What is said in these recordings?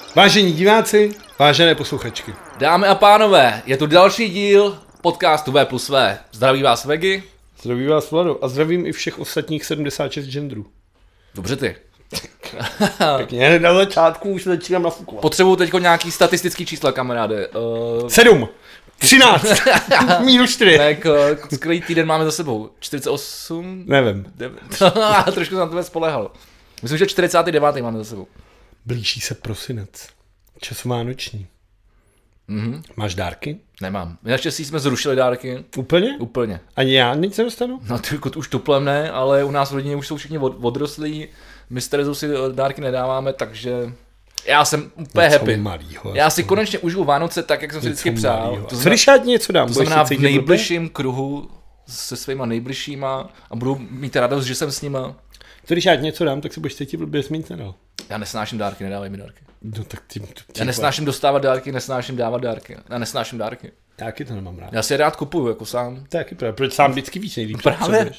Vážení diváci, vážené posluchačky. Dámy a pánové, je tu další díl podcastu V+V. Zdraví vás Vegy. Zdraví vás Vlado a zdravím i všech ostatních 76 genderů. Dobře ty. Pěkně, na začátku už začínám nafukovat. Potřebuju teď nějaký statistický čísla, kamaráde. 7, 13, minus 4. Tak skvělý týden máme za sebou. 48? Nevím. Trošku jsem na tebe spolehal. Myslím, že 49. máme za sebou. Blíží se prosinec. Čas vánoční. Mhm. Máš dárky? Nemám. Naštěstí jsme zrušili dárky. Úplně? Úplně. Ani já nic nedostanu? No ty už tuplem ne, ale u nás v rodině už jsou všichni odrostlí. My s Terezou si dárky nedáváme, takže já jsem úplně happy. Malýho, já si konečně užiju Vánoce tak, jak jsem si vždycky přál. Co když já ti něco dám? To znamená v nejbližším kruhu se svýma nejbližšíma a budu mít radost, že jsem s nima. Co když já ti něco dám, tak si budeš cítit blbě, jsi mi nic nedal. Já nesnáším dárky, nedávej mi dárky. No tak tím já nesnáším dostávat dárky, nesnáším dávat dárky. Já nesnáším dárky. Taky to nemám rád. Já si je rád kupuju, jako sám. Taky právě, proč sám vždycky víc nejlíp. Právě.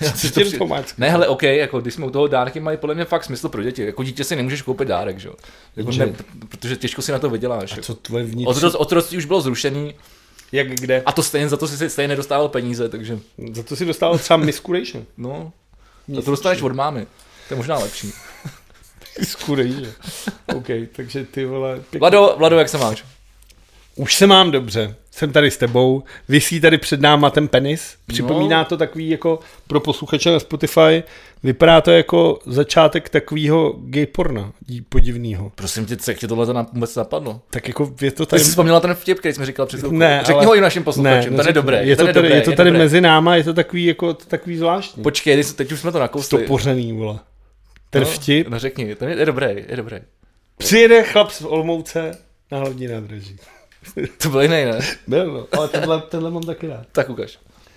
Ne, hele, OK, jako když jsme u toho dárky, mají podle mě fakt smysl pro děti. Jako dítě si nemůžeš koupit dárek, že jo? Jako protože těžko si na to vyděláš. A co tvoje vnitř? Otroctví už bylo zrušený. Jak kde? A to stejně, za to si stejně nedostával peníze, takže. Za to si dostával třeba Miscuration. No, za to dostaneš od mámy. To je možná lepší. Miscuration. OK, takže ty vole. Vlado, jak se máš? Už se mám dobře, jsem tady s tebou, visí tady před náma ten penis, připomíná to takový jako pro posluchače na Spotify, vypadá to jako začátek takového gay porna podivného. Prosím tě, jak tě tohle vůbec napadlo? Tak jako je to tady... Ty jsi vzpomněla ten vtip, který jsme říkal před chvilkou. Ne, řekni ho i našim posluchačům, ten je dobrý. Je to tady mezi náma, je to takový zvláštní. Počkej, teď už jsme to nakousli. Stopořený, vole. Ten vtip. No řekni, ten je dobrý, je dobrý. Přijede chlap z Olomouce na hlavní nádraží. To byl jiný, ne? Byl, ale tenhle mám taky rád. Tak ukaž.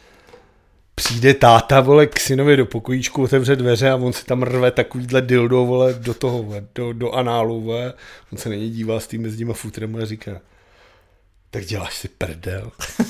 Přijde táta, vole, k synovi do pokojíčku, otevře dveře a on si tam rve takovýhle dildo, vole, do toho, vole, do análu, vole. On se na něj dívá s tím těma futrem a říká, tak děláš si prdel.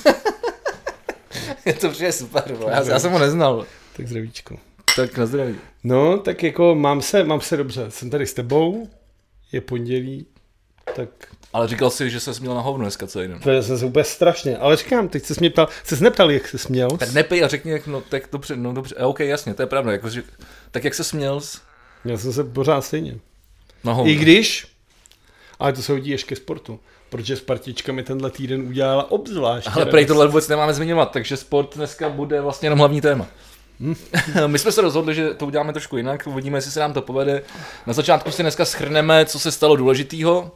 To přijde super, vole. Já jsem ho neznal. Tak zdravíčko. Tak na zdraví. No, tak jako mám se dobře, jsem tady s tebou, je pondělí, tak... Ale říkal jsi, že ses měl na hovno dneska celý den. To jsem se úplně strašně, ale říkám, teď ses mě ptal, ses neptal, jak ses měl. Tak nepij a řekni, jak, no tak dobře, OK, jasně, to je pravda, jako, že, tak jak ses měl? Měl jsem se pořád stejně. Na hovno. I když, ale to se hodí ještě ke sportu, protože Spartička mi tenhle týden udělala obzvlášť. Ale prej tohle vůbec nemáme zmiňovat, takže sport dneska bude vlastně jenom hlavní téma. My jsme se rozhodli, že to uděláme trošku jinak, uvidíme, jestli se nám to povede. Na začátku si dneska shrneme, co se stalo důležitého.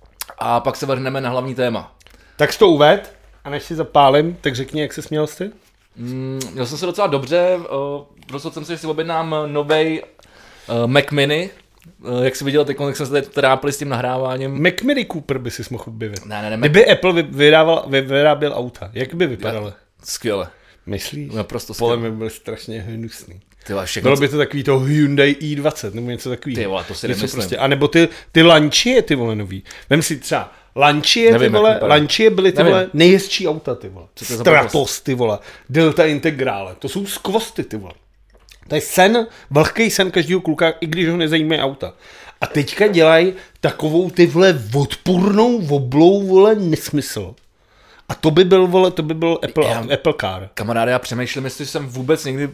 A pak se vrhneme na hlavní téma. Tak jsi to uved a než si zapálím, tak řekni, jak se směl jsi? Měl jsem se docela dobře, rozhodl jsem se, že si objednám novej Mac Mini. Jak jsi viděl, jak jsem se tady trápil s tím nahráváním. Mac Mini Cooper by si mohl objevit. Ne. Kdyby Apple vyráběl auta, jak by vypadaly? Skvěle. Myslíš? Naprosto skvěle. Podle mě byl strašně hnusný. Bylo by to takový to Hyundai i20 nebo něco takového. Ty vole, to si nemyslím. Prostě. A nebo ty Lancia, ty vole, nový. Vem si třeba Lancia, ty vole, Lancia byly ty vole nejhezčí auta, ty vole. Stratos, ty vole, Delta Integrale, to jsou skvosty, ty vole. To je sen, vlhký sen každého kluka, i když ho nezajímají auta. A teďka dělají takovou ty vole odpůrnou oblou, vole, nesmysl. A to by byl Apple Car. Kamaráde, já přemýšlím, jestli jsem vůbec někdy...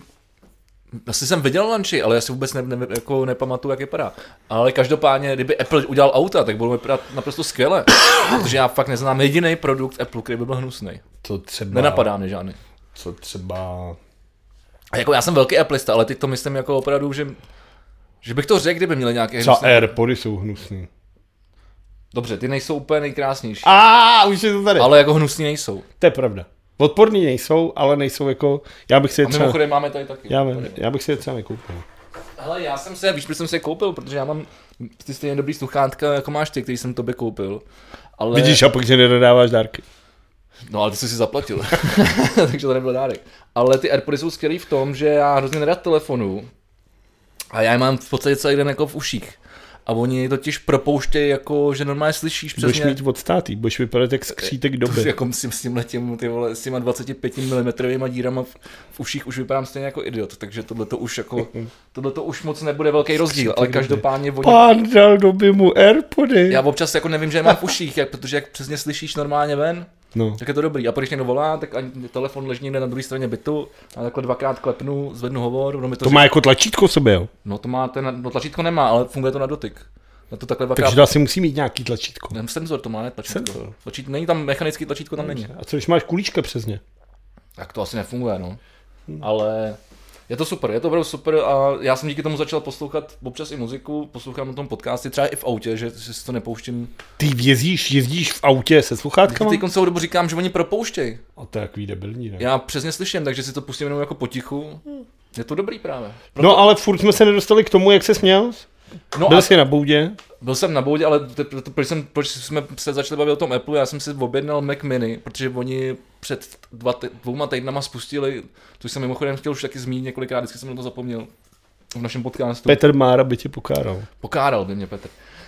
Asi jsem viděl Lancia, ale já si vůbec jako nepamatuju, jak vypadá. Ale každopádně, kdyby Apple udělal auta, tak budou vypadat naprosto skvěle. Protože já fakt neznám jediný produkt Apple, který by byl hnusný. To třeba... Nenapadá mě žádný. Co třeba... A jako já jsem velký Applista, ale teď to myslím jako opravdu, že bych to řekl, kdyby měli nějaké hnusný. Třeba AirPody jsou hnusný. Dobře, ty nejsou úplně nejkrásnější. Už je to tady. Ale jako hnusný nejsou. To je pravda. Odporný nejsou, ale nejsou jako... Já bych si je třeba... A mimochodem máme tady taky. Já bych si je třeba nekoupil. Hele, víš, proč jsem si je koupil, protože já mám ty stejně dobrý sluchátka, jako máš ty, který jsem tobě koupil. Ale... Vidíš, a pak že nedodáváš dárky. No, ale ty jsi si zaplatil, takže to nebyl dárek. Ale ty AirPody jsou skvělý v tom, že já hrozně nerad telefonu a já je mám v podstatě celý den jako v uších. A oni totiž propouštějí jako, že normálně slyšíš přesně. Budeš mít odstátý, budeš vypadat jak skřítek doby. Jako s tímhletím, ty vole, s těma 25 mm dírama v uších už vypadám stejně jako idiot, takže tohleto už moc nebude velký rozdíl, ale každopádně Pán dal doby mu AirPody. Já občas jako nevím, že je mám v uších, protože jak přesně slyšíš normálně ven, tak je to dobrý. A když někdo volá, tak ani telefon leží někde na druhé straně bytu a takhle dvakrát klepnu, zvednu hovor. To má jako tlačítko v sobě, jo? No to má, tlačítko nemá, ale funguje to na dotyk. Na to takhle dvakrát... Takže to asi musí mít nějaký tlačítko. Senzor to má, ne tlačítko. Není tam mechanický tlačítko, tam není. A co když máš kulíčka přes ně? Tak to asi nefunguje, no. Ale je to super, je to opravdu super a já jsem díky tomu začal poslouchat občas i muziku, poslouchám na tom podcasty, třeba i v autě, že si to nepouštím. Ty jezdíš v autě se sluchátkama? Teď celou dobu říkám, že oni propouštějí. A to je takový debilní, ne? Já přesně slyším, takže si to pustím jenom jako potichu. Je to dobrý právě. No ale furt jsme se nedostali k tomu, jak se směl. Byl jsi na boudě? Byl jsem na boudě, ale proč jsme se začali bavit o tom Apple, já jsem si objednal Mac Mini, protože oni před 2 týdnama spustili, což jsem mimochodem chtěl už taky zmínit několikrát, vždycky jsem na to zapomněl v našem podcastu. Petr Mára by tě pokáral. Pokáral by mě Petr.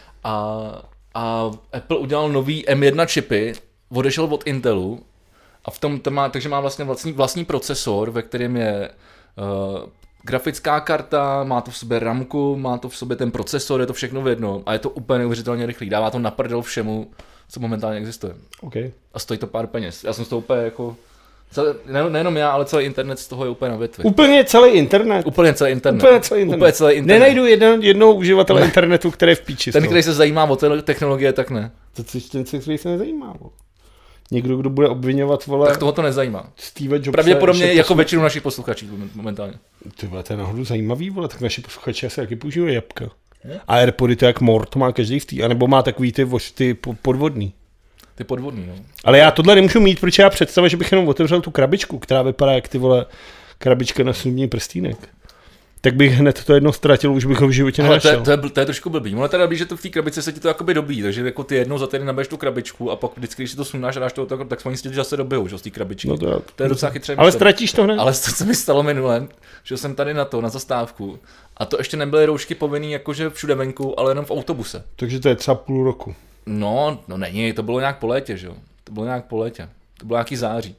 A Apple udělal nový M1 čipy, odešel od Intelu a v tom takže má vlastně vlastní procesor, ve kterém je grafická karta, má to v sobě ramku, má to v sobě ten procesor, je to všechno v jednom a je to úplně neuvěřitelně rychlý. Dává to na prdel všemu, co momentálně existuje. Okay. A stojí to pár peněz. Já jsem z toho úplně jako... Nejenom já, ale celý internet z toho je úplně na větvi. Úplně celý internet? Úplně celý internet. Nenajdu jednoho uživatele internetu, který je v píči. Ten, který se zajímá o technologie, tak ne. Ten, který se nezajímá. Někdo, kdo bude obvinovat, vole... Tak toho to nezajímá. Steve Jobse... Pravděpodobně jako většinu našich posluchačů momentálně. Ty vole, to je náhodou zajímavý, vole, tak naši posluchači asi taky používají jabka. A AirPody to jak Mort má každý v tý, anebo má takový ty podvodný. Ty podvodný, no. Ale já tohle nemůžu mít, protože já představuji, že bych jenom otevřel tu krabičku, která vypadá jak ty vole krabička na snubní prstýnek. Tak bych hned to jedno ztratil, už bych ho v životě nenašel. To je trošku blbý. Ono teda blíž, že to v té krabici se ti to jakoby dobí, takže jako ty jednou za týden nabiješ tu krabičku a pak vždycky, když si to sundáš a dáš to, tak oni si zase dobijou, že z té krabičky. No to je docela chytré. Ale ztratíš to hned? Ale to, co mi stalo minule, že jsem tady na zastávku a to ještě nebyly roušky povinný jakože všude venku, ale jenom v autobuse. Takže to je třeba půl roku. No není, to bylo nějak po létě, že jo. To bylo nějaký září.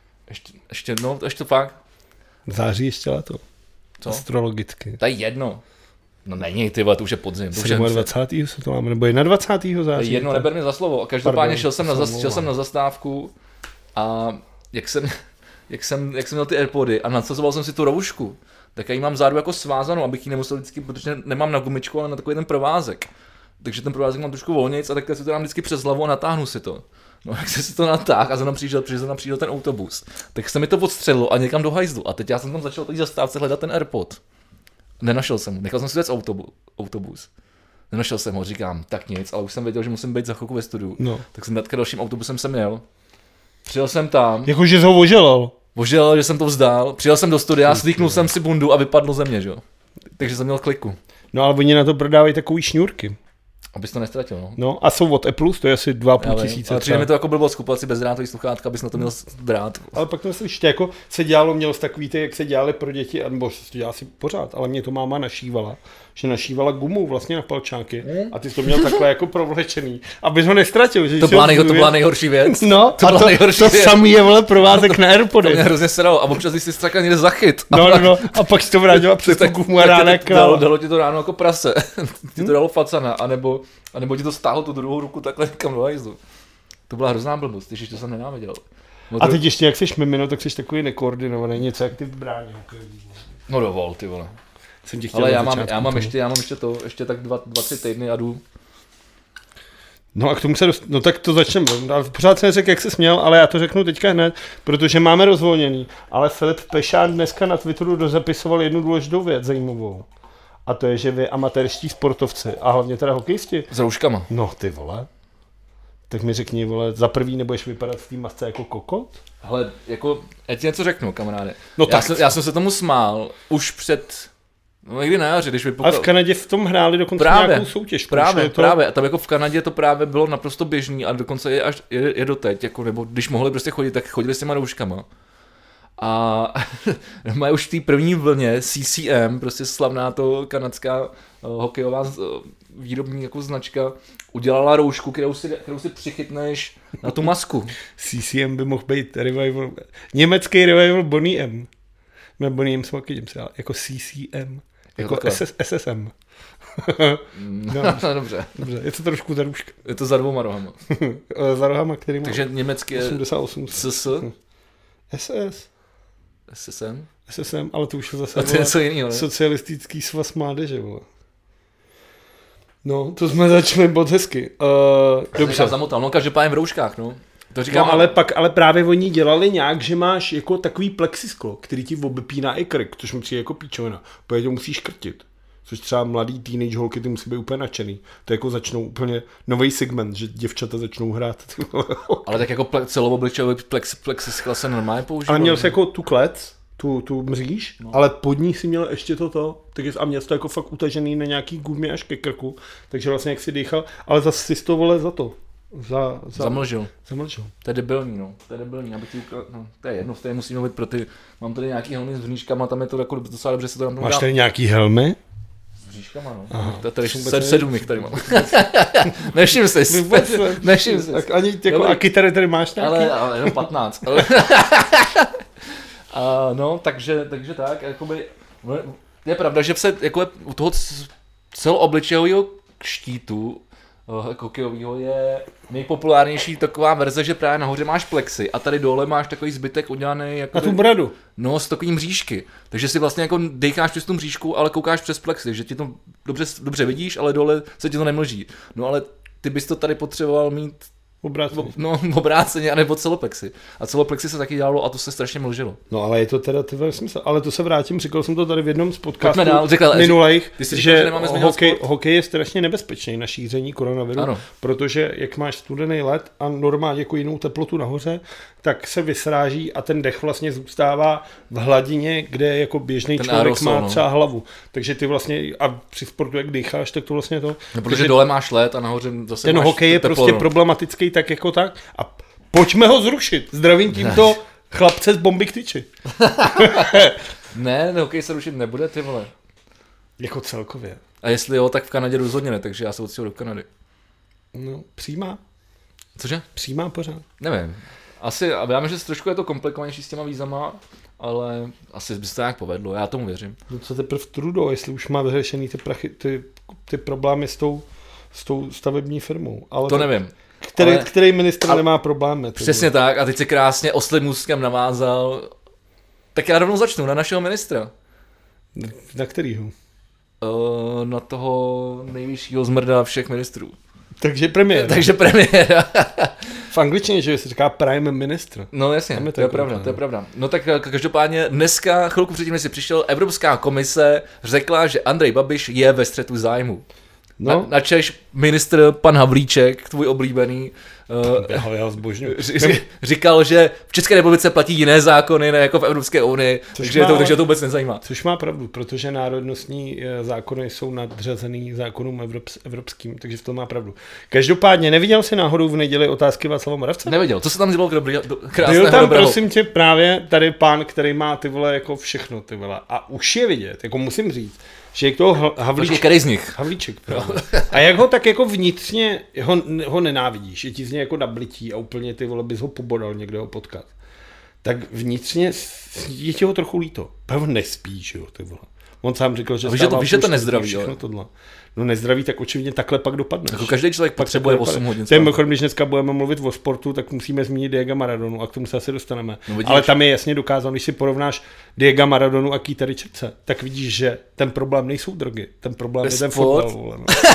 Ještě fakt. Září ještě léto. Co? Astrologicky. To je jedno. No není, ty vole, to už je podzim. 27. se to máme, nebo 21. září. Jedno, neber mi za slovo. A každopádně šel jsem na zastávku a jak jsem měl ty AirPody a nadsazoval jsem si tu roušku, tak já ji mám zádu jako svázanou, abych ji nemusel vždycky, protože nemám na gumičku, ale na takový ten provázek. Takže ten provázek mám trošku volnějc a tak si to dám vždycky přes hlavu a natáhnu si to. No jak se si to natáhl a za mnou přišel ten autobus, tak se mi to odstřelilo a někam do hajzlu. A teď já jsem tam začal tady zastávce hledat ten AirPod. Nenašel jsem ho, nechal jsem si vést autobus. Nenašel jsem ho, říkám, tak nic, ale už jsem věděl, že musím být za chvilku ve studiu. No. Tak jsem hnedka dalším autobusem jsem jel. Přijel jsem tam. Jakože jsi ho oželal. Oželal, že jsem to vzdál. Přijel jsem do studia, slíknul jsem si bundu a vypadl ze mě, že jo. Takže jsem měl kliku. No ale oni na to prodávají takový šňůrky. Abys to nestratil, no. No a jsou od Apple, to je asi 2,5 tisíce. Ale přijde mi to jako blbost kupovat si bezdrátový sluchátka, abys na to měl drát. Ale pak to myslíš, jako se dělalo, měl jsi takový ty, jak se dělali pro děti, nebo se to dělá si pořád, ale mě to máma našívala, že našívala gumu vlastně na palčáky a ty jsi to měl takhle jako provlečený, abys ho nestratil. Že to byla nejhorší věc. No, to samý je vole provázek na AirPody. To mě hrozně sralo a občas jsi straka někde zachyt. No, a pak si to vrátila přes tu gumu a ráno dalo ti to ráno jako prase. Ti to dalo facana, anebo ti to stáhlo tu druhou ruku takhle někam do hajzlu. To byla hrozná blbost, když to jsem nenáviděl. A teď ještě jak jsi mimino, tak jsi takový nekoordinovaný, něco jak ty v bráně. No dovol, ty vole. Ale já mám ještě tak 2-3 týdny a jdu. No a k tomu no tak to začneme. Pořád jsem neřekl, jak jsi směl, ale já to řeknu teďka hned, protože máme rozvolněný. Ale Filip Pešán dneska na Twitteru dozapisoval jednu důležitou věc zajímavou. A to je, že vy amatérští sportovci, a hlavně teda hokejisti. S rouškama. No ty vole. Tak mi řekni, vole, za prvý nebudeš vypadat v té masce jako kokot? Hele, jako, já ti něco řeknu, kamaráde. No já jsem se tomu smál už před, někdy na jaře, když vypukal. A v Kanadě v tom hráli dokonce nějakou soutěž. Právě. A tam jako v Kanadě to právě bylo naprosto běžný a dokonce je doteď, jako, nebo když mohli prostě chodit, tak chodili s těma rouškama. A mají už v té první vlně CCM, prostě slavná to kanadská hokejová výrobní jako značka, udělala roušku, kterou si přichytneš na tu masku. CCM by mohl být revival, německý revival Bonnie M. Ne, Bonnie M jsme jako CCM, jako SSM. No, dobře. Je to trošku za růžka. Je to za 2 rohama. Za rohama, který má takže německy je 88. SS. SS. SSM, ale to už je zase socialistický svaz mládeže, vole. No, to jsme začali bod hezky. Dobře. Zamotal, no každopádně v rouškách, no. To říkám, no, ale právě oni dělali nějak, že máš jako takový plexisklo, který ti obepíná i krk, což mi přijde jako píčovina. Protože to musíš krtit. Což třeba mladý teenage holky, ty musí být úplně nadšený. To jako začnou úplně nový segment, že děvčata začnou hrát. Ale tak jako celoobličejový plexiskla se normálně používá. Ale měl jsi jako tu klec, tu mříž, no. Ale pod ní si měl ještě toto. A měl jsi to jako fakt utažený na nějaký gumě až ke krku. Takže vlastně jak si dýchal, ale zase si to vole za to. Zamlžil. To je debilní, no. To je jedno, to musíme mluvit pro ty. Mám tady nějaký helmy s vříškama, tam je to jako docela dobře se to tam máš tady nějaký helmy? S vříškama, no. Aha. To tady 7 jich tady mám. Nevšim si. Ani jako, a kytary tady máš nějaký? Ale jenom 15. No, takže tak, jakoby, je pravda, že se jako u toho celoobličejového štítu hokejovýho je nejpopulárnější taková verze, že právě nahoře máš plexi a tady dole máš takový zbytek udělaný jako na tu bradu. No, s takovým mřížky. Takže si vlastně jako dejcháš přes tu mřížku, ale koukáš přes plexi, že ti to dobře vidíš, ale dole se ti to nemlží. No ale ty bys to tady potřeboval mít obráceně, anebo celoplexi. A celoplexi se taky dělalo a to se strašně mlžilo. No ale je to teda smysl. Ale to se vrátím, říkal jsem to tady v jednom z podcastů minulejch, že hokej je strašně nebezpečný na šíření koronaviru, ano. Protože jak máš studený led a normálně jako jinou teplotu nahoře, tak se vysráží a ten dech vlastně zůstává v hladině, kde jako běžný člověk aerosol, má třeba hlavu. Takže ty vlastně a při sportu jak dýcháš, tak to vlastně to. No, protože dole máš led a nahoře zase ten máš hokej je teplo, prostě problematický tak jako tak a pojďme ho zrušit. Zdravím tímto chlapce z bomby k tyči. Ne, hokej se rušit nebude, ty vole. Jako celkově. A jestli jo, tak v Kanadě rozhodně ne, takže já se odstěhuji do Kanady. No, přijímá. Cože? Přijímá pořád. Nevím. Asi, a já myslím, že trošku je to komplikovanější s těma vízama, ale asi by se to nějak povedlo, já tomu věřím. No co teprve Trudeau, jestli už má vyřešený ty problémy s tou stavební firmou. Ale to nevím. Který ministr nemá problémy. Přesně tak a teď se krásně oslým můstkem navázal. Tak já rovnou začnu na našeho ministra. Na kterýho? Na toho nejvyššího zmrda všech ministrů. Takže premiér. V angličtině, že se říká prime minister. No jasně, to je pravda. No tak každopádně dneska, chvilku předtím, než si přišel, Evropská komise řekla, že Andrej Babiš je ve střetu zájmu. No. Načež ministr pan Havlíček, tvůj oblíbený, já zbožňuji. Říkal, že v České republice platí jiné zákony, ne jako v Evropské unii, takže to vůbec nezajímá. Což má pravdu, protože národnostní zákony jsou nadřazený zákonům evropským, takže v tom má pravdu. Každopádně, neviděl jsi náhodou v neděli Otázky Václava Moravce? Neviděl, co se tam dělalo krásného byl tam, dobrého. Prosím tě, právě tady pán, který má ty vole jako všechno, ty vole, a už je vidět, jako musím říct, že jak toho Havlíček. A jak ho tak jako vnitřně ho nenávidíš, je ti z něj jako nablití a úplně ty vole bys ho pobodal někde ho potkat. Tak vnitřně je ti ho trochu líto. Protože nespíš, jo, ty vole. On sám říkal, že víš, že to nezdraví, tohle. No nezdraví, tak očividně takhle pak dopadne. Jako každý člověk potřebuje 8 hodin. Když dneska budeme mluvit o sportu, tak musíme zmínit Diego Maradonu a k tomu se asi dostaneme. No, ale tam je jasně dokázáno, když si porovnáš Diego Maradonu a Keitha Richardse, tak vidíš, že ten problém nejsou drogy, ten problém je ten fotbal.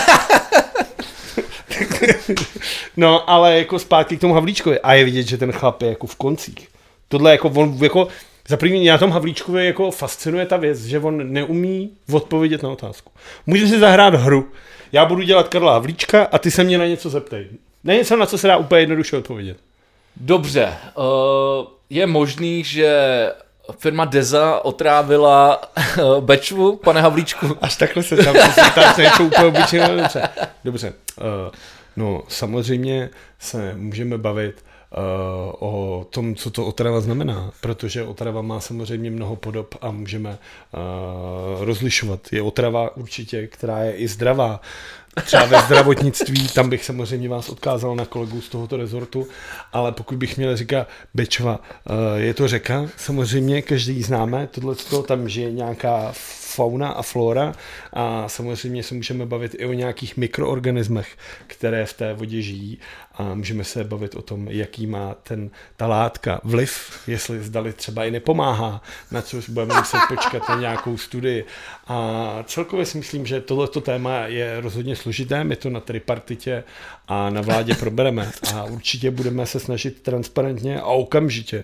No, ale jako zpátky k tomu Havlíčkovi a je vidět, že ten chlap je jako v koncích. Tohle jako on jako za první na tom Havlíčkovi jako fascinuje ta věc, že on neumí odpovědět na otázku. Můžeme si zahrát hru. Já budu dělat Karla Havlíčka a ty se mě na něco zeptej. Na něco, na co se dá úplně jednoduše odpovědět. Dobře. Je možný, že firma Deza otrávila Bečvu, pane Havlíčku? Až takhle se tam ptáš něco úplně obyčejného. Dobře. No, samozřejmě se můžeme bavit o tom, co to otrava znamená, protože otrava má samozřejmě mnoho podob a můžeme rozlišovat. Je otrava určitě, která je i zdravá, třeba ve zdravotnictví, tam bych samozřejmě vás odkázal na kolegu z tohoto rezortu, ale pokud bych měl říkat Bečva, je to řeka, samozřejmě každý známe, tohleto, tam žije nějaká fauna a flora a samozřejmě se můžeme bavit i o nějakých mikroorganismech, které v té vodě žijí a můžeme se bavit o tom, jaký má ta látka vliv, jestli zdali třeba i nepomáhá, na což budeme muset počkat na nějakou studii. A celkově si myslím, že tohleto téma je rozhodně složité, my to na tripartitě a na vládě probereme a určitě budeme se snažit transparentně a okamžitě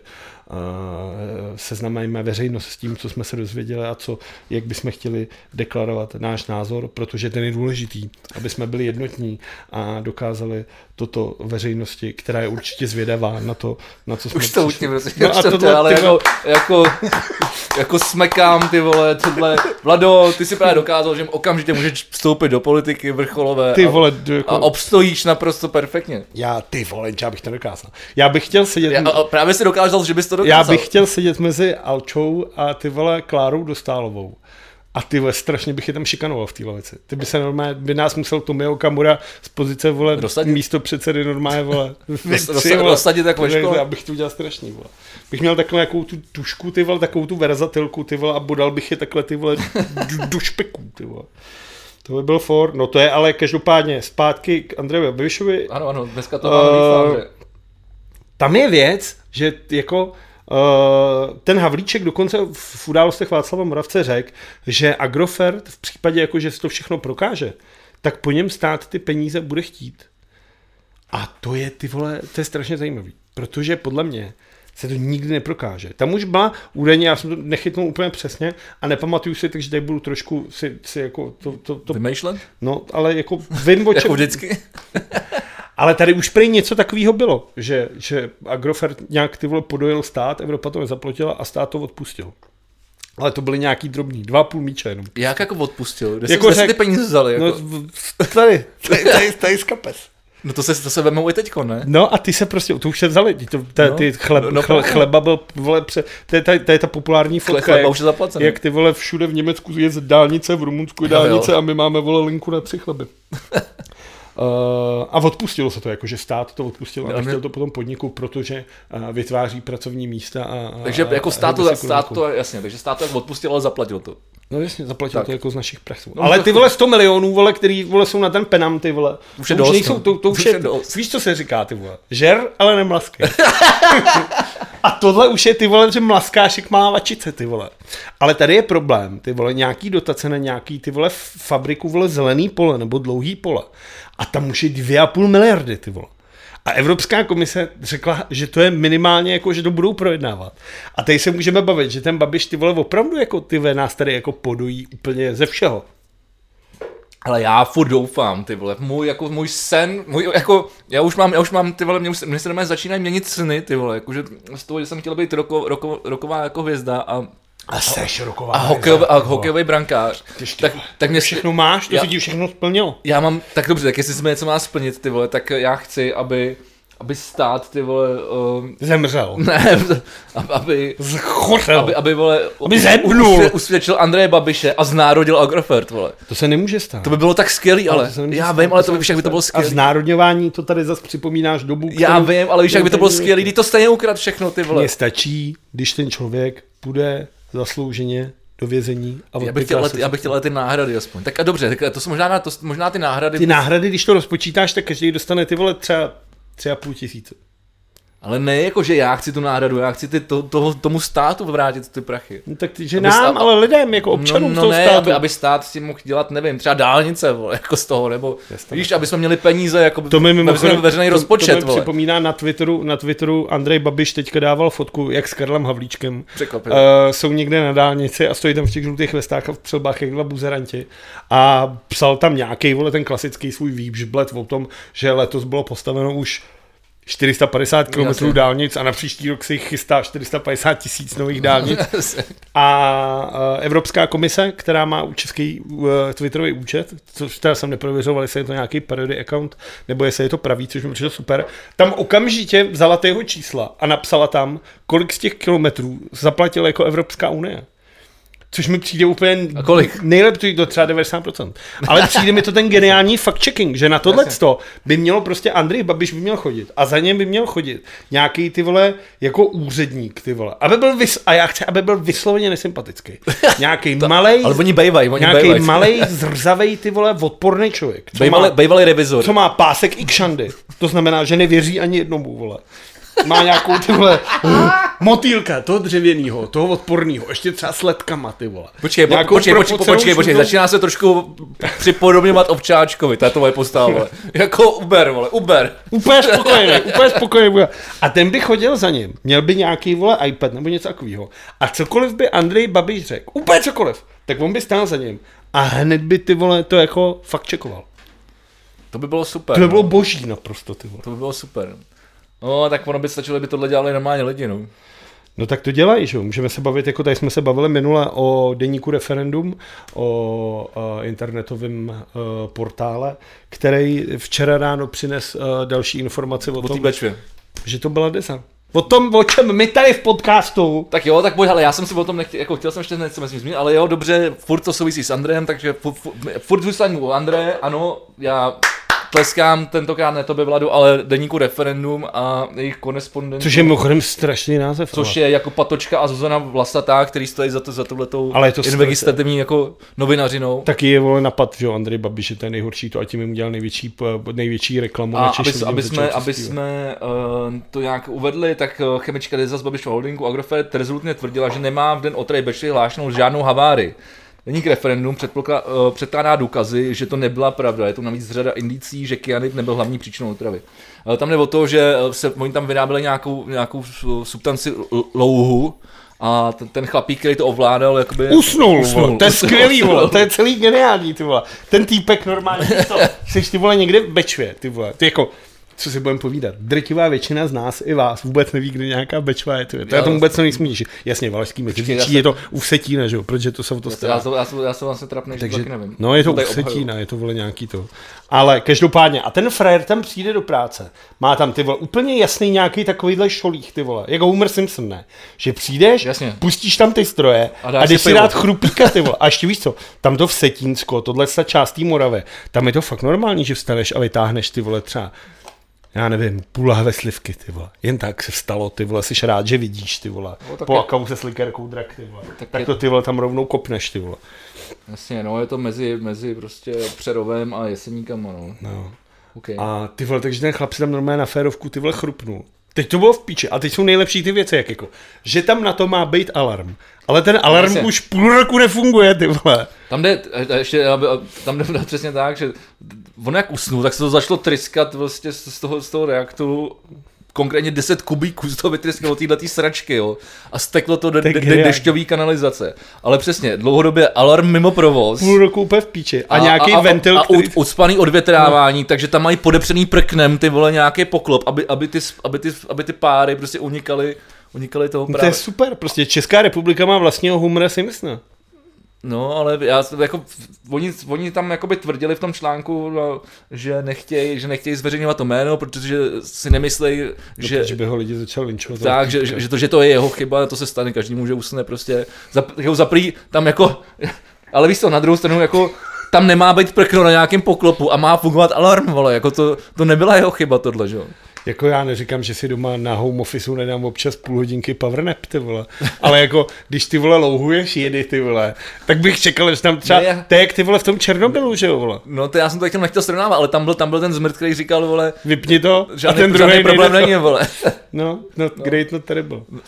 seznamujeme veřejnost s tím, co jsme se dozvěděli a jak bychom chtěli deklarovat náš názor, protože ten je důležitý, aby jsme byli jednotní a dokázali toto veřejnosti, která je určitě zvědavá na to, na co jsme už to přišli. No a tohle, ale jako smekám, ty vole, tohle. Vlado, ty si právě dokázal, že okamžitě můžeš vstoupit do politiky vrcholové ty vole, a obstojíš naprosto perfektně. Já bych to dokázal. Já bych chtěl sedět... Právě si dokázal, že bys to dokázal. Já bych chtěl sedět mezi Alčou a ty vole Klárou Dostálovou. A ty vole, strašně bych je tam šikanoval v té lavici. Ty by se normálně, by nás musel Tomio Okamura z pozice, vole, místo předsedy normálně, vole. Dosadit jako ve škole. Já bych to udělal strašný, vole. Bych měl takhle nějakou tu tušku, ty vole, takovou tu verzatilku, ty vole, a bodal bych je takhle, ty vole, do špeků, ty vole. To by byl for. No to je ale každopádně zpátky k Andrejovi Babišovi. Ano, dneska to máme víc. Tam je věc, že jako ten Havlíček dokonce v Událostech Václava Moravce řekl, že Agrofert v případě, jako, že se to všechno prokáže, tak po něm stát ty peníze bude chtít. A to je, ty vole, to je strašně zajímavý, protože podle mě se to nikdy neprokáže. Tam už byla údajně, já jsem to nechytnul úplně přesně a nepamatuju si, takže tady budu trošku si jako to vymýšlet? No, ale jako vím o čem. Jako vždycky. Ale tady už prý něco takového bylo, že Agrofert nějak ty vole podojil stát, Evropa to nezaplatila a stát to odpustil. Ale to byly nějaký drobný, 2,5 míče jenom. Jak jako odpustil? Kde jako se ty peníze vzali? Jako? No, tady z kapes. No to se vemou i teďko, ne? No a ty se prostě, to už se vzali, ty chleba byl, vole, to je ta populární fotka, chleba už je zaplacený. Jak ty vole všude v Německu je dálnice, v Rumunsku je dálnice a my máme vole linku na 3 chleby. A odpustilo se to, jakože stát to odpustil a nechtěl to potom podniku, protože vytváří pracovní místa. Takže jako stát to, jasně, takže stát to odpustil, ale zaplatil to. No jasně, zaplatil to jako z našich prachů. No, ale ty vole 100 milionů, vole, který vole jsou na ten penam, ty vole. Už je dost, nejsou, to už je dost. Víš, co se říká, ty vole? Žer, ale nemlaskej. A tohle už je, ty vole, že mlaskáš jak má vačice, ty vole. Ale tady je problém, ty vole, nějaký dotace na nějaký, ty vole, fabriku, vole, zelený pole nebo dlouhý pole. A tam už je 2,5 miliardy, ty vole. A Evropská komise řekla, že to je minimálně, jako, že to budou projednávat. A tady se můžeme bavit, že ten Babiš, ty vole, opravdu jako ty vole, nás tady jako podojí úplně ze všeho. Ale já furt doufám, ty vole, můj sen, já už mám, ty vole, mě se doma začínají měnit sny, ty vole, jakože z toho, že jsem chtěl být roková jako hvězda a seš roková a hokejový brankář. Tak mě všechno máš, to si ti všechno splnilo. Já mám, tak dobře, tak jestli se mi něco má splnit, ty vole, tak já chci, aby stát, ty vole... zemřel. Ne, aby... Zchorel. Aby vole... Aby zepnul. Usvědčil Andreje Babiše a znárodil Agrofert, vole. To se nemůže stát. To by bylo tak skvělý, ale... Já vím, ale to by však by to bylo skvělý. A znárodňování, to tady zase připomínáš dobu, já vím, ale víš, jak by to bylo skvělý, když to stejně ukrad všechno, ty vole. Mně stačí, když ten člověk půjde zaslouženě do vězení. A já bych chtěl ale ty náhrady aspoň. Tak a dobře, tak to jsou možná ty náhrady. Ty náhrady, když to rozpočítáš, tak každý dostane ty vole třeba 3,5 tisíce. Ale ne jako, že já chci tu náhradu, já chci tomu státu vrátit ty prachy. No, tak že nám, ale lidem, jako občanům toho státu. Aby stát si mohl dělat, nevím, třeba dálnice, vole, jako z toho, nebo víš, aby jsme měli peníze, jako veřejný rozpočet, to mi připomíná na Twitteru Andrej Babiš teďka dával fotku, jak s Karlem Havlíčkem. Jsou někde na dálnici a stojí tam v těch žlutých vestách a v přelbách jak dva buzeranti. A psal tam nějaký, vole, ten klasický svůj výbžblet o tom, že letos bylo postaveno už 450 km dálnic a na příští rok se jich chystá 450 000 nových dálnic. A Evropská komise, která má český Twitterový účet, což teda jsem neprověřoval, jestli je to nějaký parody account, nebo jestli je to pravý, což mi přišlo super, tam okamžitě vzala tého čísla a napsala tam, kolik z těch kilometrů zaplatila jako Evropská unie. Což mi přijde úplně nejlepší, to třeba 90%. Ale přijde mi to ten geniální fact-checking, že na tohleto by mělo prostě Andrej Babiš by měl chodit a za něm by měl chodit nějaký ty vole jako úředník ty vole. A já chci, aby byl vysloveně nesympatický. Nějaký malej, ale oni nějaký malej, zrzavej ty vole, odporný člověk. Bejvalý revizor. Co má pásek i kšandy. To znamená, že nevěří ani jednomu, vole. Má nějakou ty vole motýlka, toho dřevěnýho, toho odpornýho, ještě třeba s ledkama, ty vole. Počkej, začíná se trošku připodobňovat Ovčáčkovi, to je to moje postava, vole. Jako Uber, vole, Uber. Úplně spokojený. A ten by chodil za ním, měl by nějaký, vole, iPad nebo něco takového. A cokoliv by Andrej Babiš řekl, úplně cokoliv, tak on by stál za ním a hned by ty vole to jako fakt čekoval. To by bylo super. To by bylo boží naprosto, ty vole. To by bylo super. No, tak ono by stačilo, by tohle dělali normálně lidi, no. No tak to dělají, že jo. Můžeme se bavit, jako tady jsme se bavili minule o deníku Referendum, o internetovém portále, který včera ráno přines další informace o tom, že to byla deza. O tom, o čem my tady v podcastu. Tak jo, tak pojď, ale já jsem si o tom nechtěl, jako chtěl jsem ještě něco zmínit, ale jo, dobře, furt to souvisí s Andrejem, takže furt zůstaňme u Andreje, ano, já tleskám tentokrát ne tobě, Vladu, ale deníku Referendum a jejich korespondentů. Což je mimochodem strašný název. Což je jako Patočka a Zuzana Vlasatá, který stojí za touhletou investigativní jako novinařinou. Taky je vole napad, že Andrej Babiš je ten nejhorší, to a tím jim udělal největší reklamu na Češi. Aby jsme to nějak uvedli, tak chemička Deza z Babišova holdingu Agrofert rezolutně tvrdila, že nemá v den Otrej Bečvy hlášenou žádnou havárii. Deník Referendum předkládá důkazy, že to nebyla pravda. Je to navíc řada indicí, že kyanid nebyl hlavní příčinou otravy. Tam jde o to, že oni tam vyráběli nějakou substanci louhu a ten chlapík, který to ovládal, jakoby... Usnul. To je skvělý, vole. To je celý geniální, ty vole. Ten týpek normálně, jsi ty vole někde v Bečvě, ty vole. Ty jako... Co si budeme povídat? Drtivá většina z nás i vás vůbec neví, kde nějaká Bečva je. To já tomu vůbec nejsmíš. Jasně, Valašský Meziříčí je to u Vsetína, že jo? Protože to se o to stará. Já jsem vlastně trapnej, že taky nevím. No je to u Vsetína, je to vole nějaký to. Ale každopádně, a ten frajer tam přijde do práce. Má tam ty vole úplně jasný nějaký takovýhle šolích, ty vole. Jako Homer Simpson, ne? Že přijdeš, jasně. Pustíš tam ty stroje a jdeš si dát chrupíka, ty vole. A ještě víš co? Tam to Vsetínsko, tohle ta část té Moravy. Tam je to fakt normální, že vstaneš a vytáhneš ty vole třeba já nevím, půl lahve slivky, ty vole. Jen tak se vstalo, ty vole, jsi rád, že vidíš, ty vole. No, po akavu se slikerkou drak, ty vole. Tak to ty vole tam rovnou kopneš, ty vole. Jasně, no, je to mezi prostě Přerovem a Jeseníkama, no. Okay. A ty vole, takže ten chlap si tam normálně na férovku, ty vole, chrupnul. Teď to bylo v píči a teď jsou nejlepší ty věci, jak jako, že tam na to má být alarm. Ale ten alarm už půl roku nefunguje, ty vole. Tam jde přesně tak, že on jak usnul, tak se to začalo tryskat vlastně z toho reaktoru, konkrétně 10 kubíků z toho vytryskalo týhletý sračky, jo. A steklo to do dešťový kanalizace. Ale přesně, dlouhodobě alarm mimo provoz. Půl roku úplně v píči. A nějaký ventil, a ucpaný odvětrávání, takže tam mají podepřený prknem ty vole nějaký poklop, aby ty páry prostě unikaly toho právě. To je super, prostě Česká republika má vlastního Homera Simpsona. No, ale jako, oni tam jakoby tvrdili v tom článku, no, že nechtějí zveřejňovat to jméno, protože si nemyslejí, že by ho lidi začali linčovat. Tak, že to je jeho chyba, to se stane, každý může usne prostě, zaprý tam jako, ale víš co, na druhou stranu jako, tam nemá být prkno na nějakém poklopu a má fungovat alarm, vole, jako to nebyla jeho chyba tohle, že jo. Jako já neříkám, že si doma na home officeu nedám občas půl hodinky powernap, ty vole. Ale jako, když ty vole louhuješ jedy, ty vole, tak bych čekal, že tam třeba, to je jak ty vole v tom Černobylu, že jo, vole. No to já jsem to tak nechtěl srovnávat, ale tam byl ten zmrt, který říkal, vole, vypni to žádný problém není, vole. No, great, not terrible.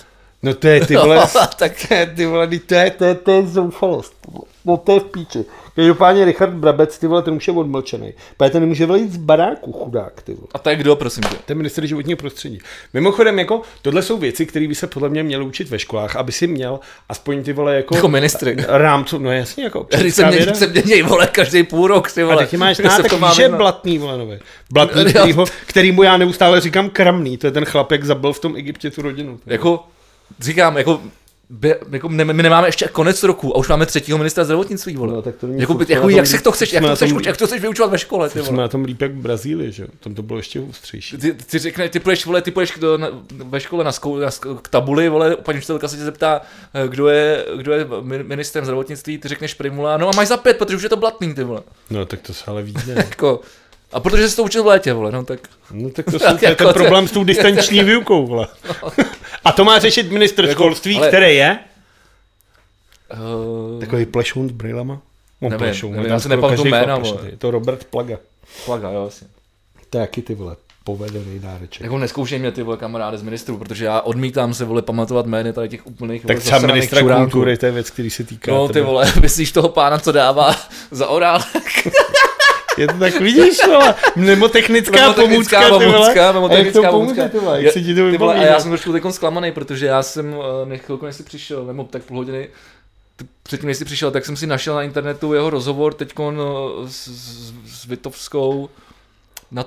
No to je ty vole, tak ty vole, to je zoufalost. No to je v píči. Každopádně Richard Brabec, ty vole, ten už je odmlčený. Protože ten nemůže vylít z baráku, chudák, ty vole. A to je kdo, prosím tě? Ten ministr životního prostředí. Mimochodem, jako, tohle jsou věci, které by se podle mě měly učit ve školách, aby si měl aspoň ty vole jako ministry. Rámců, no jasně, jako. Se mění, vole, každý půl rok, ty vole. A teď máš znát, tak víš, že Blatný, vole, nové. Blatný, kterýmu já neustále říkám Kramný, to je ten chlap, jak zabil v tom Egyptě tu rodinu. Jako, říkám, jako my nemáme ještě konec roku a už máme 3. ministra zdravotnictví, vole. No, tak to jak se to chceš, jak to chceš vyučovat ve škole, ty vole. Jsme na tom líp jak v Brazílii, že? Tam to bylo ještě ústřejší. Ty řekne, ty půjdeš ve škole k tabuli, vole, paní učitelka se tě zeptá, kdo je ministrem zdravotnictví, ty řekneš Primula, no a máš za 5, protože už je to Blatný, ty vole. No tak to se ale ví, ne? Jako, a protože jsi to učil v létě, vole, no tak. No tak to je ten problém s tou distanční výukou, vole. A to má řešit ministr školství, který je? Takový plešoun s brýlema? Nevím, já se nepamatuju jména, vole. Je to Robert Plaga. Plaga, jo, asi. To je jaký ty vole povedený dáreček. Jako neskoušej mě ty vole kamaráde z ministrů, protože já odmítám se vole pamatovat jmény tady těch úplných. Tak třeba ministra kultury, to je věc, který se týká. No ty vole, myslíš toho pána, co dává za orálek? Je to tak, vidíš, vole, mnemotechnická pomůcka, ty vole, jak se ti to vypovídá. A já jsem trošku teď zklamaný, protože já jsem chvilku než jsi přišel, nebo tak půl hodiny, předtím než jsi přišel, tak jsem si našel na internetu jeho rozhovor teďkon s Vitovskou na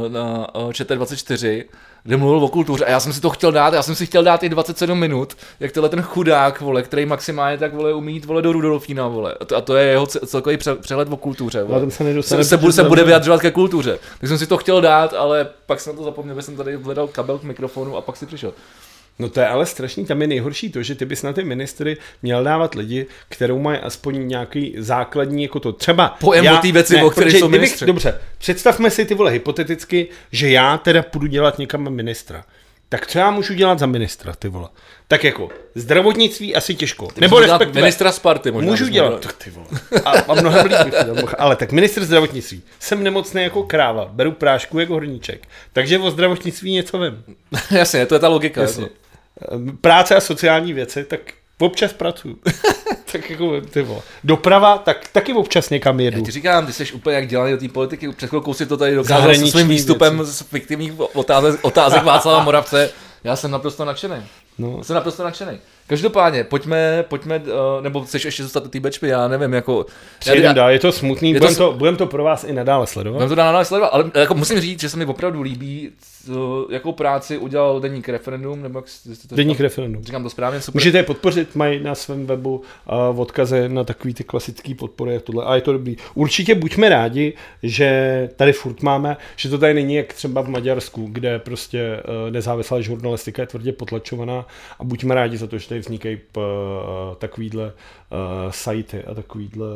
ČT24, kde mluvil o kultuře a já jsem si chtěl dát i 27 minut, jak tenhle ten chudák, vole, který maximálně tak, vole, umí jít, vole, do Rudolfína, vole, a to je jeho celkový přehled o kultuře, vole. Se bude vyjadřovat ke kultuře, tak jsem si to chtěl dát, ale pak jsem to zapomněl, že jsem tady hledal kabel k mikrofonu a pak si přišel. No to je ale strašný, tam je nejhorší to, že ty bys na ty ministry měl dávat lidi, kterou mají aspoň nějaký základní, jako to třeba... Pojem o té věci, o které jsou ministři. Dobře, představme si ty vole hypoteticky, že já teda půjdu dělat někam ministra. Tak co já můžu dělat za ministra, ty vole? Tak jako zdravotnictví asi těžko. Nebo respektive ministra Sparty možná. Můžu dělat, ty vole. A mnohem líp, ale tak ministr zdravotnictví. Jsem nemocný jako kráva, beru prášku jako horníček. Takže o zdravotnictví něco vím. Jasně, to je ta logika. Jasně. Práce a sociální věci, tak občas pracuju. Tak jako ty vole. Doprava, tak taky občas někam jedu. Já ti říkám, ty jsi úplně jak dělaný do té politiky, před chvilkou si to tady dokázal se svým výstupem z fiktivních otázek Václava Moravce. Já jsem naprosto nadšený. No. Jsem naprosto nadšený. Každopádně, pojďme, nebo chceš ještě zůstat u té Bečpy, já nevím, jako... Je to smutný, budem to pro vás i nadále sledovat. Budem to nadále sledovat, ale jako musím říct, že se mi opravdu líbí, jakou práci udělal Deník Referendum, nebo jak to Deník Referendum. Říkám to správně, super. Můžete je podpořit, mají na svém webu odkazy na takový ty klasický podpory jak tohle, a je to dobrý. Určitě buďme rádi, že tady furt máme, že to tady není jak třeba v Maďarsku, kde prostě nezávislá žurnalistika je tvrdě potlačovaná, a buďme rádi za to, že tady vznikají takovýhle sajty a takovýhle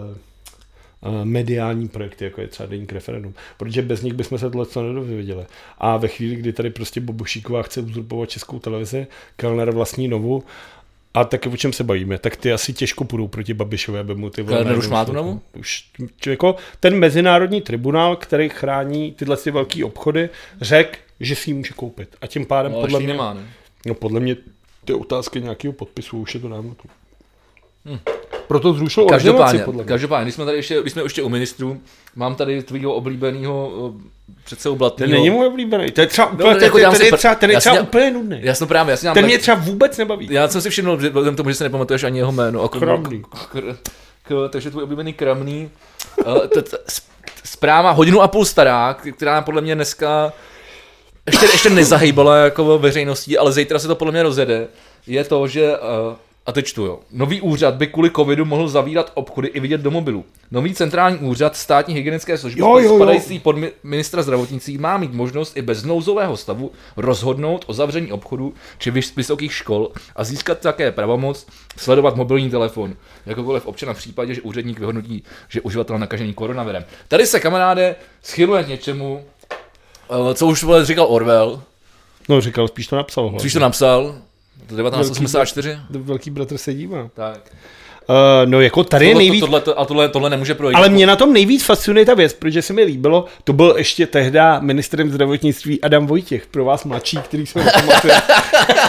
mediální projekty, jako je třeba Deník Referendum, protože bez nich bychom se tohle co nedozvěděli. A ve chvíli, kdy tady prostě Bobošíková chce uzurpovat Českou televizi, Kellner vlastní Novu, a taky o čem se bavíme, tak ty asi těžko půjdou proti Babišovi, aby mu ty... Kellner už má tu Novu? Už jako ten mezinárodní tribunál, který chrání tyhle velké obchody, řekl, že si ji může koupit. A tím pádem podle mě... Nemá, ne? No podle mě ty otázky nějakého podpisu, už je to dávno tu. Proto zrušil ordinaci, podle mě. Každopádně, když jsme ještě u ministrů, mám tady tvýho oblíbeného předsedu Blatnýho. Ten není můj oblíbený, to je třeba úplně nudný. Ten mě třeba vůbec nebaví. Já jsem si všiml, vzhledem tomu, že si nepamatuješ ani jeho jméno. Kramný. Takže tvůj oblíbený Kramný. Zpráva 1,5 hodiny stará, která podle mě dneska ještě nezahýbala jako veřejností, ale zítra se to podle mě rozjede, je to, že... A teď čtu, jo. Nový úřad by kvůli covidu mohl zavírat obchody i vidět do mobilu. Nový centrální úřad státní hygienické služby spadající pod ministra zdravotnictví má mít možnost i bez nouzového stavu rozhodnout o zavření obchodu či vysokých škol a získat také pravomoc sledovat mobilní telefon. Jakokoliv občana v případě, že úředník vyhodnotí, že uživatel nakažený koronavirem. Tady se, kamaráde, schyluje k něčemu, co už říkal Orwell. No říkal, spíš to napsal. Spíš to napsal. 1984? Velký bratr se dívá. Tak. No jako tady je nejvíc... Tohle nemůže projít. Ale mě na tom nejvíc fascinuje ta věc, protože se mi líbilo, to byl ještě tehdy ministrem zdravotnictví Adam Vojtěch, pro vás mladší, který se nepamatuje.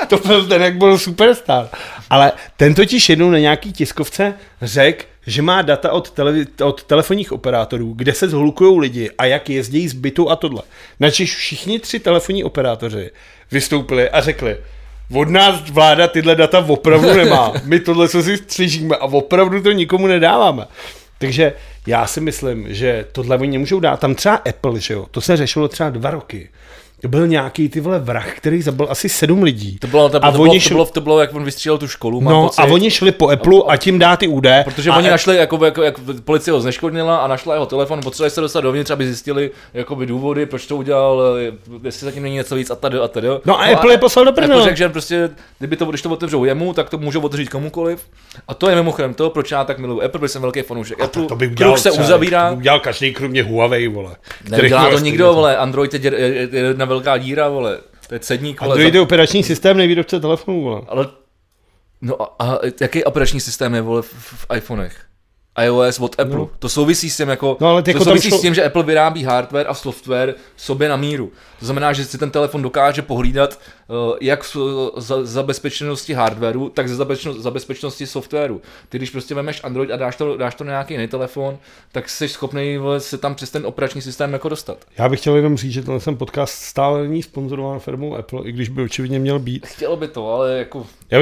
To byl ten, jak byl superstar. Ale ten totiž jednou na nějaký tiskovce řekl, že má data od telefonních operátorů, kde se zhlukujou lidi a jak jezdí z bytu a tohle. Načež všichni 3 telefonní operátoři vystoupili a řekli, od nás vláda tyhle data opravdu nemá. My tohle co si střižíme a opravdu to nikomu nedáváme. Takže já si myslím, že tohle oni nemůžou dát. Tam třeba Apple, že jo, to se řešilo třeba 2 roky. To byl nějaký vrah, který zabil asi 7 lidí. To bylo, jak on vystřílel tu školu. No a oni šli po Apple a tím dát ty údaje. Protože oni našli, jak policie ho zneškodnila a našla jeho telefon, potřebovali se dostat dovnitř, aby zjistili důvody, proč to udělal, jestli zatím není něco víc a tady. No a Apple je poslal do prdele. Řekl, že prostě, když to otevřou jemu, tak to můžou otevřít komukoliv. A to je mimochodem to, proč já tak miluji Apple, protože jsem velký fanoušek Apple. To by udělal se uzavírá. To by udělal každý kromě Huawei, vole. Nedělá to nikdo, vole. Android je jedna velká díra, vole. To je cedník, vole. Android je operační systém nejvýrobce telefonů, vole. Ale no a jaký operační systém je, vole, v iPhonech? iOS od Apple. No. To souvisí s tím s tím, že Apple vyrábí hardware a software sobě na míru. To znamená, že si ten telefon dokáže pohlídat jak za bezpečnosti hardwareu, tak za bezpečnosti softwaru. Ty když prostě vemeš Android a dáš to na nějaký jiný telefon, tak jsi schopný se tam přes ten operační systém jako dostat. Já bych chtěl jenom říct, že tenhle podcast stále není sponzorován firmou Apple, i když by očividně měl být. Chtělo by to, ale jako...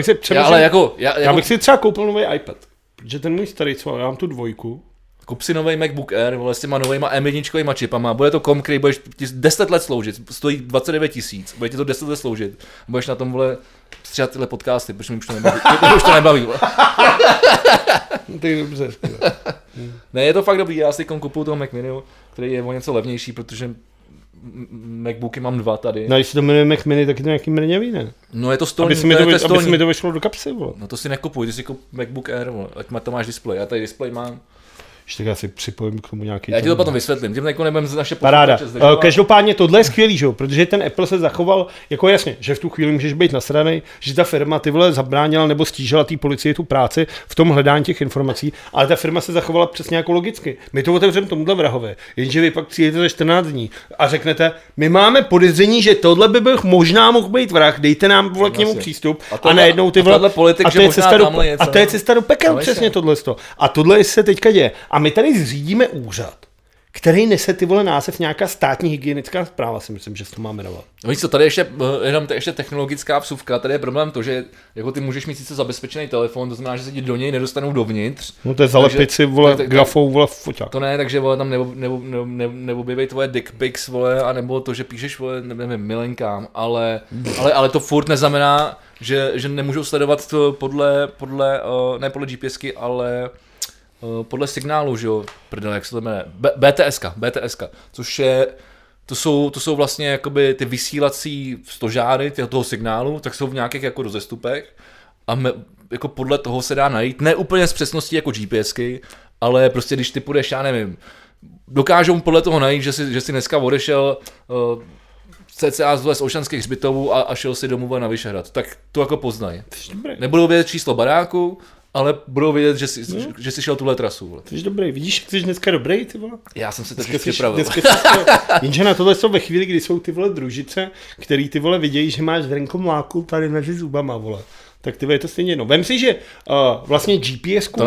Já bych si třeba koupil nový iPad. Protože ten můj starý, co já mám tu 2. Kup si nový MacBook Air, vole, s těma novejma M1 čipama, bude to kom, který budeš 10 let sloužit, stojí 29 000, bude ti to 10 let sloužit, budeš na tom, vole, stříhat tyhle podcasty, protože mi už to nebaví, už to nebaví, vole. To je dobře. Ne, je to fakt dobrý, já si kupuju toho Mac Mini, který je o něco levnější, protože MacBooky mám 2 tady. No, když se to jmenuje Mac Mini, tak je to nějaký mrňavý, ne? No je to stolní. Aby se mi to vyšlo do kapsy, vole. No to si nekupuj, ty si kup MacBook Air, vole, ať to máš displej, já tady displej mám. Ještě tak já si připojím k tomu nějaký... Já ti to potom vysvětlím, tím nebudeme naše paráda. Každopádně tohle je skvělý, že? Protože ten Apple se zachoval jako jasně, že v tu chvíli můžeš být nasranej, že ta firma zabránila nebo stížila té policii tu práci v tom hledání těch informací, ale ta firma se zachovala přesně jako logicky. My to otevřeme tomuhle vrahovi, jenže vy pak přijdete za 14 dní a řeknete, my máme podezření, že tohle by byl možná mohl být vrah, dejte nám vole k němu přístup a najednou ty vole politik, a to je cesta do pekel, přesně tohle. A tohle se teďka děje. A my tady zřídíme úřad, který nese ty vole název nějaká státní hygienická správa, si myslím, že se to má jmenovat. Víš co, tady ještě technologická vsuvka, tady je problém to, že jako ty můžeš mít sice zabezpečený telefon, to znamená, že se ti do něj nedostanou dovnitř. No to je zalepit si vole grafou vole foťák. To ne, takže vole tam neobjeví tvoje dick pics, vole, anebo to, že píšeš vole, nevím, milenkám, ale to furt neznamená, že nemůžou sledovat to ne podle GPSky, ale podle signálu, že jo, prdele, jak se to jmenuje, BTSka, což je, to jsou vlastně jakoby ty vysílací stožáry toho signálu, tak jsou v nějakých jako rozestupech a jako podle toho se dá najít, ne úplně s přesností jako GPSky, ale prostě když ty půjdeš, já nevím, dokážou podle toho najít, že si dneska odešel cca z Olšanských hřbitovů a šel si domů na Vyšehrad, tak to jako poznají. Nebudou vědět číslo baráku, ale budou vědět, že jsi šel tuhle trasu. Jsi dobrý, vidíš, jak jsi dneska dobrý, ty vole? Já jsem si to připravil. Jenže na tohle jsou ve chvíli, kdy jsou ty vole družice, který ty vole vidějí, že máš zrnko mláku tady mezi zubama, vole. Tak ty vole, je to stejně jedno. Vem si, že vlastně GPSku,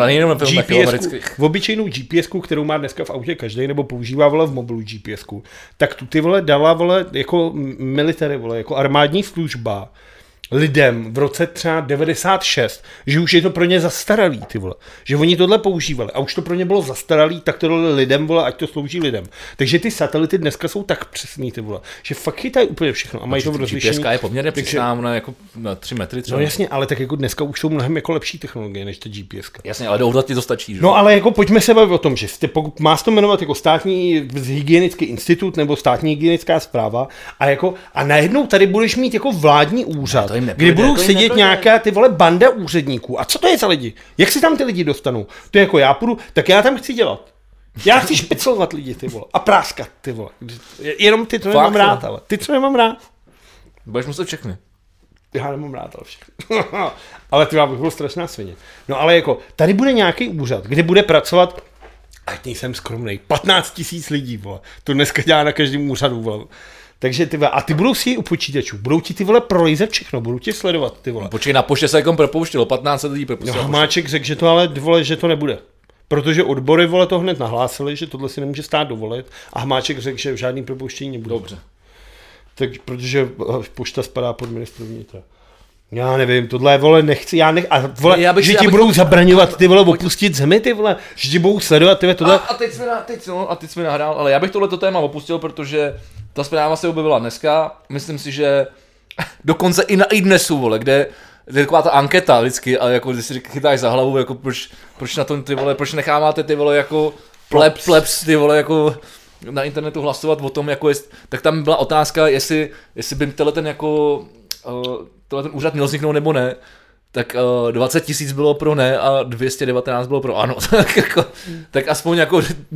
v obyčejnou GPSku, kterou má dneska v autě každý, nebo používá vole v mobilu GPSku, tak tu ty vole dala vole jako military, vole, jako armádní služba lidem v roce třeba 96, že už je to pro ně zastaralý, ty vole. Že oni tohle používali a už to pro ně bylo zastaralý, tak to dali lidem, vole, ať to slouží lidem. Takže ty satelity dneska jsou tak přesný, ty vole, že fakt chytají úplně všechno a mají to v rozlišení. GPSka je poměrně přesná, ona jako na 3 metry třeba. No jasně, ale tak jako dneska už jsou mnohem jako lepší technologie než ta GPSka. Jasně, ale do ti to stačí, že? No ale jako pojďme se bavit o tom, že pokud má to jmenovat jako státní hygienický institut nebo státní hygienická správa a najednou tady budeš mít jako vládní úřad, kdy budou sedět nějaká ty vole banda úředníků. A co to je za lidi? Jak si tam ty lidi dostanou? To je jako já půjdu, tak já tam chci dělat. Já chci špiclovat lidi, ty vole. A práskat, ty vole. Jenom ty to nemám rád, ale. Ty co nemám rád. Budeš muset všechny. Já nemám rád, ale všechny. Ale ty bych byl strašná svině. No ale jako, tady bude nějaký úřad, kde bude pracovat, ať nejsem skromnej, 15 000 lidí, vole. To dneska dělá na každém úřadu, vole. Takže ty vole, a ty budou si u počítačů, budou ti ty vole prolízet všechno, budou tě sledovat ty vole. Počkej, na poště se jako propouštilo, 15 lidí propustilo. No, Hamáček řekl, že to ale vole, že to nebude. Protože odbory vole to hned nahlásili, že tohle si nemůže stát dovolit a Hamáček řekl, že žádný propouštění nebude. Dobře. Tak, protože pošta spadá pod ministru vnitra. Já nevím, tohle vole nechci, a vole, že ti budou zabraňovat ty vole opustit zemi, ty vole, že ti budou sledovat ty vole tohle. A teď jsi mi nahrál, ale já bych tohleto téma opustil, protože ta zpráva se objevila dneska, myslím si, že dokonce i na iDnesu, vole, kde je taková ta anketa vždycky, ale jako když si chytáš za hlavu, jako proč na tom ty vole, proč necháváte ty vole jako plebs ty vole jako na internetu hlasovat o tom, jako tak tam byla otázka, jestli by ten jako tohle ten úřad měl vzniknout nebo ne, tak 20 000 bylo pro ne a 219 bylo pro ano. tak aspoň jako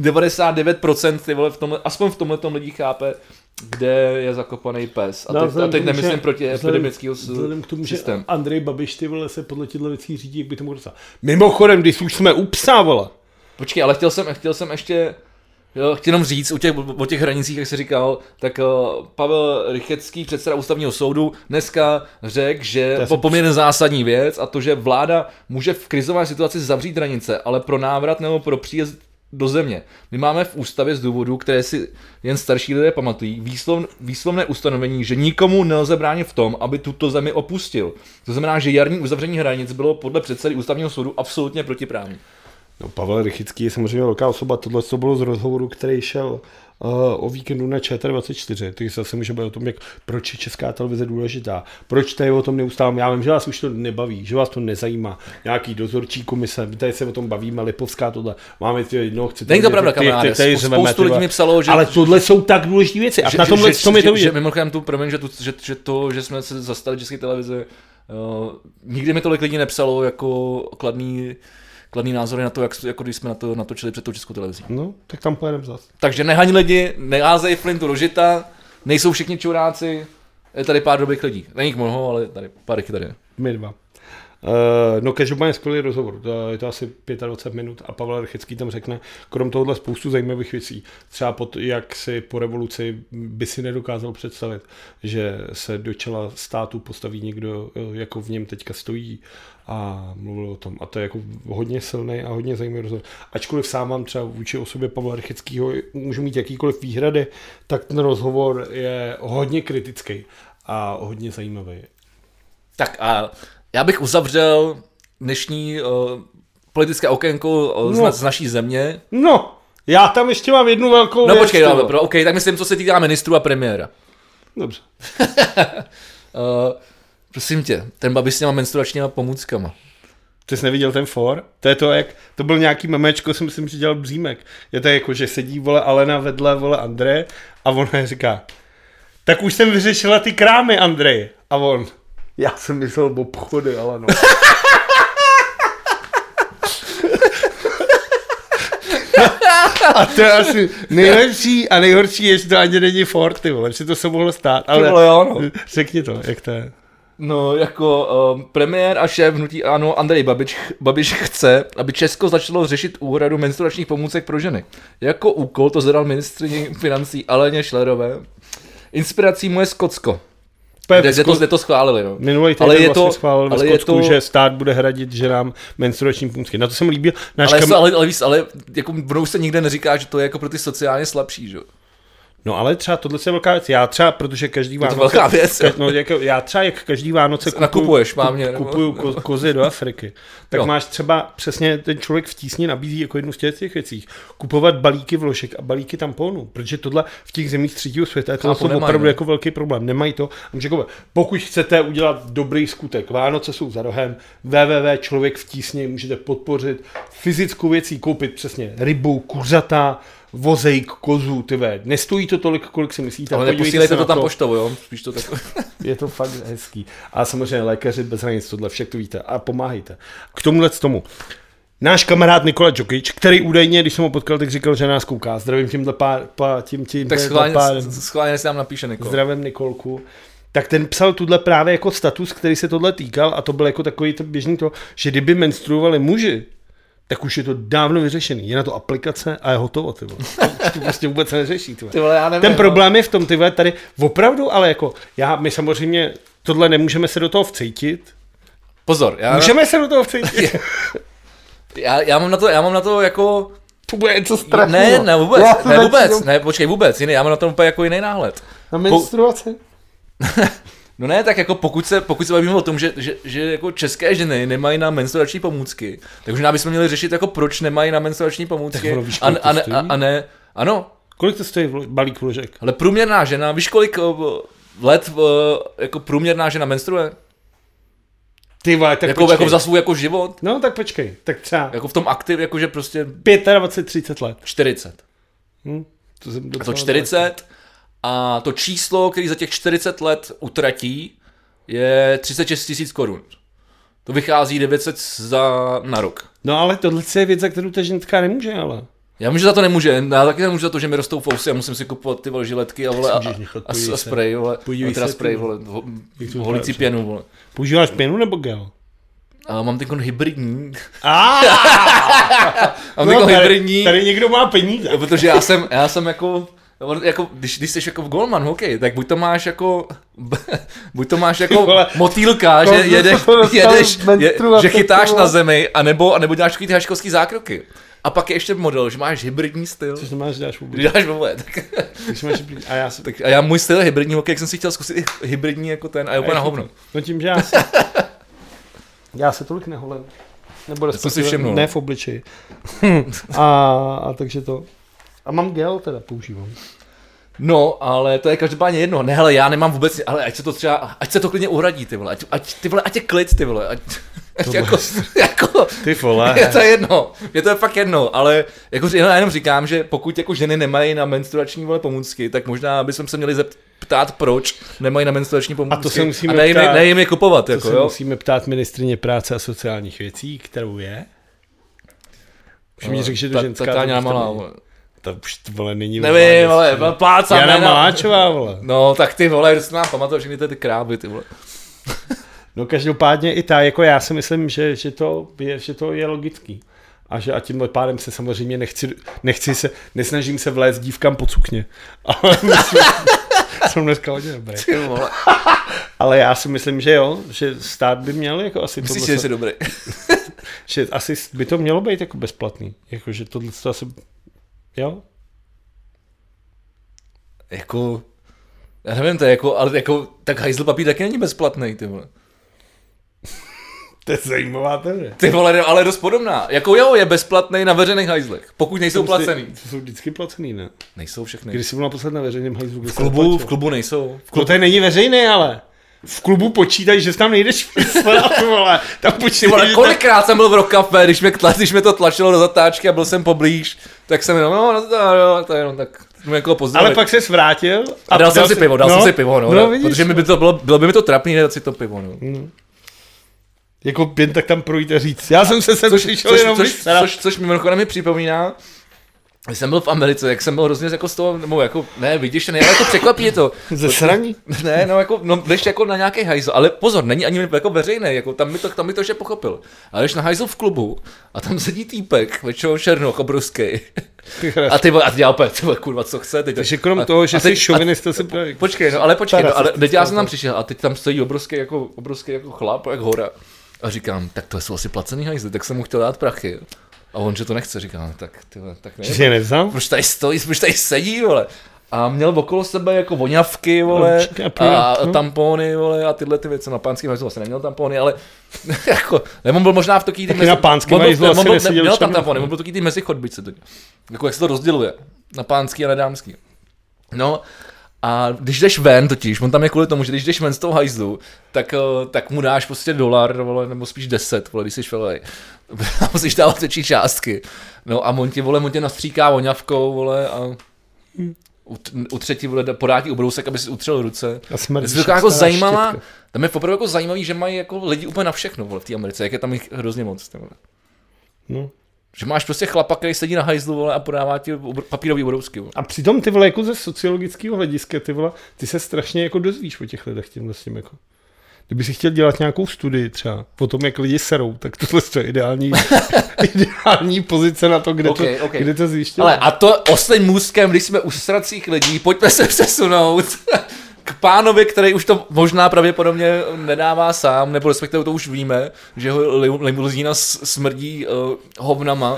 99% ty vole aspoň v tomhletom lidí chápe, kde je zakopaný pes. A teď nemyslím proti epidemického systému. Andrej Babiš ty vole se podle těchto věcí řídí, jak by to mohl dostat. Mimochodem, když už jsme u psa, vole. Počkej, ale chtěl jsem ještě jenom říct o těch hranicích, jak jsi říkal, tak Pavel Rychecký, předseda ústavního soudu, dneska řekl, že poměrně zásadní věc a to, že vláda může v krizové situaci zavřít hranice, ale pro návrat nebo pro příjezd do země. My máme v ústavě z důvodu, které si jen starší lidé pamatují, výslovné ustanovení, že nikomu nelze bránit v tom, aby tuto zemi opustil. To znamená, že jarní uzavření hranic bylo podle předsedy ústavního soudu absolutně protiprávní. No, Pavel Rychický je samozřejmě velká osoba, tohle to bylo z rozhovoru, který šel o víkendu na ČT24, takže zase může být o tom, proč je Česká televize důležitá, proč tady o tom neustále, já vím, že vás už to nebaví, že vás to nezajímá, nějaký dozorčí komise, my tady se o tom bavíme, Lipovská tohle, máme ty, no chcete... Není to pravda, kamaráde, spoustu lidí mi psalo, že... Ale tohle jsou tak důležité věci a na tomhle tom je to vidět. Že mimochodem tu, promiň, že jsme se zastali České televize, nikdy mi tolik lidí nepsalo jako kladný názory na to, jako když jsme na to natočili před tou Českou televizí. No, tak tam pojedeme zase. Takže nehaň lidi, neházej flintu do žita, nejsou všichni čuráci, je tady pár dobrých lidí. Není jich mnoho, ale tady pár jich tady je. My dva. No každopádně skvělý rozhovor, je to asi 25 minut a Pavel Rychecký tam řekne, krom tohohle spoustu zajímavých věcí, třeba jak si po revoluci by si nedokázal představit, že se do čela státu postaví někdo, jako v něm teďka stojí a mluvil o tom. A to je jako hodně silný a hodně zajímavý rozhovor. Ačkoliv sám mám třeba vůči osobě Pavla Rycheckýho, můžu mít jakýkoliv výhrady, tak ten rozhovor je hodně kritický a hodně zajímavý. Tak a já bych uzavřel dnešní politické okénko z naší země. No, já tam ještě mám jednu velkou věc. No počkej, okay, tak myslím, co se týká ministru a premiéra. Dobře. Prosím tě, ten Babiš s těma menstruačníma pomůckama. Ty jsi neviděl ten for? To je to, jak to byl nějaký memečko, si myslím, že dělal Břímek. Je to jako, že sedí vole Alena vedle vole Andreje a on říká, tak už jsem vyřešila ty krámy, Andrej. A on, já jsem myslel obchody, ale no. A to je asi nejlepší a nejhorší je, že to ani není for, ty vole, že to se mohlo stát, ale vole, jo, no. Řekni to, jak to je. No, jako premiér a šéf hnutí ANO Andrej Babiš chce, aby Česko začalo řešit úhradu menstruačních pomůcek pro ženy. Jako úkol to zadal ministryni financí Aleně Schillerové. Inspirací mu je Skotsko. Kde to schválili, no. Minulý týden vlastně schválili ve Skotsku, že stát bude hradit ženám menstruační pomůcky. Na to jsem líbil. Ale jako budou se nikde neříká, že to je jako pro ty sociálně slabší, že jo. No ale třeba tohle je velká věc. Já třeba, protože každý Vánoce... To je velká věc. Já třeba jak každý Vánoce kupuju kozy do Afriky. Tak jo. Máš třeba přesně ten člověk v tísni nabízí jako jednu z těch věcí. Kupovat balíky vložek a balíky tamponů. Protože tohle v těch zemích třetího světa je to opravdu jako velký problém. Nemají to. Pokud chcete udělat dobrý skutek, Vánoce jsou za rohem, www.člověk v tísni, můžete podpořit fyzickou věcí, koupit přesně rybu, kuřata, vozejk, kozu, tyve. Nestojí to tolik, kolik si myslíte. Ale neposílejte to tam poštou, jo? Spíš to tak... Je to fakt hezký. A samozřejmě lékaři bez hranic, tohle však to víte. A pomáhejte. K tomu. Náš kamarád Nikola Djokic, který údajně, když jsem ho potkal, tak říkal, že nás kouká. Zdravím tímhle tím tak schválně si nám napíše Nikol. Zdravím Nikolku. Tak ten psal tuhle právě jako status, který se tohle týkal a to byl jako takový to běžný to, že kdyby menstruovali muži, tak už je to dávno vyřešený. Je na to aplikace a je hotovo, ty vole. To prostě vůbec neřeší, ty vole, já nevím, ten problém je v tom, ty vole, tady opravdu, ale jako, my samozřejmě tohle nemůžeme se do toho vcejtit. Pozor. Můžeme se do toho vcejtit. já mám na to jako... To bude něco strašného. Ne, počkej, vůbec, jiný, já mám na to úplně jako jiný náhled. Na menstruaci? No ne, tak jako pokud se bavíme o tom, že jako české ženy nemají na menstruační pomůcky, tak možná bychom měli řešit, jako proč nemají na menstruační pomůcky. A ne, ano. Kolik to stojí balík vložek? Ale průměrná žena, víš kolik let jako průměrná žena menstruuje? Ty vole, tak jako za svůj jako život? No tak počkej, tak třeba. Jako v tom aktiv, jakože prostě... 25-30 let. 40. To 40 daleko. A to číslo, který za těch 40 let utratí, je 36 000 korun. To vychází 900 na rok. No ale tohle je věc, za kterou ta ženská nemůže, ale... Já vím, že za to nemůže, já taky nemůžu za to, že mi rostou fousy a musím si kupovat ty vole žiletky a vole a spray, vole, teda spray, vole, holící pěnu, vole. Používáš pěnu nebo gel? Mám teď hybridní. Mám teď hybridní. Tady někdo má peníze. Protože já jsem jako když jsi jako v golman hokej, tak buď to máš jako motýlka, že jedeš že chytáš na zemi, anebo děláš takový ty haškovský zákroky. A pak je ještě model, že máš hybridní styl. Což máš, děláš vůbec. Děláš vůbec. A já můj styl je hybridní hokej, jak jsem si chtěl zkusit i hybridní jako ten a je úplně na hovno. No tím, že já se tolik neholím. Nebo ne v obličeji. a takže to. A mám gel teda používám. No, ale to je každopádně jedno. Ne, hele, já nemám vůbec, ale ať se to klidně uhradí, ty vole. Ať je klid, ty vole. Jako, ty vole. Je to jedno. Je to fakt jedno, ale jako já jenom říkám, že pokud jako ženy nemají na menstruační vole pomůcky, tak možná bychom se měli ptát, proč nemají na menstruační pomůcky. A to se musíme ne jim je kupovat, jako, jo. Musíme ptát ministryně práce a sociálních věcí, kterou je. Už mi řekl, že to ženská. Tatáňa Malá. To už vole není. Nevím, vole, plácám. Jana Maláčová, vole. No, tak ty vole, kdo si nám pamatuju, všechny ty krávy, ty vole. No každopádně i ta, jako já si myslím, že to je logický. A tímhle pádem se samozřejmě nesnažím se vlézt dívkám po cukně. Ale jsem dneska hodně dobrý. Ale já si myslím, že jo, že stát by měl jako asi... Myslíš, že jsi dobrý? Že asi by to mělo být jako bezplatný. Jako, že tohle to asi... Jo? Jako... Já nevím, to je jako... Ale jako... Tak hajzl papír taky není bezplatný, ty vole. To je zajímavá teorie. Ty vole, ale dost podobná. Jako jo, je bezplatný na veřejných hajzlech, pokud nejsou placený. Jsou vždycky placený, ne? Nejsou všechny. Když jsi byl naposled na veřejném hajzlu? V klubu nejsou. To tady není veřejný, ale. V klubu počítají, že tam nejdeš vole. Tam počítají, kolikrát jsem byl v Rock Cafe, když mě to tlačilo do zatáčky a byl jsem poblíž, tak jsem jenom, to je jenom tak. Ale pak se vrátil a dal jsem si pivo, no, protože mi by to bylo by mi to trapný dát si to pivo, no. Jako jen tak tam projít a říct, já jsem se sem přišel jenom což mimochodem mi připomíná, když jsem byl v Americe, jak jsem byl hrozně jako z toho, nebo jako, ne, vidíš, ne, ale jako překvapí je to. Ze sraní? Ne, no jako, no jdeš jako na nějaký hajzl, ale pozor, není ani jako veřejný, jako tam mi to ještě pochopil. Ale jdeš na hajzl v klubu a tam sedí týpek, většinou černoch, obrovský. A ty dělá opět, kurva, co chce. Takže krom toho, že jsi šovinista se právě... Počkej, ale teď já jsem tam přišel a teď tam stojí obrovský jako chlap, jak hora. A říkám, tak to jsou asi placený hajzly, tak jsem mu chtěl dát prachy. A on, že to nechce, říkám, tak ne. Že jsi je nevzal? Proč tady stojí, proč tady sedí, vole. A měl okolo sebe jako voňavky, vole, a tampony, vole, a tyhle ty věci. Na pánském hajzlu vlastně neměl tampony, ale jako, nebo on byl možná v takový ty mezi... na pánském hajzlu asi neseděl. Měl tam tampony, on byl takový ty mezichodbice, jako jak se to rozděluje, na pánský a na dámský. No, a když jdeš ven totiž, on tam je kvůli tomu, že když jdeš ven z toho hajzlu, tak mu dáš prostě $1, vole, nebo spíš 10, vole, když jsi švelej. A musíš dávat větší částky. No a on tě nastříká voňavkou, vole, a u třetí, vole, podá ti ubrousek, aby si utřel ruce. Je to jako zajímavá, tam je opravdu jako zajímavý, že mají jako lidi úplně na všechno, vole, v té Americe, jak je tam jich hrozně moc. Vole. No. Že máš prostě chlapa, který sedí na hajzlu, vole, a podává ti papírový ubrousky. Vole. A přitom ty vole, jako ze sociologického hlediska, ty vole, ty se strašně jako dozvíš o těch lidech tím jako. Kdyby si chtěl dělat nějakou studii třeba o tom, jak lidi serou, tak tohle je ideální pozice na to, kde to zjišťovat. Ale a to oslým můstkem, když jsme u sracích lidí, pojďme se přesunout k pánovi, který už to možná pravděpodobně nedává sám, nebo respektive to už víme, že jeho limuzína smrdí hovnama.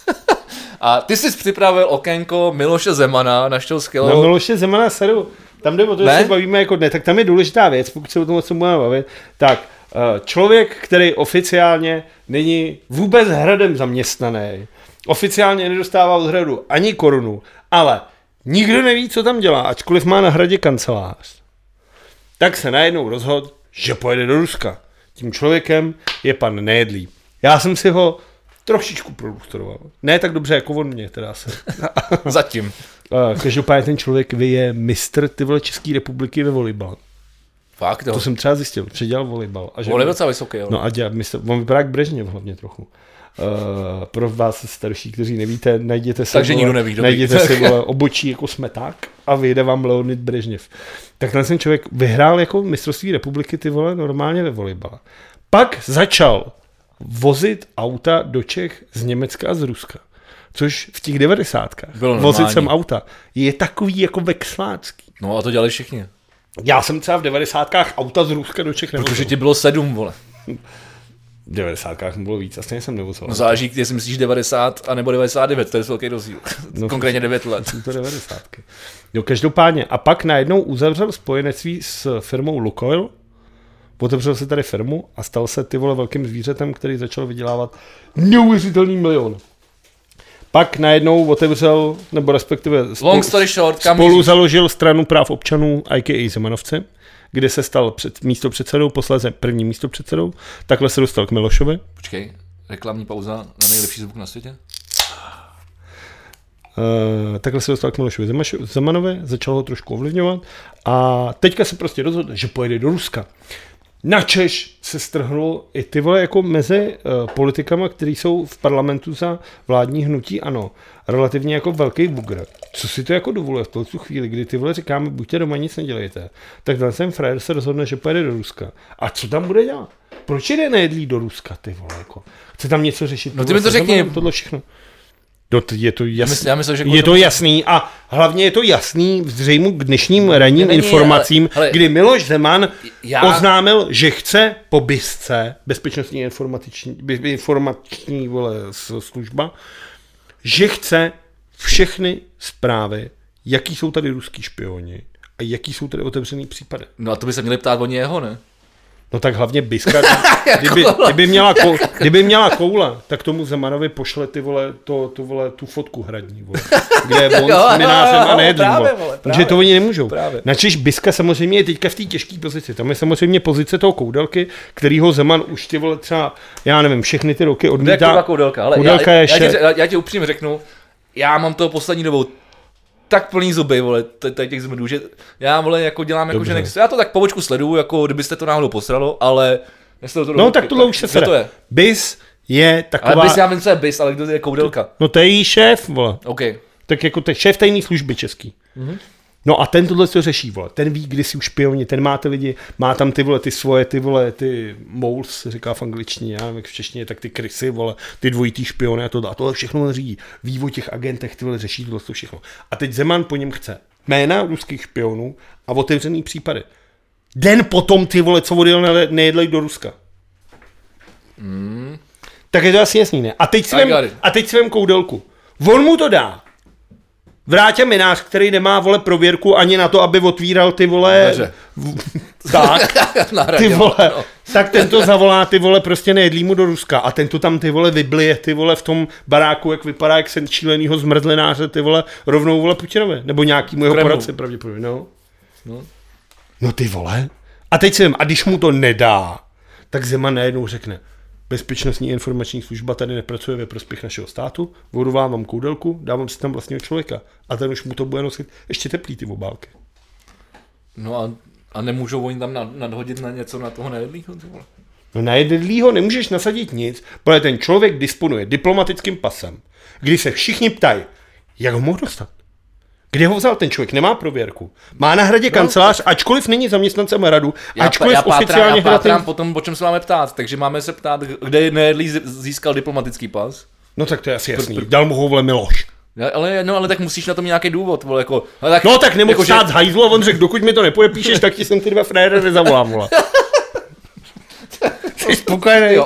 A ty jsi připravil okénko Miloše Zemana, našeho skvělého... Na Miloše Zemana seru. Tam jde o to, že se bavíme jako dne, tak tam je důležitá věc, pokud se o tom budeme bavit. Tak, člověk, který oficiálně není vůbec hradem zaměstnaný, oficiálně nedostává od hradu ani korunu, ale nikdo neví, co tam dělá, ačkoliv má na hradě kancelář, tak se najednou rozhodl, že pojede do Ruska. Tím člověkem je pan Nejedlý. Já jsem si ho trošičku produktoroval. Ne tak dobře, jako on mě, teda se. Zatím. Každopádně ten člověk je mistr České republiky ve volejbalu. Fakt, jo. To jsem třeba zjistil, předělal volejbal. On je docela vysoký, jo. No a on vypadá jak Brežněv hlavně trochu. Pro vás starší, kteří nevíte, najděte si, takže nikdo neví, najděte si obočí jako Smeták a vyjde vám Leonid Brežněv. Tak ten člověk vyhrál jako mistrovství republiky normálně ve volejbale. Pak začal vozit auta do Čech z Německa a z Ruska. Což v těch 90kách vozit sem auta je takový jako vekslácký. No a to dělali všichni. Já jsem třeba v 90kách auta z Ruska do Čech nevozil. Protože ti bylo 7, vole. V 90kách bylo víc, asi jsem nevozil. No záleží, jestli myslíš 90 a nebo 99, to je velký rozdíl. No, konkrétně 9 let. Jsou to 90. Jo, každopádně. A pak najednou uzavřel spojenectví s firmou Lukoil, otevřel si tady firmu a stal se velkým zvířetem, který začal vydělávat neuvěřitelný milion. Pak najednou otevřel, nebo respektive spolu založil stranu práv občanů a.k.a. Zemanovce, kde se stal místopředsedou, posléze prvním místopředsedou. Takhle se dostal k Milošovi. Počkej, reklamní pauza, nejlepší zvuk na světě. Takhle se dostal k Milošovi Zemanovi, začal ho trošku ovlivňovat a teďka se prostě rozhodl, že pojede do Ruska. Načež se strhnul i jako mezi politikama, kteří jsou v parlamentu za vládní hnutí, ano, relativně jako velký bugr. Co si to jako dovoluje v tu chvíli, kdy říkáme, buďte doma, nic nedělejte, tak ten frajer se rozhodne, že pojede do Ruska. A co tam bude dělat? Proč jde Nejedlý do Ruska, jako? Chce tam něco řešit? No ty mi to řekni. Tohle všechno. Je to jasný. Já myslím, že je to jasný a hlavně je to jasný vzřejmě k dnešním ranním informacím, ale kdy Miloš Zeman oznámil, že chce po BISce, bezpečnostní informační služba, že chce všechny zprávy, jaký jsou tady ruský špioni a jaký jsou tady otevřený případy. No a to by se měli ptát oni jeho, ne? No tak hlavně BISka, kdyby měla koule, tak tomu Zemanovi pošle tu fotku hradní, kde je on s Minářem a Nejedlým, protože to oni nemůžou. Načež BISka samozřejmě je teďka v té těžké pozici. Tam je samozřejmě pozice toho Koudelky, kterýho Zeman už třeba, já nevím, všechny ty roky odmítá. Koudelka, ale já ti upřímně řeknu, já mám toho poslední dobou tak plný zuby, vole, těch zmrdů, že já, vole, jako dělám jako, že nechci. Já to tak pobočku sleduju, jako kdybyste to náhodou posralo, ale... No tak tohle už se sere. BIS je taková... Ale BIS, já vím, co je BIS, ale kdo je Koudelka? No to je jí šéf, vole. Okay. Tak jako šéf tajné služby český. Mm-hmm. No a ten tohle to řeší, vole. Ten ví, kdy si už špioni, ten má ty lidi, má tam ty svoje, ty moles, se říká v angličtině, já nevím, jak v češtině, tak ty krysy, vole, ty dvojitý špiony a tohle všechno řídí. Ví o těch agentech, řeší tohle všechno. A teď Zeman po něm chce jména ruských špionů a otevřený případy. Den potom co odjel Nejedlej do Ruska. Tak je to asi jasný, ne? A teď si vem Koudelku. On mu to dá. Vrátě Minář, který nemá, vole, prověrku ani na to, aby otvíral ty, vole... Tak, ty vole, no. Tak tento zavolá, ty vole, prostě Nejedlýmu do Ruska a tento tam, ty vole, vyblije, ty vole, v tom baráku, jak vypadá, jak sen šílenýho zmrzlináře, ty vole, rovnou, vole, Putinovi, nebo nějakýmu jeho poradci, pravděpodobně, no ty vole. A teď si vím, a když mu to nedá, tak Zeman najednou řekne, bezpečnostní informační služba tady nepracuje ve prospěch našeho státu, odvolávám Koudelku, dávám si tam vlastního člověka a ten už mu to bude nosit ještě teplý ty obálky. No a nemůžou oni tam nadhodit na něco na toho Nejedlýho? No na Nejedlýho nemůžeš nasadit nic, protože ten člověk disponuje diplomatickým pasem, kdy se všichni ptají, jak ho mohl dostat. Kde ho vzal ten člověk? Nemá prověrku. Má na Hradě kancelář, ačkoliv není zaměstnancem Hradu, ačkoliv oficiálně Já pátrám potom, o čem se máme ptát, takže máme se ptát, kde Nejedlý získal diplomatický pas. No tak to je asi jasný. Dal mu ho vole Miloš. Ale tak musíš na tom nějaký důvod, vole, jako... Tak nemohl stát z hajzlu a on řekl, dokud mi to nepodepíšeš, tak ti jsem ty dva frajere nezavolám, vole. Jsi spokojený?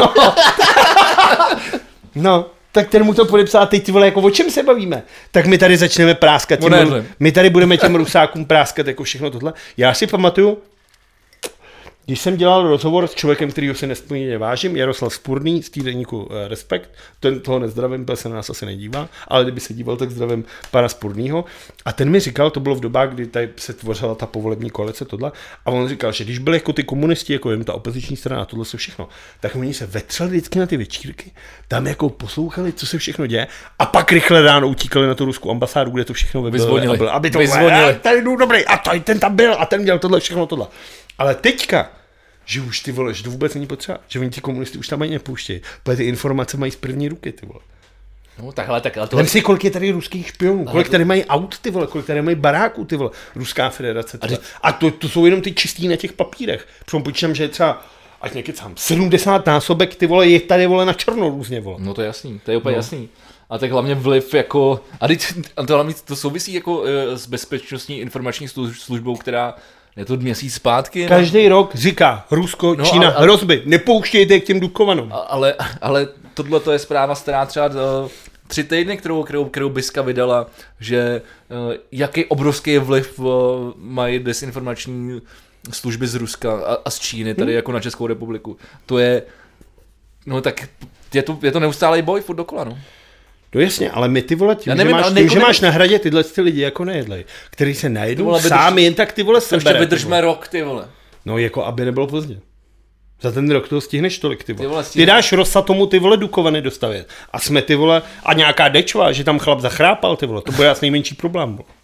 No, tak ten mu to podepsal, teď ty vole, jako o čem se bavíme? Tak my tady začneme práskat my tady budeme těm Rusákům práskat jako všechno tohle. Já si pamatuju, když jsem dělal rozhovor s člověkem, kterýho se nesmírně vážím, Jaroslav Spurný z týdeníku Respekt, toho nezdravím, se na nás asi nedívá, ale kdyby se díval, tak zdravím pana Spurnýho. A ten mi říkal, to bylo v dobách, kdy tady se tvořila ta povolební koalice, tohle, a on říkal, že když byli jako ty komunisti, jako jen ta opoziční strana, tohle se všechno, tak oni se vetřeli vždycky na ty večírky, tam jako poslouchali, co se všechno děje, a pak rychle ráno utíkali na tu ruskou ambasádu, kde to všechno vyzvonili, aby to tady jdu dobrý, a ten tam byl, a ten dělal tohle, všechno tohle. Ale teďka, že už ty vole, že to vůbec není potřeba, že oni ty komunisti už tam ani nepouštějí, protože ty informace mají z první ruky, ty vole. No takhle, to... Vem si, kolik je tady ruských špionů, kolik tady mají aut, ty vole, kolik tady mají baráků, ty vole, Ruská federace, ty vole. A to jsou jenom ty čistý na těch papírech. Protože počítám, že je třeba, ať nekecám, 70 násobek, ty vole, je tady, vole, na černo různě, vole. No to je jasný, to je úplně jasný. A tak hlavně vliv jako, to souvisí jako s bezpečnostní informační službou, která je to měsíc zpátky. Každý rok říká Rusko, Čína, hrozby, nepouštějte k těm Dukovanům. Ale tohle to je zpráva stará třeba 3 týdny, kterou Biska vydala, že jaký obrovský vliv mají desinformační služby z Ruska a z Číny tady jako na Českou republiku. To je, no tak je to neustálý boj furt dokola, no. No jasně, ale my ty vole, tím, že máš na Hradě tyhle ty lidi jako Nejedlej, který se najedou sám jen tak ty vole sebere. Ještě vydržme rok, ty vole. No jako aby nebylo pozdě. Za ten rok toho stihneš tolik, ty vole. Ty dáš Rosatomu ty vole Dukovany dostavět. A jsme ty vole, a nějaká Dečva, že tam chlap zachrápal, ty vole. To bude asi nejmenší problém. Vole.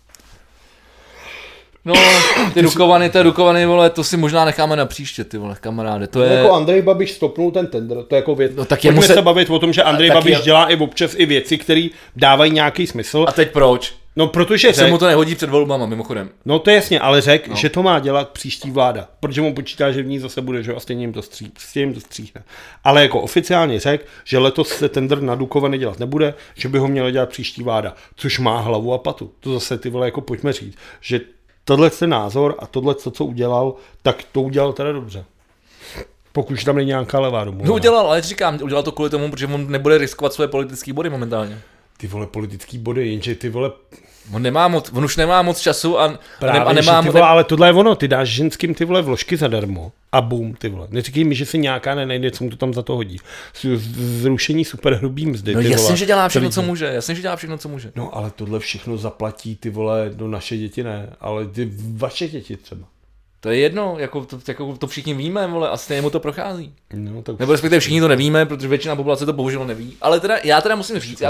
No, ty Dukovany, vole, to si možná necháme na příště, ty vole, kamaráde. To je... Jako Andrej Babiš stopnul ten tender, to je jako věc. No, tak pojďme se bavit o tom, že Andrej Babiš dělá i občas i věci, které dávají nějaký smysl. A teď proč? No, protože se mu to nehodí před volbama, mimochodem. No to je jasně, ale že to má dělat příští vláda, protože mu počítá, že v ní zase bude, že a stejně jim to stříhne. Ale jako oficiálně že letos se tender na Dukovany dělat nebude, že by ho měla dělat příští vláda, což má hlavu a patu. To zase ty vole jako pojďme říct, že tohle je názor a tohle, co udělal, tak to udělal teda dobře. Pokud tam není nějaká levá domluva. No udělal, ale říkám, udělal to kvůli tomu, protože on nebude riskovat své politické body momentálně. Ty vole politický body, jenže ty vole... On už nemá moc času a nemá moc... Ale tohle je ono, ty dáš ženským ty vole vložky zadarmo a bum, ty vole. Neříkej mi, že se nějaká nenajde, co mu to tam za to hodí. Zrušení superhrubý mzdy. No jasně, že dělá všechno, co může. No ale tohle všechno zaplatí ty vole, no naše děti ne, ale ty vaše děti třeba. To je jedno, jako to všichni víme, vole, a stejně mu to prochází. No, tak nebo respektive všichni to nevíme, protože většina populace to bohužel neví. Ale já teda musím říct,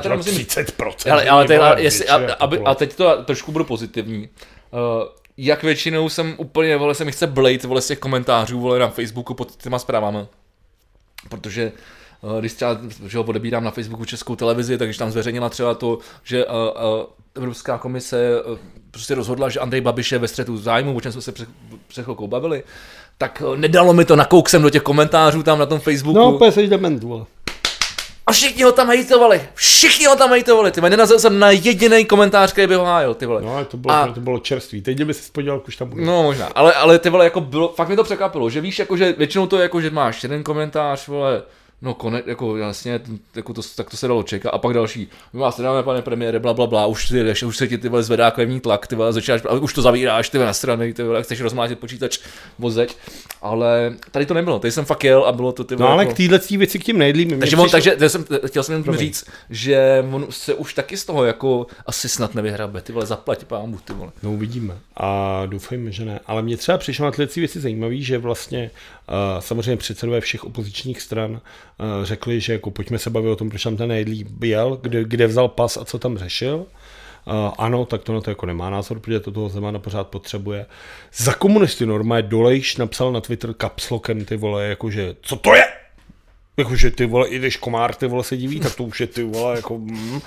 30%. A teď to trošku budu pozitivní. Jak většinou jsem úplně, vole, se mi chce blejt, vole, z těch komentářů, vole, na Facebooku pod těma zprávama. Protože když třeba odebírám na Facebooku Českou televizi, takže tam zveřejnila třeba to, že Evropská komise prostě rozhodla, že Andrej Babiš je ve střetu zájmu, o čem jsme se před chvilkou bavili, tak nedalo mi to, nakouk jsem do těch komentářů tam na tom Facebooku. No, úplně seš dement, vole. A všichni ho tam hejtovali, ty vole, nenazil jsem na jediný komentář, který by ho hájil, ty vole. No, to bylo čerství, teď kdyby si podíval, už tam bude. No, možná, ale ty vole, jako bylo, fakt mi to překvapilo, že víš, jako, že většinou to je jako, že máš jeden komentář, vole, no jako jasně, jako tak to se dalo čekat. A pak další, my vás nedáme, pane premiére, blablabla, už se ti ty vole zvedá klevní tlak, ty vole, začínáš, už to zavíráš, ty vole na strany, ty vole, chceš rozmlátit počítač, vozeď. Ale tady to nebylo, tady jsem fakt jel a bylo to ty vole. No ale jako... k téhle věci k tím nejdlím. Takže chtěl jsem jen říct, že on se už taky z toho jako asi snad nevyhrabe, ty vole, zaplať pámu, ty vole. No uvidíme a doufejme, že ne. Ale mě třeba přišlo na tyhle věci zajímavý, že vlastně samozřejmě předsedové všech opozičních stran řekli, že jako pojďme se bavit o tom, proč tam ten Nejedlý jel, kde vzal pas a co tam řešil. Ano, tak to na to jako nemá názor, protože to toho Zemana pořád potřebuje. Za komunisty normálně Dolejš napsal na Twitter capslokem ty vole, jakože co to je? Jakože ty vole, i když komár ty vole se diví, tak to už je ty vole jako...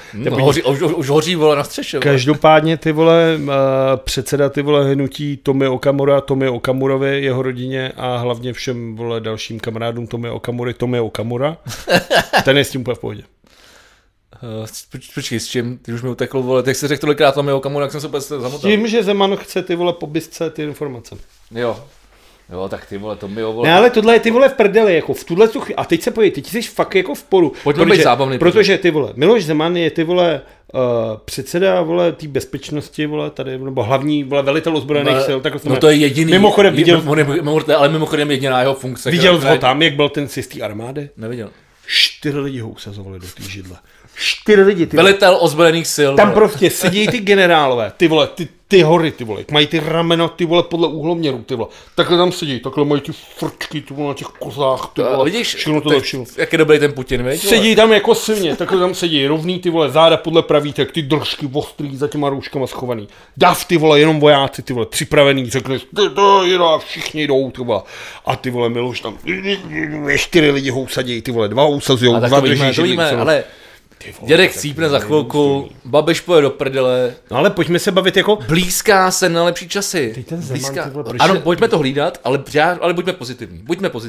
Už hoří vole na střeše. Každopádně ty vole předseda ty vole hnutí Tomio Okamurovi, jeho rodině a hlavně všem vole dalším kamarádům Tomio Okamura. Ten je s tím úplně v pohodě. Počkej, s čím? Ty už mi utekl, vole, tak jsi řekl tolikrát Tomio Okamura, jak jsem se úplně zamotal. S tím, že Zeman chce ty vole po BISce ty informace. Jo, tak ty vole, Tomio, vole. Ne, ale tohle je ty vole v prdeli, jako v tuhle chvíli. A teď se podívej, teď jsi fakt jako v poru. Pojďme být zábavný. Protože ty vole, Miloš Zeman je ty vole předseda vole té bezpečnosti, vole tady, nebo hlavní vole velitel ozbrojených sil. Tak no to je jediný. Mimochodem viděl. Ale mimochodem jediná jeho funkce. Viděl ho tam, jak byl ten z té armády? Neviděl. 4 lidi ho usazovali do té židle. 4 lidi, ty velitel ozbrojených sil. Tam prostě sedí ty generálové, ty vole, ty hory, ty vole, mají ty ramena, ty vole, podle úhloměru, ty vole. Takhle tam sedí, takhle mají ty frčky, ty vole, na těch kozách, ty vole. Vidíš, jak je dobrý ten Putin, viď? Sedí tam jako svině, takhle tam sedí, rovný, ty vole, záda podle pravítek, ty držky ostrý za těma rouškama schovaný. Dav, ty vole, jenom vojáci, ty vole, připravený, řekli, všichni jdou, ty vole. A ty vole, Miloš tam, 4 lidi ho usadí, ty vole, 2 usazujou, 2 drží židlí. Dědek cípne za chvilku, Babiš pojede do prdele. No ale pojďme se bavit jako... Blízká se na lepší časy. Ano, pojďme to hlídat, ale buďme pozitivní.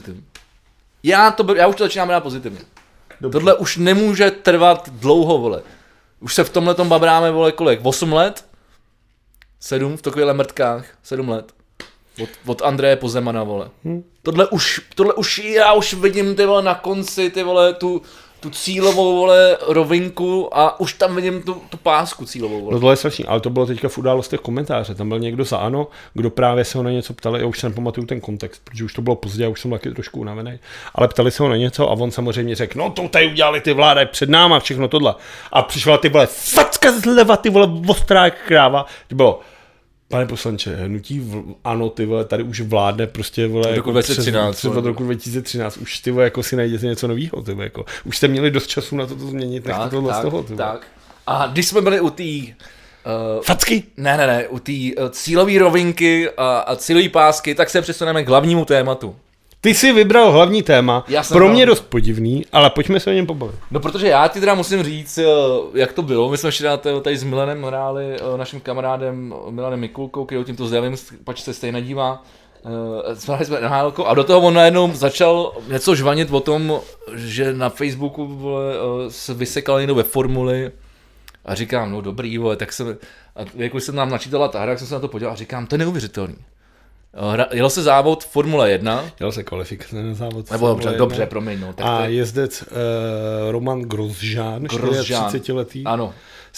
Já už to začínám dát pozitivně. Dobře. Tohle už nemůže trvat dlouho, vole. Už se v tomhletom babráme, vole, kolik? 8 let? 7 v takovýchhle mrtkách? 7 let. Od Andreje po Zemana, vole. Tohle už já už vidím, ty vole, na konci, ty vole, tu cílovou, vole, rovinku a už tam vidím tu pásku cílovou, vole. No tohle je strašný, ale to bylo teďka v událostech komentáře, tam byl někdo za ANO, kdo právě se ho na něco ptali, já už se nepamatuju ten kontext, protože už to bylo pozdě, já už jsem taky trošku unavený, ale ptali se ho na něco a on samozřejmě řekl, no to tady udělali ty vláda před náma, všechno tohle. A přišla ty vole facka zleva, ty vole ostrá kráva, to bylo. Pane poslanče, hnutí ANO, ty vole, tady už vládne prostě, vole, od roku 2013, od roku 2013, už ty vole, jako si najděte něco novýho, ty vole, jako, už jste měli dost času na to změnit, nechte tohle z toho, ty vole. Tak. A když jsme byli u té... facky? Ne, u té cílové rovinky a cílové pásky, tak se přesuneme k hlavnímu tématu. Ty jsi vybral hlavní téma, pro mě dost podivný, ale pojďme se o něm pobavit. No protože já ti teda musím říct, jak to bylo. My jsme včera tady s Milanem hráli, naším kamarádem Milanem Mikulkou, který tímto zdravím, pač se stejně dívá. Hráli jsme nahálko a do toho on najednou začal něco žvanit o tom, že na Facebooku, vole, se vysekal někdo ve formuli a říkám, no dobrý, vole, tak jsem, a jako jsem nám načítala ta hra, jak jsem se na to podíval a říkám, to je neuvěřitelný. Jel se závod Formule 1. Jel se kvalifikace na závod Dobře, promiň. No, tak a jezdec Roman Grosjean, 34letý. Ano.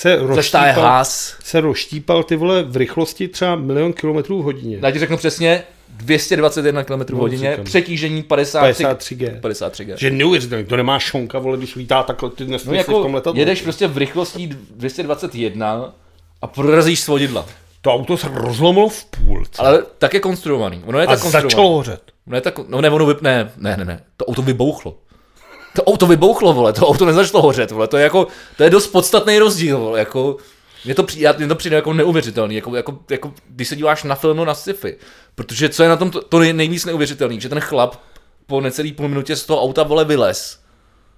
Se rozštípal ty vole v rychlosti třeba 1 000 000 km/h. Já ti řeknu přesně, 221 km/h, přetížení 53G. Že neuvěřitelný, to nemá šonka, vole, když lítá takhle, ty dnes jako v tom letadlu. Jedeš prostě v rychlostí 221 a prorazíš svodidla. To auto se rozlomilo v půlce. Ale tak je konstruovaný. Ono je tak konstruovaný. Začalo hořet. Ne. To auto vybouchlo. To auto vybouchlo, vole. To auto nezačalo hořet, vole. To je dost podstatný rozdíl, vole. Jako, mně to přijde jako neuvěřitelný. Jako, když se díváš na film na sci-fi. Protože co je na tom to nejvíc neuvěřitelný, že ten chlap po necelý půl minutě z toho auta, vole, vylez.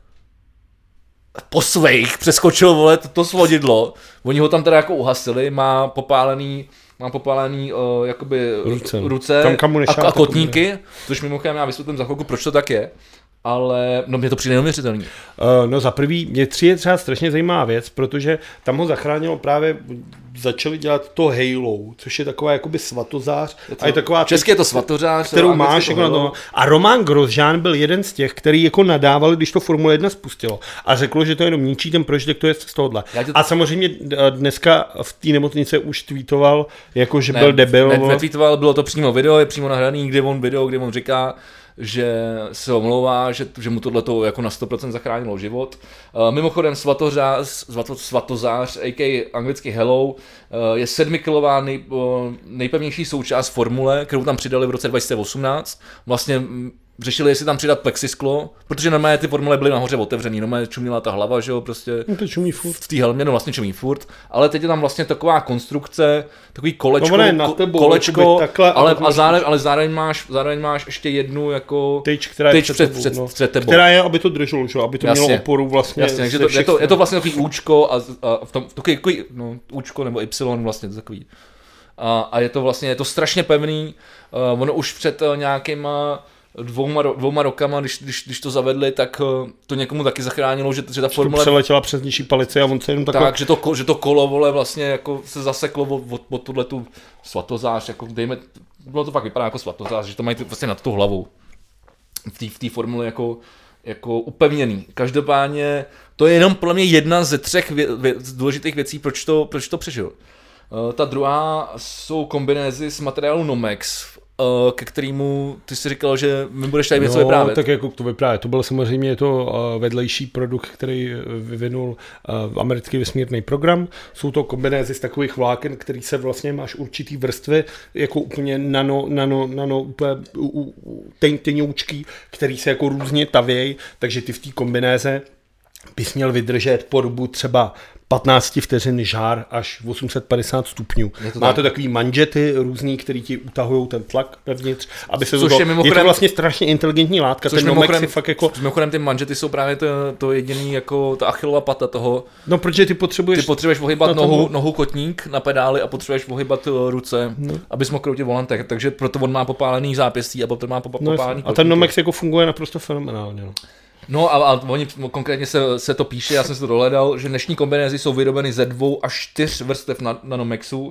Po svých přeskočil, vole, to svodidlo. Oni ho tam teda jako uhasili, má popálený jakoby ruce a kotníky, což mimochodem já vysvětlím za chvilku, proč to tak je. Ale no mě to přijde neuvěřitelný. No za prvý, mě je třeba strašně zajímavá věc, protože tam ho zachránilo právě, začali dělat to Halo, což je taková jakoby svatozář. A je taková česky je to svatozář, kterou máš jako na to. A Roman Grosjean byl jeden z těch, který jako nadával, když to Formule 1 spustilo. A řeklo, že to jenom ničí ten proždek, to je z tohohle. A samozřejmě dneska v té nemocnici už tweetoval, jako že byl debil. Netweetoval, bylo to přímo video, je přímo nahraný, kde on říká, že se omlouvá, že mu tohleto jako na 100% zachránilo život. Mimochodem svatozář, a.k.a. anglicky Hello, je 7kilová nejpevnější součást formule, kterou tam přidali v roce 2018. Vlastně řešili, jestli tam přidat plexisklo, protože normálně ty formule byly nahoře otevřený, normálně čumila ta hlava, že jo, prostě. No to čumí furt. V té helmě, no vlastně čumí furt, ale teď je tam vlastně taková konstrukce, takový kolečko, kolečko, takhle, ale zároveň máš ještě jednu jako tyč, která je před tebou. Která je, aby to drželo, že? Aby to mělo oporu vlastně. Jasně, takže je to vlastně takový účko a v tom takový, no, účko nebo Y vlastně takový. A je to vlastně, je to strašně pevný, ono už před nějakýma dvouma rokama, když to zavedli, tak to někomu taky zachránilo, že ta formule přeletěla přes nižší palici a on se jenom takhle... Tak, že to kolo, vole, vlastně jako se zaseklo od tuhletu svatozář, jako dejme, bylo to fakt vypadá jako svatozář, že to mají vlastně nad tu hlavou v té formule jako upevněný. Každopádně to je jenom podle mě jedna ze 3 důležitých věcí, proč to přežil. Ta druhá jsou kombinézy z materiálu Nomex, ke kterému ty si říkal, že mi budeš tady něco vyprávět. Tak jako to vyprávět. To byl samozřejmě vedlejší produkt, který vyvinul americký vesmírný program. Jsou to kombinézy z takových vláken, který se vlastně máš určitý vrstvy, jako úplně nano úplně tenoučký, který se jako různě tavějí, takže ty v té kombinéze bys měl vydržet po dobu třeba 15 vteřin žár až 850 stupňů. Má to takový manžety různý, který ti utahují ten tlak vevnitř, aby se je to vlastně strašně inteligentní látka. Ten Nomex je fakt jako... Mimochodem ty manžety jsou právě to jediný jako ta Achillova pata toho. No, protože ty potřebuješ ohybat nohu kotník na pedály a potřebuješ ohybat ruce, abys mohl kroutit volantem. Takže proto on má popálený zápěstí a potom má popálený kotník. A ten Nomex jako funguje naprosto fenomenálně. No a oni konkrétně se to píše, já jsem si to dohledal, že dnešní kombinézy jsou vyrobeny ze 2 až 4 vrstev na Nomexu.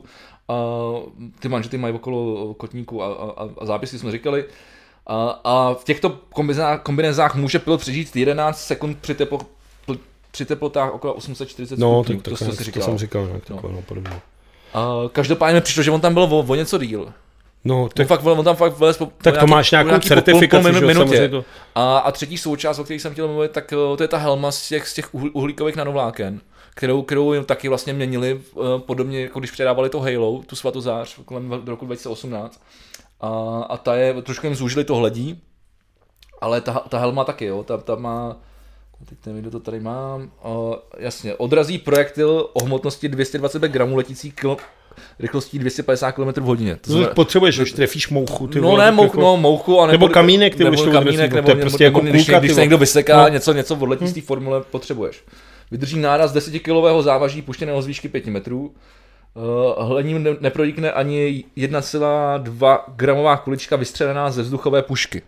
Ty manžety mají okolo kotníku a zápisy jsme říkali. A v těchto kombinézách může pilot přežít 11 sekund při teplotách okolo 840 stupňů. To jsem říkal. Podobně. Každopádně mi přišlo, že on tam byl o něco díl. No, on tam fakt vlez tak to máš nějakou certifikaci, minutě. A třetí součást, o které jsem chtěl mluvit, tak to je ta helma z těch uhlíkových nanovláken, kterou taky vlastně měnili, podobně jako když předávali to Halo, tu svatozář kolem roku 2018. A ta je, trošku jim zúžili to hledí, ale ta helma taky, jo, ta má, teď nevím, kdo to tady mám, jasně, odrazí projektil o hmotnosti 225 gramů letící rychlostí 250 km v hodině. To potřebuješ, když trefíš mouchu. Mouchu a nebo kamínek, nebo když se někdo vyseká, něco odletí z té formule potřebuješ. Vydrží náraz 10kilového závaží puštěného z výšky 5 metrů. Hlením nepronikne ani 1,2 gramová kulička vystřelená ze vzduchové pušky.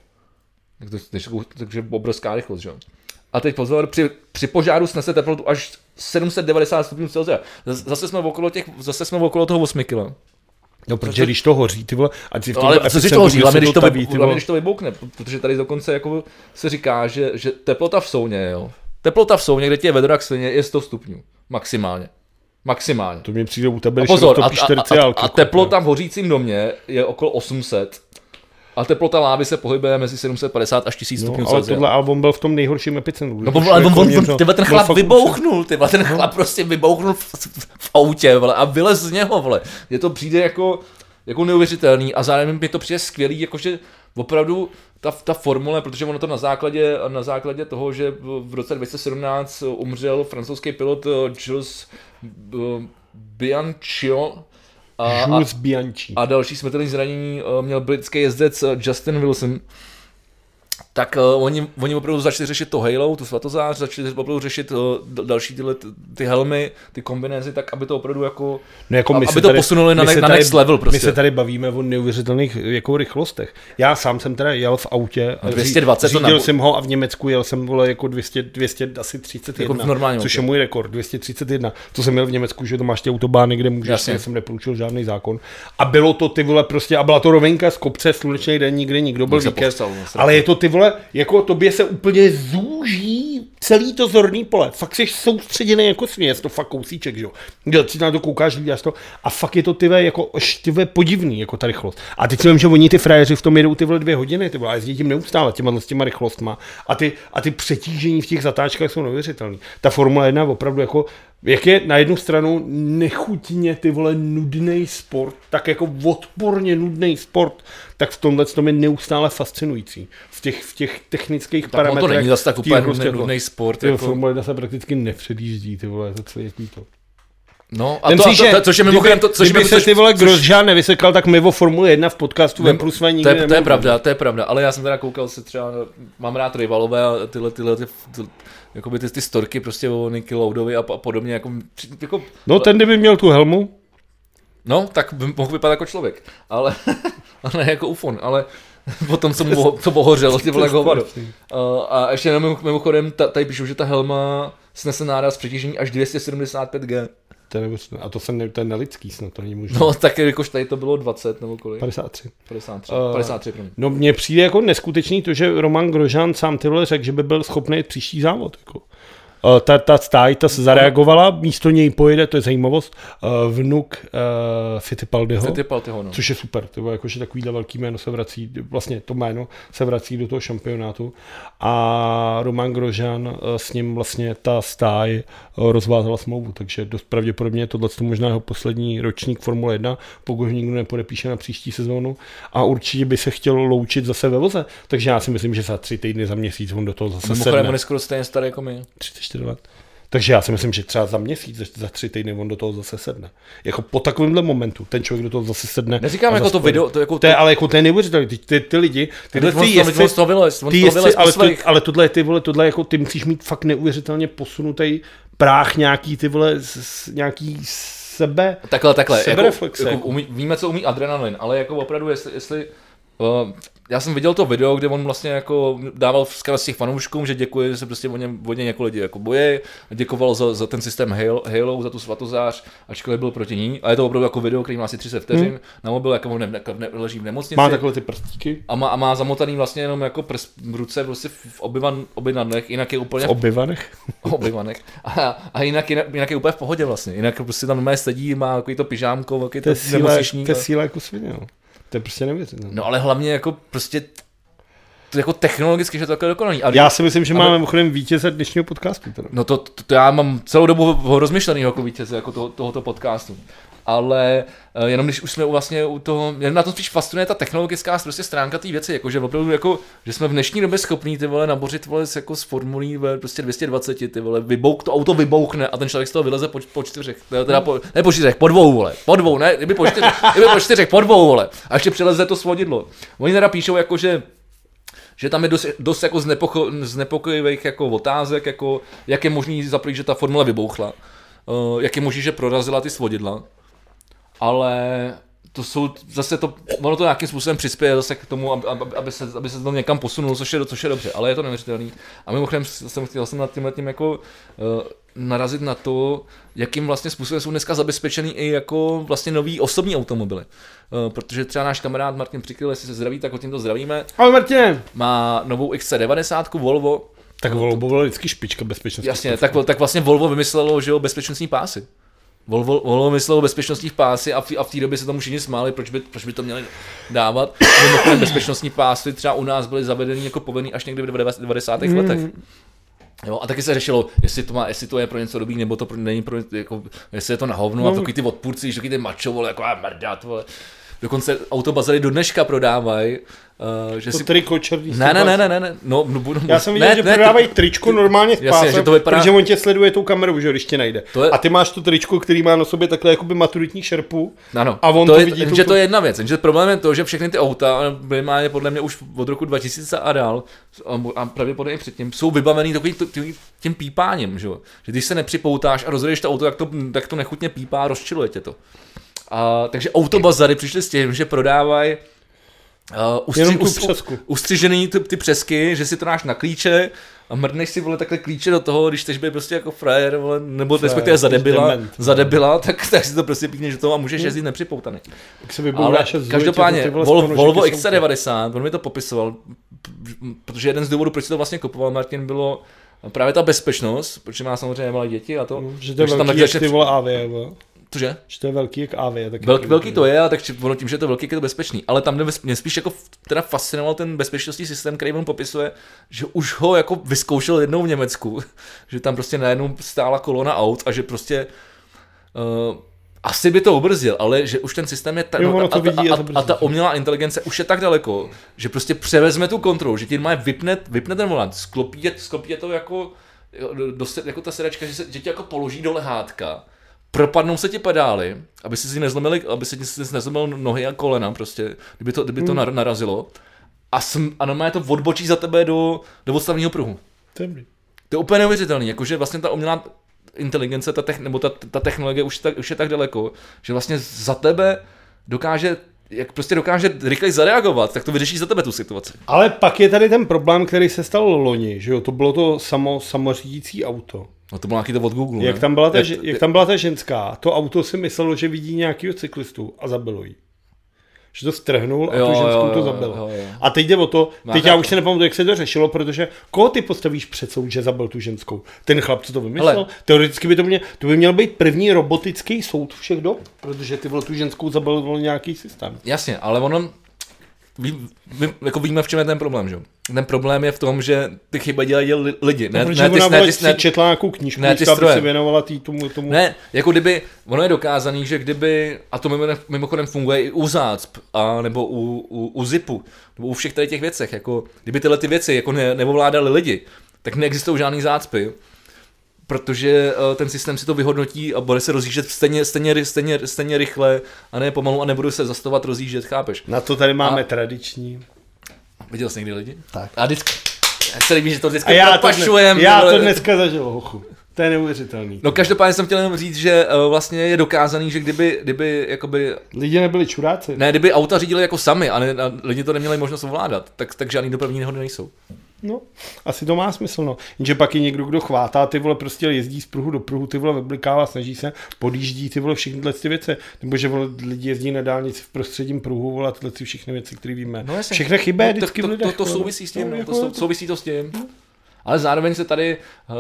Takže obrovská rychlost, že jo. A teď pozor, při požáru snese teplotu až 790 stupňů Celsia. Zase jsme okolo toho 8 kg. No, protože když to hoří, ty vole, ať si v tom ale co si to hoří, hlavně když to vyboukne, protože tady dokonce jako se říká, že teplota v sauně, jo. Teplota v sauně, kde ti je vedro jak svině, je 100 stupňů. Maximálně. To mi přijde u tebe, když roztopíš terciálky. A teplota v hořícím domě je okolo 800. A teplota lávy se pohybuje mezi 750 až 1000 stupňů Celsia. Ale tohle album byl v tom nejhorším epicentru. No, ten chlap vybouchnul, ten chlap prostě vybouchnul v autě, vole, a vylez z něho, vole. Je to přijde jako neuvěřitelný a zároveň mi to přijde skvělý, jakože opravdu ta formule, protože ono to na základě toho, že v roce 2017 umřel francouzský pilot Jules Bianchi, a další smrtelné zranění měl britský jezdec Justin Wilson. Tak oni opravdu začali řešit to Halo, tu svatozář, začali opravdu řešit další ty helmy, ty kombinézy, tak aby to opravdu jako aby to posunuli na next level prostě. My se tady bavíme o neuvěřitelných jako rychlostech. Já sám jsem teda jel v autě, 220 řídil jsem ho a v Německu jel jsem jako 200 asi 31, jako což je můj rekord, 231. To jsem měl v Německu, že to máš ty autobány, kde můžeš, já jsem neporučil žádný zákon. A bylo to ty vole prostě, a byla to rovinka z kopce, slunečný den, nikdo byl víkend, ale je to ty vole, jako tobě se úplně zúží celý to zorný pole. Fakt jsi soustředěný jako směs, to fakt kousíček, že jo. Si na to koukáš, vidíš to a fakt je to jako podivný, jako ta rychlost. A teď si vím, že oni ty frajeři v tom jedou ty 2 hodiny, ty vole, a jezdí tím neustále těma rychlostma. A ty přetížení v těch zatáčkách jsou neuvěřitelný. Ta Formule 1 opravdu jako Jak je na jednu stranu nechutně ty vole nudný sport, tak jako odporně nudný sport, tak v tomhle tom je neustále fascinující. V těch technických tak parametrech. To není zase tak úplně nudný sport. Jako... Formule 1 se prakticky nepředjíždí, ty vole, to celé to. No a což je mimochodem to, kdyby se ty vole Grosjean nevysekal, tak my o Formule 1 v podcastu ve Plus nikdy to je pravda, ale já jsem teda koukal si třeba, mám rád rivalové a tyhle jakoby ty storky prostě o Niki Laudovi a podobně, jako no ten kdyby měl tu helmu. No, tak by mohl vypadat jako člověk, ale ne jako ufon, ale potom co mu to pohořel, ty vole hovado. A ještě mimochodem tady píšu, že ta helma snese náraz přetížení až 275G. A to je nelidský snad, to není možné. No tak jakož tady to bylo 20 nebo kolik? 53. 53 pro mě. No mně přijde jako neskutečný to, že Romain Grosjean sám tyhle řekl, že by byl schopný jít příští závod. Jako. Ta stáj se zareagovala, místo něj pojede, to je zajímavost, vnuk Fittipaldiho, no. Což je super, to jakože takovýhle velký jméno se vrací, vlastně to jméno se vrací do toho šampionátu a Romain Grosjean s ním vlastně ta stáj rozvázala smlouvu, takže dost pravděpodobně tohle je možná jeho poslední ročník Formule 1, pokud ho nikdo nepodepíše na příští sezónu a určitě by se chtěl loučit zase ve voze, takže já si myslím, že za 3 týdny, za měsíc on do toho zase sedne. Mimochodem on je skoro stejně starý jako my. 34 let. Takže já si myslím, že třeba za měsíc, za 3 týdny on do toho zase sedne. Jako po takovémhle momentu ten člověk do toho zase sedne. Neříkám jako to video, to je ale jako to je neuvěřitelné. Ty lidi, tyhle ty jezdci, ale tohle jako ty musíš mít fakt neuvěřitelně posunutý práh nějaký ty vole nějaký takhle sebereflexe. Jako víme, co umí adrenalin, ale jako opravdu jestli já jsem viděl to video, kde on vlastně jako dával vzkaz těch fanouškům, že děkuje, že se prostě o ně jako lidi jako bojí, děkoval za ten systém Halo, za tu svatozář, ačkoliv byl proti ní. A je to opravdu jako video, který má asi 30 vteřin, na mobil, jako on leží v nemocnici. Má takové ty prstíky. A má zamotaný vlastně jenom jako prst v ruce, prostě v obyvanech, jinak je úplně... V obyvanech? Obyvanech. A jinak je úplně v pohodě vlastně. Jinak prostě tam normálně sedí, má takový to pyžámko, takový to nemocniční. To je síla jako svině, no. To je prostě nevěřitelné. No ale hlavně jako prostě to jako technologicky, že to takhle dokonalý. Já si myslím, že máme mimochodem vítěze dnešního podcastu. Teda. No to já mám celou dobu rozmyšlenýho jako vítěze jako tohoto podcastu. Ale jenom když už jsme vlastně u toho, jenom na to spíš fascinuje ta technologická prostě stránka té věci, jakože opravdu jako, že jsme v dnešní době schopní ty vole nabořit vole jako s formulí prostě 220 ty vole, to auto vybouchne a ten člověk z toho vyleze po 4, teda po 4, po 2 vole, po 2, ne, kdyby po 4, po 2 vole a ještě přeleze to svodidlo. Oni teda píšou jako, že tam je dost jako znepokojivých jako otázek, jako jak je možný zaprý, že ta formule vybouchla, jak je možný, že prorazila ty svodidla. Ale to jsou zase ono to nějakým způsobem přispěje zase k tomu, aby se to někam posunulo, což je dobře, ale je to neuvěřitelný. A mimochodem chtěl jsem nad tímhletím jako narazit na to, jakým vlastně způsobem jsou dneska zabezpečený i jako vlastně nový osobní automobily. Protože třeba náš kamarád Martin Přikryl, jestli se zdraví, tak o tímto zdravíme. Ahoj Martin! Má novou XC90 Volvo. Tak Volvo byla vždycky špička bezpečnosti. Jasně, tak vlastně Volvo vymyslelo, že jo, bezpečnostní pásy. Volvo myslelo bezpečnostní pásy a v té době se tomu všichni smáli, proč by to měli dávat. Mimochodem bezpečnostní pásy třeba u nás byly zavedeny jako povinný až někdy v 90. letech. Jo, a taky se řešilo, jestli to je pro něco dobrý, nebo to není pro něco, jako, jestli je to na hovno a takový ty odpůrci, takový ty mačo, vole, jako mrdát, vole. Dokonce autobazary do dneška prodávají. Že to triko černý. Ne. No, já jsem viděl, že prodávají tričko normálně s pásem, že to vypadá... protože on tě sleduje tou kamerou, že když tě najde. A ty máš to tričko, který má na sobě takhle jakoby maturitní šerpu. Ano. A on to vidí. Že to je jedna věc. Že problém je to, že všechny ty auta, minimálně podle mě už od roku 2000 a dál, a pravděpodobně i předtím, jsou vybavený tím pípáním, že když se nepřipoutáš a rozjedeš to auto, tak to nechutně pípá, rozčiluje tě to. Takže autobazary přišly s tím, že prodávají ustřižený ty přesky, že si to dáš na klíče a mrdneš si vole takhle klíče do toho, když chceš být prostě jako frajer, vole, nebo respektive zadebila, tak si to prostě píkneš do toho a můžeš jezdit nepřipoutaný. Ale každopádně Volvo XC90, on mi to popisoval, protože jeden z důvodů, proč si to vlastně kupoval Martin, bylo právě ta bezpečnost, protože má samozřejmě malé děti a to. Že to je velký, jak ty vole AV, Cože? Že to je velký jak AV. Velký to je, tak ono tím, že je to velký, je to bezpečný. Ale tam mě spíš jako teda fascinoval ten bezpečnostní systém, který on popisuje, že už ho jako vyzkoušel jednou v Německu, že tam prostě najednou stála kolona aut a že prostě asi by to ubrzdil, ale že už ten systém je a ta umělá inteligence už je tak daleko, že prostě převezme tu kontrolu, že ti vypne ten volant, sklopí to jako ta sedačka, že tě jako položí do lehátka, propadnou se ti pedály, aby si nezlomil nohy a kolena prostě, kdyby to narazilo a normálně to odbočí za tebe do odstavního pruhu. To je úplně neuvěřitelný, jakože vlastně ta umělá inteligence, ta technologie už je tak daleko, že vlastně za tebe dokáže rychleji zareagovat, tak to vyřeší za tebe tu situaci. Ale pak je tady ten problém, který se stal loni, že jo, to bylo to samořídící auto. No to bylo nějaký to od Google, jak tam byla ta ženská, to auto si myslelo, že vidí nějakýho cyklistu a zabilo jí. Že to strhnul a tu ženskou to zabilo. Jo. A teď jde o to, já už se nepamatuju, jak se to řešilo, protože koho ty postavíš před soud, že zabil tu ženskou? Ten chlap, co to vymyslel? Teoreticky by to by měl být první robotický soud všech dob, protože ty tu ženskou zabil nějaký systém. Jasně, ale ono, jako víme, v čem je ten problém, že? Ten problém je v tom, že ty chyby dělají lidi. Ne, četla nějakou knížku, aby se věnovala tomu. Ne, jako kdyby, ono je dokázaný, že kdyby, a to mimochodem funguje i u zácp, a nebo u zipu, nebo u všech tady těch věcech, jako kdyby tyhle ty věci jako neovládali lidi, tak neexistují žádný zácpy, protože ten systém si to vyhodnotí a bude se rozjíždět stejně rychle a ne pomalu a nebudu se zastavovat rozjíždět, chápeš? Na to tady máme tradiční. Viděl jsi někdy lidi? Tak. A vždycky, já se líbí, že to vždycky propašujem. Já to dneska zažil, hochu. To je neuvěřitelný. No každopádně jsem chtěl jenom říct, že vlastně je dokázaný, že kdyby jakoby... Lidi nebyli čuráci. Ne, kdyby auta řídili jako sami a lidi to neměli možnost ovládat, tak žádný dopravní nehody nejsou. No, asi to má smysl, no. Jenže pak je někdo, kdo chvátá, ty vole prostě jezdí z pruhu do pruhu, ty vole vyblikává, snaží se, podjíždí, ty vole všechny ty věci. Nebo že vole lidi jezdí na dálnici v prostředím pruhu, vole tyhle všechny věci, které víme. No, všechny chybé vždycky v lidech. To souvisí s tím, souvisí to s tím. Ale zároveň se tady,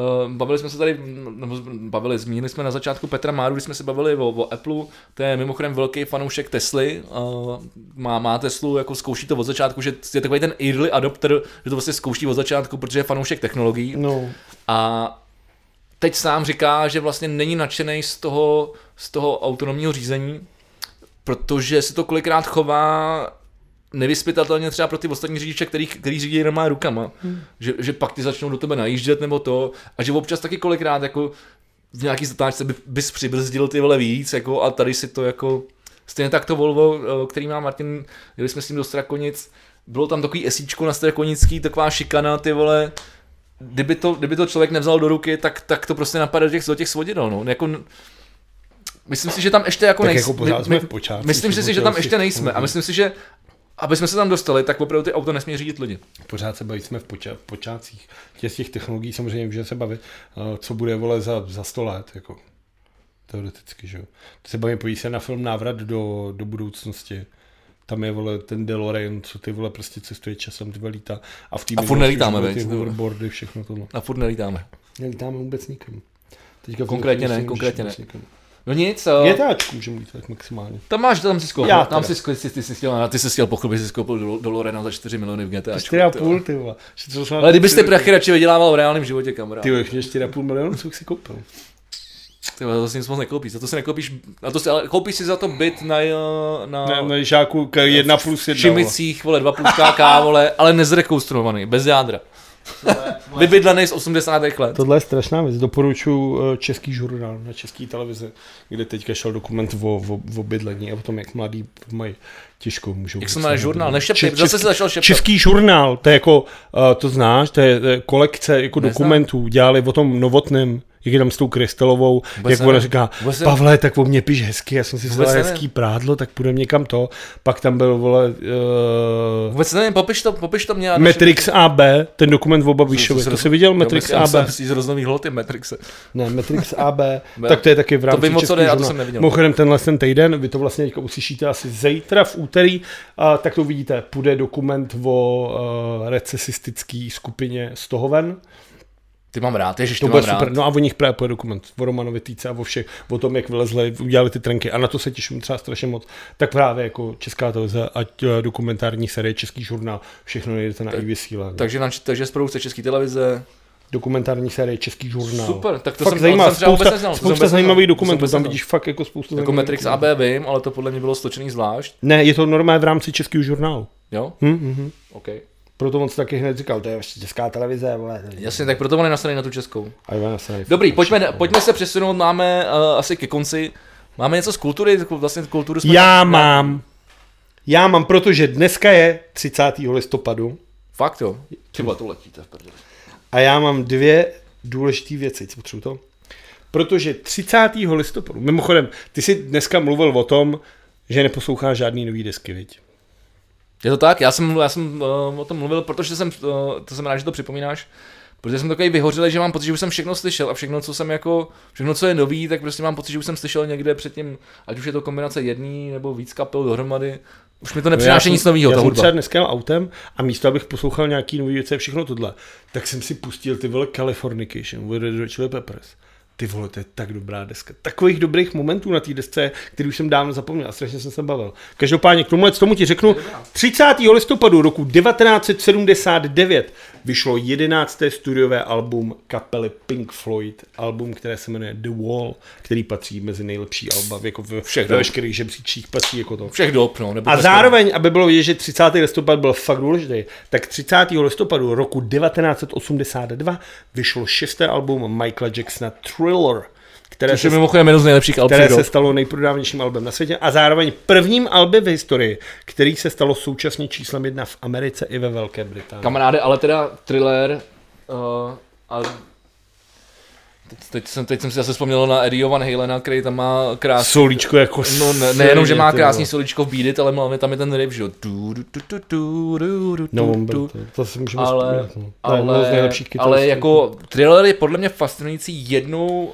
zmínili jsme na začátku Petra Máru, když jsme se bavili o Apple, to je mimochodem velký fanoušek Tesly, má Teslu, jako zkouší to od začátku, že je takový ten early adopter, že to vlastně zkouší od začátku, protože je fanoušek technologií. No. A teď sám říká, že vlastně není nadšený z toho autonomního řízení, protože si to kolikrát chová nevyspytatelně třeba pro ty ostatní řidiče, který řídí normálně rukama, že pak ty začnou do tebe najíždět nebo to, a že občas taky kolikrát jako v nějaký zatáčce bys přibrzdil ty vole víc, jako, a tady si to jako, stejně tak to Volvo, který má Martin, jeli jsme s ním do Strakonic, bylo tam takový esíčko na Strakonický, taková šikana, ty vole, kdyby to člověk nevzal do ruky, tak to prostě napadá do těch svodidel, no, jako, myslím si, že tam ještě jako nejsme. Myslím si, že tam ještě nejsme a myslím si, že aby jsme se tam dostali, tak opravdu ty auto nesmí řídit lidi. Pořád se bavíme v počátcích těch technologií, samozřejmě můžeme se bavit, co bude vole za 100 let, jako teoreticky, že jo. To se bavíme, podívej se na film Návrat do budoucnosti. Tam je vole ten DeLorean, co ty vole prostě cestuje časem, ty lítá. A furt nelítáme, veď. Ty hoverboardy, všechno tohle. A furt nelítáme. Nelítáme vůbec nikam. Konkrétně ne. No nic. GTAčku můžeme lítat maximálně. Tam si skoupil. Ty jsi chtěl pochlubit, jsi skoupil do Lorena za 4 miliony v GTAčku. 4,5 ty vole. Ale kdybyste prachy radši vydělával v reálném životě, kamarád. Ty vole, 4,5 milionu, co si koupil? Ty vole, to si nic moc nekoupíš. Za to si nekoupíš, ale koupíš si za to byt na žáku 1+1. V Šimicích, vole, 2+KK, vole, ale nezrekonstruovaný, bez jádra. Vybydlený z 80. let. Tohle je strašná věc. Doporučuji Český žurnál na České televizi, kde teďka šel dokument o bydlení a o tom, jak mladí mají těžko. Jak se jmenuje žurnál? Neštěpej, zase se začal štěptat. Český žurnál, to je jako, to znáš, to je kolekce jako dokumentů, dělali o tom Novotném, jak je tam s tou krystalovou, jak ona říká, Pavle, tak o mě píš hezky, já jsem si vzal hezký prádlo, tak půjdeme někam to, pak tam byl, vole... Vůbec nevím, popiš to mě. Matrix AB, ten dokument o Babišovi, to jsi viděl, Matrix AB? Já jsem z roznových hloty Matrixe. Ne, Matrix AB, tak to je taky v rámci Český žurnál. Mimochodem ten týden, vy to vlastně teďka uslyšíte asi zítra v úterý, tak to uvidíte, půjde dokument o recesistický skupině z toho ven. Ty mám rád, ježiš, to ty bude mám super. rád. No a o nich právě půjde dokument o Romanovi Týce a o tom, jak vylezli, udělali ty trenky a na to se těším třeba strašně moc. Tak právě jako Česká televize, ať dokumentární série, Český žurnál, všechno nejdete na iVysílání. Takže z produkce České televize, dokumentární série Český žurnál. Super, tak to fakt jsem zajímavý, třeba vůbec neznal. Spousta zajímavých dokumentů, tam vidíš fakt jako spoustu jako Matrix AB vím, ale to podle mě bylo stočený zvlášť. Ne, je to normálně v rámci Českého žurnálu. Jo? OK. Proto on se taky hned říkal, to je ještě Česká televize. Vole. Jasně, tak proto on je nastavený na tu českou. Dobrý, pojďme se přesunout, máme asi ke konci. Máme něco z kultury, vlastně kulturu jsme... Já mám, protože dneska je 30. listopadu. Fakt jo? Třeba to letíte v prdeli. A já mám 2 důležité věci, co potřebuji to. Protože 30. listopadu, mimochodem, ty jsi dneska mluvil o tom, že neposloucháš žádný nový desky, viď? Je to tak? Já jsem o tom mluvil, protože jsem rád, že to připomínáš, protože jsem takový vyhořelý, že mám pocit, že už jsem všechno slyšel a všechno, co je nový, tak prostě mám pocit, že už jsem slyšel někde předtím, ať už je to kombinace jedný nebo víc kapel dohromady. Už mi to nepřináší nic novýho. Já jsem třeba dneska autem a místo, abych poslouchal nějaký nový věci a všechno tohle, tak jsem si pustil ty vole Californication od Red Hot Chili Peppers. Ty vole, to je tak dobrá deska. Takových dobrých momentů na té desce, který už jsem dávno zapomněl a strašně jsem se bavil. Každopádně k tomu ti řeknu, 30. listopadu roku 1979 vyšlo 11. studiové album kapely Pink Floyd, album, které se jmenuje The Wall, který patří mezi nejlepší alba, jako ve veškerých žebříčích patří jako to. Všech dob, no. A zároveň, aby bylo vidět, že 30. listopad byl fakt důležitý, tak 30. listopadu roku 1982 vyšlo 6. album Michaela Jacksona Thriller, které se stalo nejprodávanějším albem na světě a zároveň prvním albem v historii, který se stalo současně číslem 1 v Americe i ve Velké Británii. Kamaráde, ale teda Thriller a teď jsem si zase vzpomněl na Eddieho Van Halena, který tam má krásný solíčko jako nejenom, že má krásný solíčko v Beat It, ale máme tam je ten riff, že jo. To si můžeme vzpomínat. Ale jako Thriller je podle mě fascinující jednou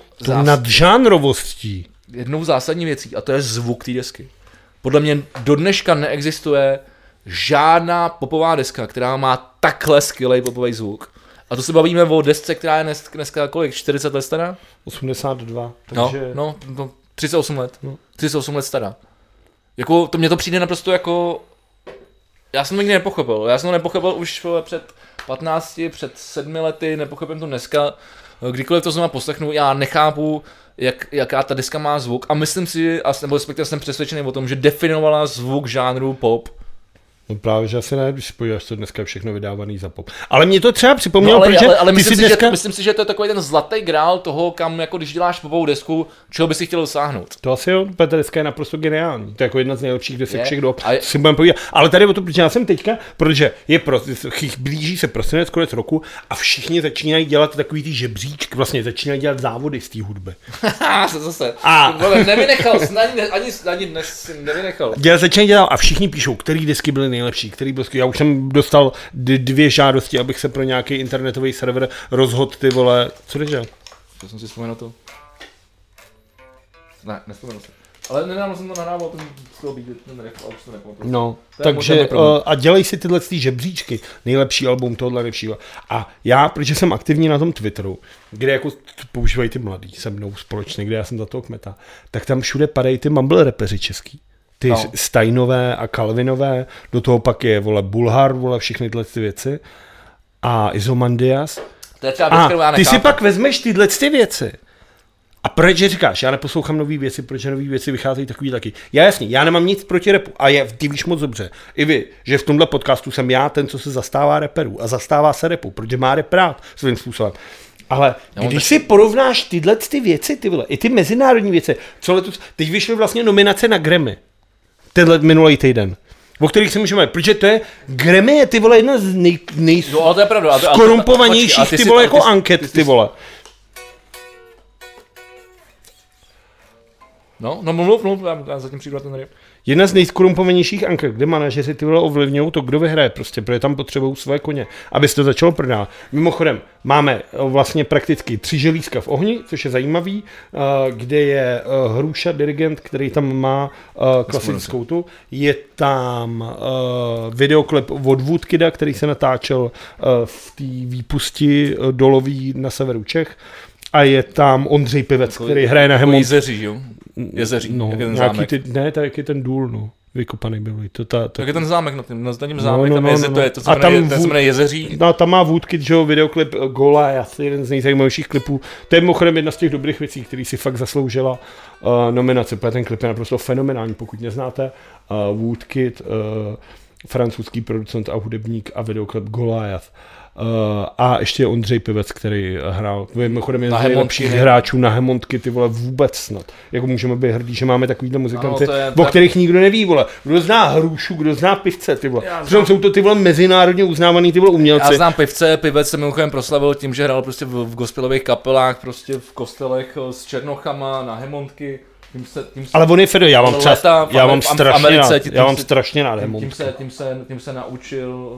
zásadní věcí a to je zvuk té desky. Podle mě do dneška neexistuje žádná popová deska, která má takhle skvělý popový zvuk. A to se bavíme o desce, která je dneska kolik? 40 let stará? 82. Takže... No, 38 let. 38 let stará. Jako, to mně to přijde naprosto jako... Já jsem to nikdy nepochopil. Já jsem to nepochopil už před 15, před 7 lety, nepochopím to dneska. Kdykoliv to znovu poslechnu, já nechápu, jaká ta deska má zvuk. A myslím si, nebo respektive jsem přesvědčený o tom, že definovala zvuk žánru pop. No právě, že asi ne, když si podíváš, co dneska je všechno vydávaný za pop. Ale mě to třeba připomnělo, protože ale myslím si, že to je takový ten zlatý grál toho, kam jako když děláš popovou desku, čeho by si chtěl dosáhnout. To asi jo, ta deska je naprosto geniální. To je jako jedna z nejlepších desek všech dob. Si budeme povídat. Ale tady o to, protože já jsem teďka, protože blíží se prosinec, konec roku a všichni začínají dělat takový ty žebříčky, vlastně začínají dělat závody z té hudby. Zase. Nevynechal, ani dnes si nevynechal. Začínají dělat a všichni píšou, který desky byly nejlepší, který byl skvělý. Já už jsem dostal 2 žádosti, abych se pro nějaký internetový server rozhodl, ty vole. Co jdeš dělat? Já jsem si vzpomněl to. Ne, nevzpomněl jsem. Ale nedávno jsem to nahrával, ten skvěl být, a už to nepamatuju. No, takže a dělej si tyhle žebříčky, nejlepší album tohle nejlepšího. A já, protože jsem aktivní na tom Twitteru, kde jako používají ty mladí se mnou společně, kde já jsem za toho kmeta, tak tam všude padají ty mumble rapeři český. Ty Steinové a Calvinové, do toho pak je, vole, Bulhar, vole, všechny tyhle ty věci. A Izomandias. To je třeba věc, ty si pak vezmeš tyhle ty věci. A proč říkáš, já neposlouchám nový věci, protože nový věci vycházejí takový taky. Já nemám nic proti rapu. A ty víš moc dobře, i vy, že v tomhle podcastu jsem já ten, co se zastává raperů. A zastává se rapu, protože má rap rád svým způsobem. Ale když si porovnáš tyhle ty věci, ty vole, i ty mezinárodní věci, co letos, teď vyšly vlastně nominace na Grammy. Tenhle minulý týden, o kterých se můžeme, protože to je, Grammy je, ty vole, jedna z skorumpovanějších, ty vole, jako anket, ty vole. No, mluv, já zatím přijdu na ten rap. Jedna z nejskorumpovanějších anket, kde manažeři ty vole ovlivňují to, kdo vyhraje prostě, protože tam potřebují své koně, aby se to začalo prodávat. Mimochodem, máme vlastně prakticky 3 želízka v ohni, což je zajímavý, kde je Hruša, dirigent, který tam má klasickou tu. Je tam videoklip od Woodkida, který se natáčel v té výpusti dolový na severu Čech. A je tam Ondřej Pivec, který hraje na Hemont. Jezeří, jo? Jezeří, no, jak je ten zámek. Tak je ten důl, no. Vykopaný byl. Tak je ten zámek na tím zámek, to se jmenuje Jezeří. No, tam má Woodkid, že jo, videoklip Goliath, jeden z nejzajímavějších klipů. To je mimochodem jedna z těch dobrých věcí, který si fakt zasloužila nominaci, protože ten klip je naprosto fenomenální, pokud neznáte. Woodkid, francouzský producent a hudebník a videoklip Goliath. A ještě Ondřej Pivec, který hrál, mimochodem je z nejlepších hráčů na Hemontky, ty vole, vůbec snad. Jako můžeme být hrdí, že máme takovýhle muzikanty, o kterých nikdo neví, vole. Kdo zná Hrušu, kdo zná Pivce, ty vole. Jsou to ty vole mezinárodně uznávaný ty vole umělci. Já znám Pivce, Pivec se mimochodem proslavil tím, že hrál prostě v gospelových kapelách, prostě v kostelech s Černochama na Hemontky. Tím se, ale on je Fedo, já mám strašně rád Hemontky. Tím se naučil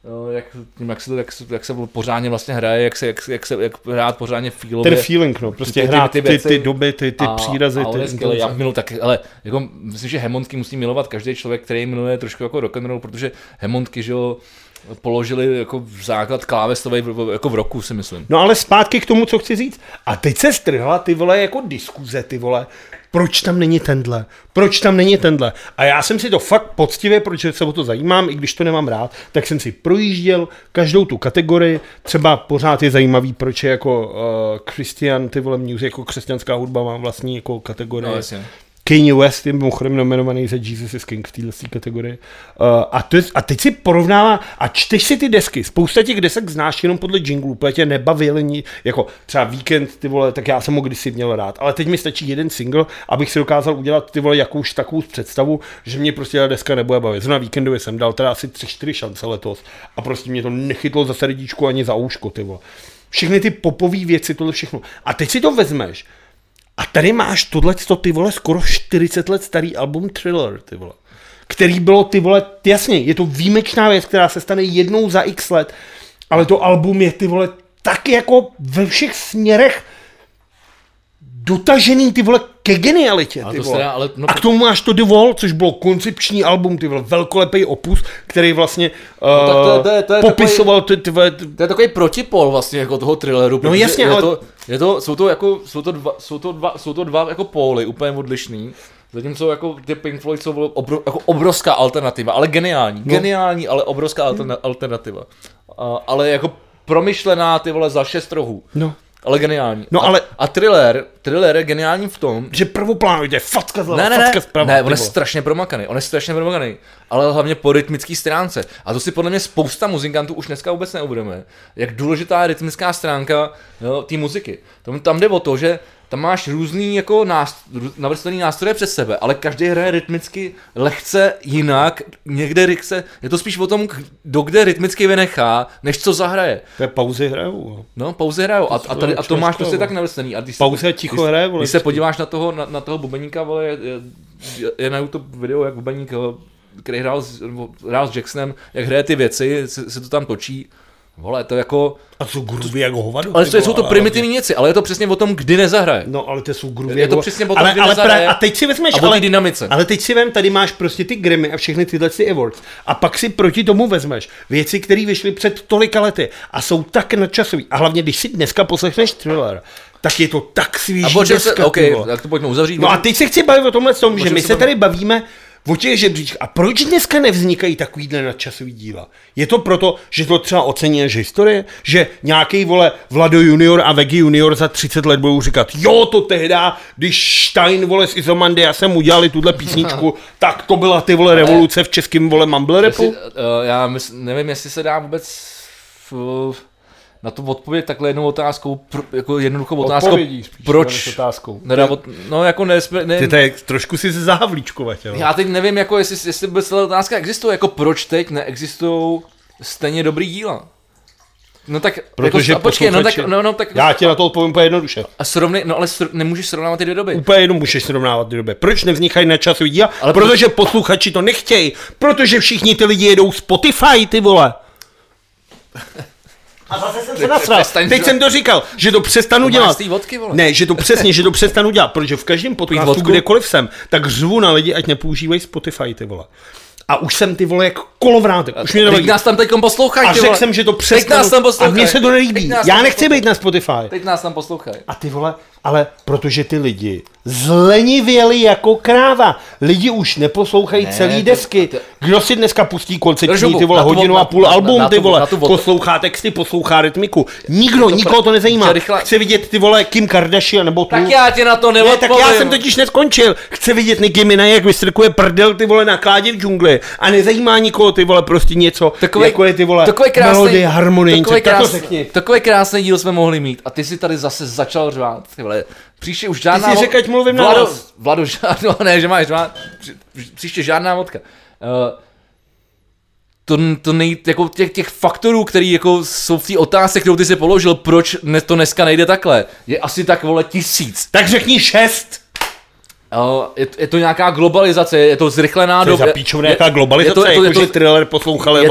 jak se pořádně vlastně hraje, jak hrát pořádně feelově. Ten feeling, no, prostě hrát ty doby, ty přírazy. A on je skvělý, já miluji taky, ale jako, myslím, že Hemontky musí milovat každý člověk, který miluje trošku jako rock'n'roll, protože Hemontky, že jo, položili jako základ klávesový jako v roku, si myslím. No ale zpátky k tomu, co chci říct. A teď se strhla ty vole jako diskuze, ty vole. Proč tam není tenhle? Proč tam není tenhle? A já jsem si to fakt poctivě, protože se o to zajímám, i když to nemám rád, tak jsem si projížděl každou tu kategorii. Třeba pořád je zajímavý, proč je jako Christian, ty vole music, jako křesťanská hudba má vlastní jako kategorie. No, Kanye West je mimochodem nominovaný za Jesus is King v této kategorii. A teď si porovnává a čteš si ty desky. Spousta těch desek znáš jenom podle jinglů, protože tě nebavili, jako třeba Weekend, ty vole, tak já jsem ho kdysi měl rád. Ale teď mi stačí jeden single, abych si dokázal udělat ty vole jakouž takovou představu, že mě prostě ta deska nebude bavit. Zrovna Weekendově jsem dal teda asi 3-4 šance letos a prostě mě to nechytlo za srdíčku ani za úško, ty vole. Všechny ty popové věci, tohle všechno. A teď si to vezmeš. A tady máš tohleto, ty vole, skoro 40 let starý album Thriller, ty vole. Který bylo, ty vole, jasně, je to výjimečná věc, která se stane jednou za x let, ale to album je, ty vole, tak jako ve všech směrech dotažený, ty vole, ke genialitě, ty vole. A k tomu máš to The Wall, což bylo koncepční album, ty vole, velkolepý opus, který vlastně to je popisoval takový, to je takový protipol vlastně jako toho Thrilleru. No jasně, ale jsou to dva jako póly úplně odlišný. Zatímco jako ty Pink Floyd jsou jako obrovská alternativa, ale geniální, ale obrovská alternativa. Ale jako promyšlená, ty vole, za 6 rohů. No. Ale geniální. No, ale... A Thriller je geniální v tom, že prvoplánově facka zleva, facka zprava. Ne, on je strašně promakaný, ale hlavně po rytmické stránce. A to si podle mě spousta muzikantů už dneska vůbec neuvědomuje. Jak důležitá je rytmická stránka té muziky. Tam jde o to, že tam máš různý jako navrstvený nástroje přes sebe, ale každý hraje rytmicky lehce jinak, někde je to spíš o tom, kdo kde rytmicky vynechá, než co zahraje. To je pauzy hrajou. No, pauzy hrajou a to máš prostě tak navrstvený. Pauzy ticho hraje, když se podíváš na toho bubeníka, vole, je na YouTube video, jak bubeník, který hrál s Jacksonem, jak hraje ty věci, se to tam točí. Vole, to jako... A jsou grubý jako hovado. Ale jsou to primitivní věci, ale je to přesně o tom, kdy nezahraje. No, ale to jsou grubý jako... Je to přesně o tom, kdy nezahraje. A teď si vezmeš... A o té dynamice. Ale teď si vem, tady máš prostě ty Grammy a všechny tyhle awards. A pak si proti tomu vezmeš věci, které vyšly před tolika lety a jsou tak nadčasový. A hlavně, když si dneska poslechneš Thriller, tak je to tak svěží deska. Okay, tak to pojďme uzavřít. No a teď se chci bavit o tomhle tom, že my se tady bavíme o těch žebříčkách. A proč dneska nevznikají takovýhle nadčasový díla? Je to proto, že to třeba ocení až historie? Že nějaký vole Vlado junior a Vegi junior za 30 let budou říkat, jo, to tehda, když Stein vole s Izomandia jsem udělali tuhle písničku, tak to byla ty vole revoluce v českém vole mumble rapu? Nevím, jestli se dá vůbec na to odpovědět takhle jednou otázkou, jako jednoduchou otázkou. Proč? Otázkou. No jako Ty tady trošku si se zahavlíčkovat, jo. Já teď nevím, jako jestli vůbec celá otázka existuje, jako proč teď neexistují stejně dobrý díla. No tak, protože jako, počkej, tak... Já ti na to odpovím úplně jednoduše. A ale nemůžeš srovnávat ty dvě doby. Úplně jenom můžeš srovnávat ty doby. Proč nevznikají nadčasový díla? Ale protože posluchači to nechtějí. Protože všichni ty lidi jedou Spotify, ty vole. A zase jsem se nasral. Teď jsem to říkal, že to přestanu dělat. Vodky, vole. Ne, že to přestanu dělat, protože v každém podcastu, kdekoliv jsem, tak řvu na lidi, ať nepoužívají Spotify, ty vole. A už jsem ty vole jak kolovrátek. Už mě teď nás tam teďkom poslouchají. A řekl jsem, že to přestanu. A mně se to nelíbí. Já nechci být na Spotify. Teď nás tam poslouchají. A ty vole, ale protože ty lidi zlenivěli jako kráva. Lidi už neposlouchají celý desky. Kdo si dneska pustí koncertní, ty vole, hodinu a půl album, ty vole, poslouchá texty, poslouchá rytmiku. Nikdo, nikoho to nezajímá. Chce vidět ty vole Kim Kardashian nebo tu. Tak já ti na to neodpovím. Tak já jsem totiž neskončil. Chce vidět Nicki Minaj, jak vystrkuje prdel, ty vole, na kládě v džungli. A nezajímá nikoho, ty vole, prostě něco, jako je ty vole, melodie, harmonie, takový krásný díl jsme mohli mít. A ty si tady zase začal řvát, ty vole. Příště už žádná... Ty si řekl, ať mluvím na hlas. Vlado, žádná, ne, že máš řvát. Příště žádná vodka. To jako těch faktorů, který jako jsou v té otázce, kterou ty si položil, proč to dneska nejde takhle, je asi tak, vole, 1000. Tak řekni 6. Je to nějaká globalizace, je to zrychlená doba. To je za píčovně nějaká globalizace, jakože thriller poslouchali,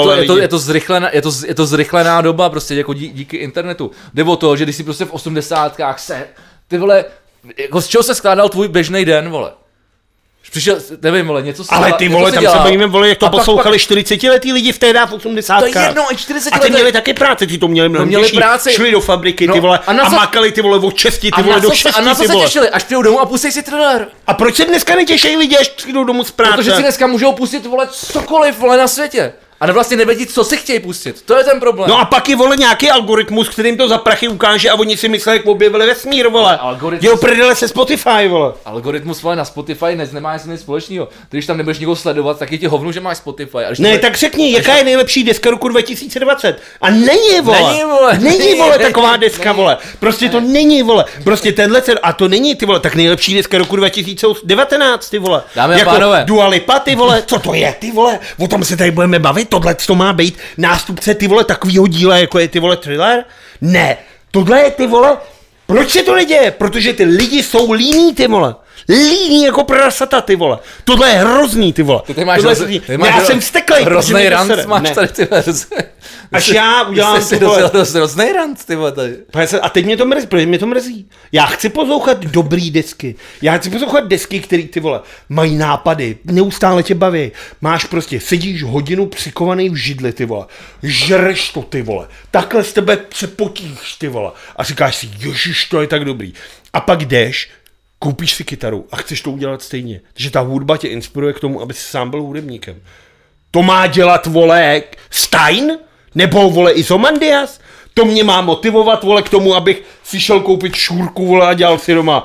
je to zrychlená doba, prostě jako díky internetu. Jde o to, že když si prostě v 80kách ty vole, jako z čeho se skládal tvůj běžný den, vole? Přišel, nevím, vole, něco se... Ale ty vole, tam se bavíme, vole, jak to poslouchali 40letý lidi v té v 80kách. To je jedno, 40 A ty měli taky práci, ty to měli mnohem těžší. Šli do fabriky, ty vole, a makali ty vole od 6, ty vole do 6, a na co se těšili, až přijdou domů a pustí si thriller. A proč se dneska netěší lidi, až přijdou domů z práce? Protože si dneska můžou pustit, vole, cokoliv, vole, na světě. A vlastně nevědí, co si chtějí pustit. To je ten problém. No a pak je, vole, nějaký algoritmus, kterým to za prachy ukáže a oni si myslí, jak objevili vesmír, vole. Dělou prdele se Spotify, vole. Algoritmus, vole, na Spotify nemá nic společného. Když tam nebudeš někoho sledovat, tak je ti hovnu, že máš Spotify. Ne, tak řekni, jaká je nejlepší deska roku 2020. A není, vole. Není, vole, taková deska, vole. Prostě to není, vole. Prostě tenhle a to není, ty vole, tak nejlepší deska roku 2019, ty vole. Dámy a pánové. Dua Lipa, ty vole. Co to je, ty vole? O tom se tady budeme bavit. Tohle to má být nástupce, ty vole, takovýho díla, jako je, ty vole, thriller? Ne, tohle je, ty vole, proč se to neděje? Protože ty lidi jsou líní, ty vole. Líní jako prasata, ty vole. Tohle je hrozný, ty vole. Já jsem vzteklej. Hrozný rant máš tady, ty vole. Až já udělám to, vole. Hrozný rant, ty vole, tady. A teď mě to mrzí, protože mě to mrzí. Já chci poslouchat dobrý desky. Já chci poslouchat desky, které, ty vole, mají nápady, neustále tě baví. Máš prostě, sedíš hodinu přikovaný v židli, ty vole. Žereš to, ty vole. Takhle z tebe se potíš, ty vole. A říkáš si, ježiš, to je tak dobrý. A pak jdeš, koupíš si kytaru a chceš to udělat stejně. Takže ta hudba tě inspiruje k tomu, aby si sám byl hudebníkem. To má dělat, vole, Stein? Nebo, vole, Izomandias? To mě má motivovat, vole, k tomu, abych si šel koupit šůrku, vole, a dělal si doma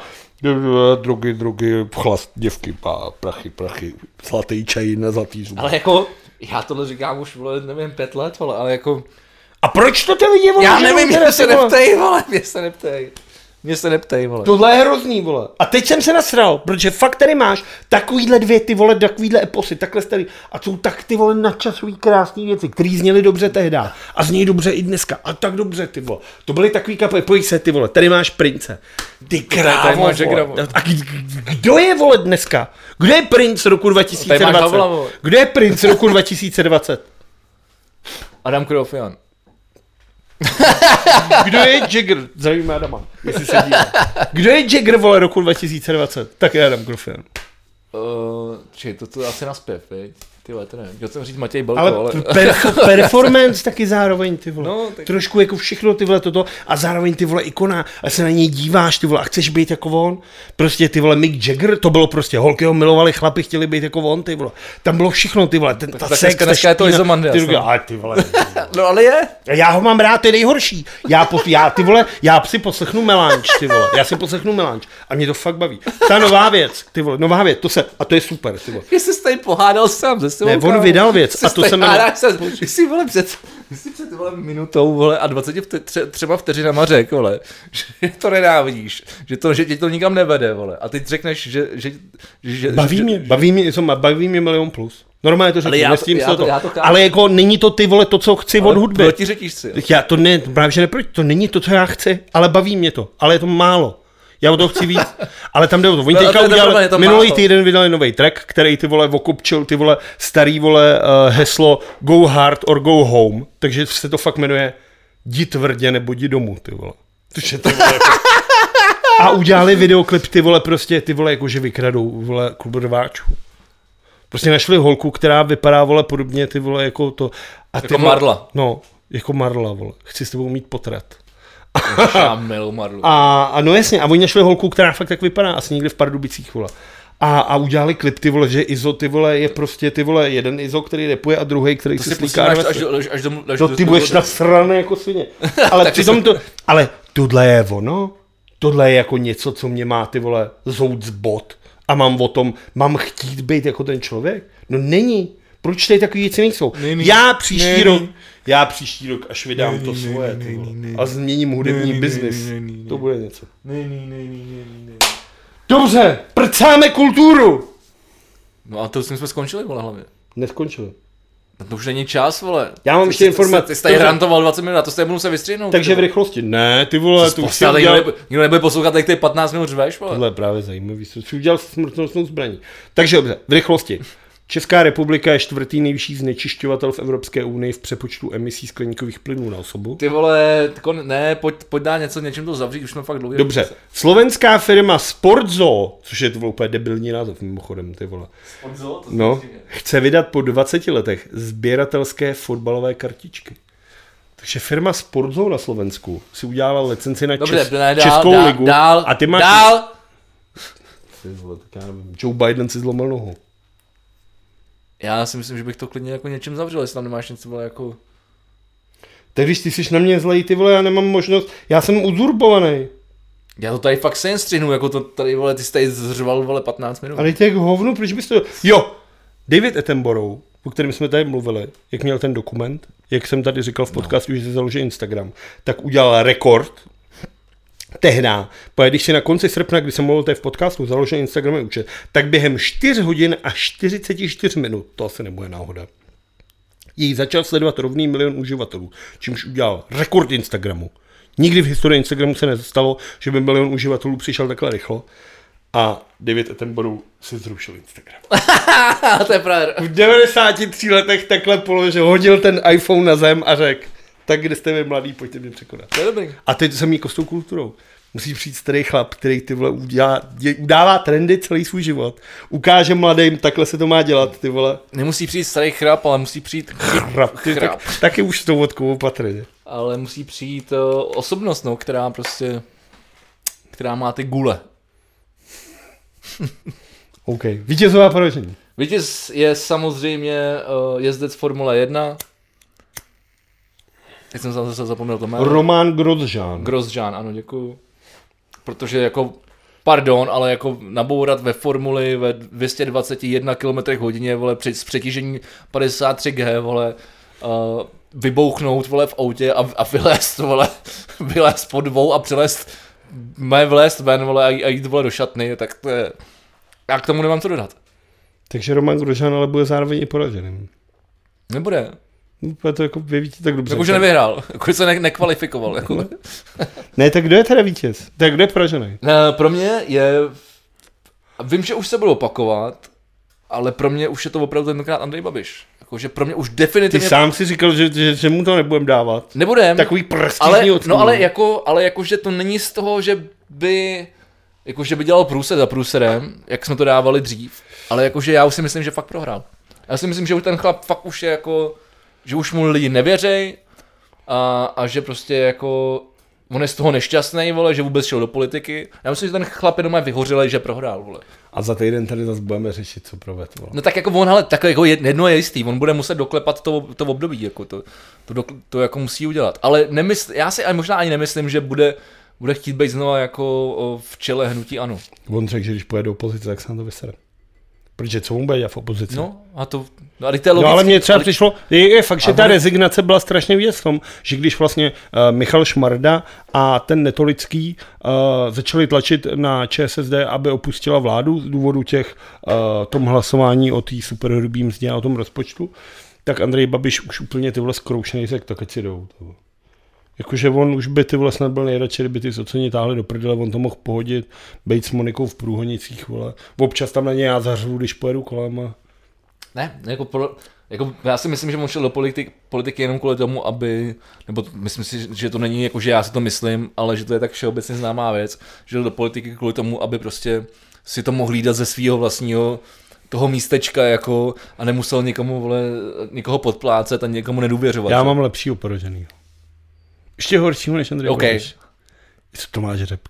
drogy, chlast, děvky, prachy, zlatý čaj na zlatý zub. Ale jako, já tohle říkám už, vole, nevím, 5 let, vole, ale jako... A proč to ty lidi, vole? Já nevím, mě se neptej, vole, mě se neptej, vole. Tohle je hrozný, vole. A teď jsem se nasral, protože fakt tady máš takovýhle dvě, ty vole, takovýhle eposy, takhle starý. A jsou tak, ty vole, nadčasový krásný věci, který zněly dobře tehdy. A zní dobře i dneska. A tak dobře, ty vole. To byly takový kapely, pojď se, ty vole, tady máš Prince. Ty krávo, a kdo je, vole, dneska? Kdo je Prince roku 2020? Kdo je Prince roku 2020? Adam Krofian. Kdo je Jagger? Zajímá Adama, jestli se dívá. Kdo je Jagger, vole, roku 2020? Tak je Adam Krofian. To asi naspěv, viď? Ty vole, to nevím. Chtěl jsem říct Matěj Balko, ale performance taky zároveň, ty vole. No, tak... Trošku jako všechno, ty vole, toto. A zároveň, ty vole, ikona. A se na něj díváš, ty vole, a chceš být jako on. Prostě, ty vole, Mick Jagger, to bylo prostě, holky ho milovali, chlapi chtěli být jako on, ty vole. Tam bylo všechno, ty vole. Ta sex, dneska je to Izomandias. Ty vole. No ale je. Já ho mám rád, to je nejhorší. Ty vole, já si poslechnu Melange, ty vole. Já si poslechnu Melange. A mě to fakt baví. Ta nová věc, ty vole, nová věc, a to je super, ty vole. Jsi se tady pohádal sám ze festivalu. Ne, on vydal věc a to se jmenuje... Ty si před minutou, vole, a 23 vteřinama řekl, vole, že to nenávidíš, že tě to nikam nevede, vole. A teď řekneš, že baví mě milion plus. Normálně to řeknu, nestím se to. to ale jako není to ty vole to, co chci od hudby. Protiřečíš si. Já to ne, právě že neproti, to není to, co já chci, ale baví mě to, ale je to málo. Já o to chci víc, ale tam jde o to. Oni teďka udělali, minulý týden vydali nový track, který ty vole okupčil, ty vole starý vole heslo Go hard or go home, takže se to fakt jmenuje Jdi tvrdě nebo jdi domů, ty vole. A udělali videoklip, ty vole prostě, ty vole jakože vykradou, vole klub rváčů. Prostě našli holku, která vypadá, vole, podobně, ty vole, jako to. A jako Marla. No, jako Marla, vole. Chci s tebou mít potrat. Já miluji Marlu. A no jasně, a oni našli holku, která fakt tak vypadá, asi někde v Pardubicích, vole. A udělali klip, ty vole, že Izo, ty vole, je prostě, ty vole, jeden Izo, který rapuje a druhý, který se slíká. To ty budeš nasraný jako svině. Ale přitom to, ale tohle je ono, tohle je jako něco, co mě má, ty vole, zout z bod. A mám chtít být jako ten člověk? No není. Proč tady takový věci nejsou? Já příští rok, až vydám to svoje, ty vole, a změním hudební biznis. To bude něco. Dobře, prcáme kulturu! No a to jsme skončili, vole, hlavně. Neskončili. No to už není čas, vole. Já mám ještě informace. Ty jsi tady rantoval 20 minut a to se budu se vystřihnout. Takže v rychlosti. Ne, ty vole, to už si udělal... Nikdo nebude poslouchat, jak ty 15 minut řveš, vole. Tohle je právě zajímavý. To jsi udělal smrtonosnou zbraní. Takže dobře, v rychlosti. Česká republika je čtvrtý nejvyšší znečišťovatel v Evropské unii v přepočtu emisí skleníkových plynů na osobu. Ty vole, ne, pojď dá něčím to zavřít, už jsme fakt dlouhý. Dobře, slovenská firma Sportzoo, což je to úplně debilní název mimochodem, ty vole. Sportzoo? To no, chce vydat po 20 letech sběratelské fotbalové kartičky. Takže firma Sportzoo na Slovensku si udělala licenci na Českou ligu. Dál. Ty vole, tak já nevím, Joe Biden si zlomil nohu. Já si myslím, že bych to klidně jako něčím zavřel, jestli tam nemáš něco vole jako... Tak když ty jsi na mě zlej, ty vole, já nemám možnost, já jsem uzurpovaný. Já to tady fakt se střihnu, jako to tady, vole, ty jsi tady zřval, vole, 15 minut. Ale ty jak hovnu, proč bys to... Jo, David Attenborough, o kterém jsme tady mluvili, jak měl ten dokument, jak jsem tady říkal v podcastu, že si založil Instagram, tak udělal rekord tehná, protože když si na konci srpna, kdy jsem mluvil tady v podcastu, založil Instagramový účet, tak během 4 hodin a 44 minut, to asi nebude náhoda, jej začal sledovat rovný 1 milion uživatelů, čímž udělal rekord Instagramu. Nikdy v historii Instagramu se nestalo, že by 1 milion uživatelů přišel takhle rychlo. A David Attenborough si zrušil Instagram. To je pravda. V 93 letech takhle položil, hodil ten iPhone na zem a řekl, tak kde jste vy mladý, pojďte mě překonat. To je dobrý. A teď to samý jako s tou kulturou. Musí přijít starý chlap, který ty vole udává trendy celý svůj život. Ukáže mladým, takhle se to má dělat, ty vole. Nemusí přijít starý chrap, ale musí přijít chrap. Taky už s tou vodkou opatrně. Ale musí přijít osobnost, no, která má ty gule. OK. Vítězová poražení. Vítěz je samozřejmě jezdec Formule 1. Teď jsem zase zapomněl to jméno. Roman Grosjean. Grosjean, ano, děkuju. Protože jako, pardon, ale jako nabourat ve formuli ve 221 km/h, vole, s přetížení 53G, vole, vybouchnout, vole, v autě a vylézt po dvou a vlézt ven, vole, a jít, vole, do šatny, tak to je... Já k tomu nemám co dodat. Takže Roman Grosjean ale bude zároveň i poražený. Nebude. No, to jako vyvíte tak dobře. Jakože nevyhrál, jako se nekvalifikoval. Jako. Ne, tak kdo je teda vítěz? Tak kdo je poražený? Pro mě je... Vím, že už se budu opakovat, ale pro mě už je to opravdu tentokrát Andrej Babiš. Jakože pro mě už definitivně... Ty sám si říkal, že mu to nebudem dávat. Nebudem. Takový prestižní odkůl. No ale jakože to není z toho, že by dělal průser za průserem, jak jsme to dávali dřív. Ale jakože já už si myslím, že fakt prohrál. Já si myslím, že už ten chlap fakt už je jako... Že už mu lidi nevěřej a že prostě jako... On je z toho nešťastný, vole, že vůbec šel do politiky. Já myslím, že ten chlap jenom je vyhořelej, že prohrál, vole. A za týden tady zase budeme řešit, co proved, vole. No tak jako on, ale tak jako jedno je jistý, on bude muset doklepat to období, jako to jako musí udělat. Ale já si možná ani nemyslím, že bude chtít být znova jako v čele hnutí ANO. On řekl, že když pojede do opozice, tak se na to vysere. Protože co mu bude dělat v opozici? No, a to... No, ale mně třeba přišlo, je fakt, že ta rezignace byla strašně vidět v tom, že když vlastně Michal Šmarda a ten Netolický začali tlačit na ČSSD, aby opustila vládu z důvodu tom hlasování o té superhrubý mzdě a o tom rozpočtu, tak Andrej Babiš už úplně ty vole zkroušený řekl, tak ať si jdou. Jakože on už by ty vole snad byl nejradši, kdyby ty soceni táhli do prdele, on to mohl pohodit, bejt s Monikou v Průhonicích, vole. Občas tam na ně já zařvu, když pojedu kolem. Ne, jako já si myslím, že on šel do politiky jenom kvůli tomu, aby, nebo myslím si, že to není jako, že já si to myslím, ale že to je tak všeobecně známá věc, že šel do politiky kvůli tomu, aby prostě si to mohl hlídat ze svého vlastního toho místečka jako a nemusel někoho podplácet a někomu nedůvěřovat. Já mám lepšího poroženýho. Ještě horšího než Andrej Babiš. Co Tomáš Řepka.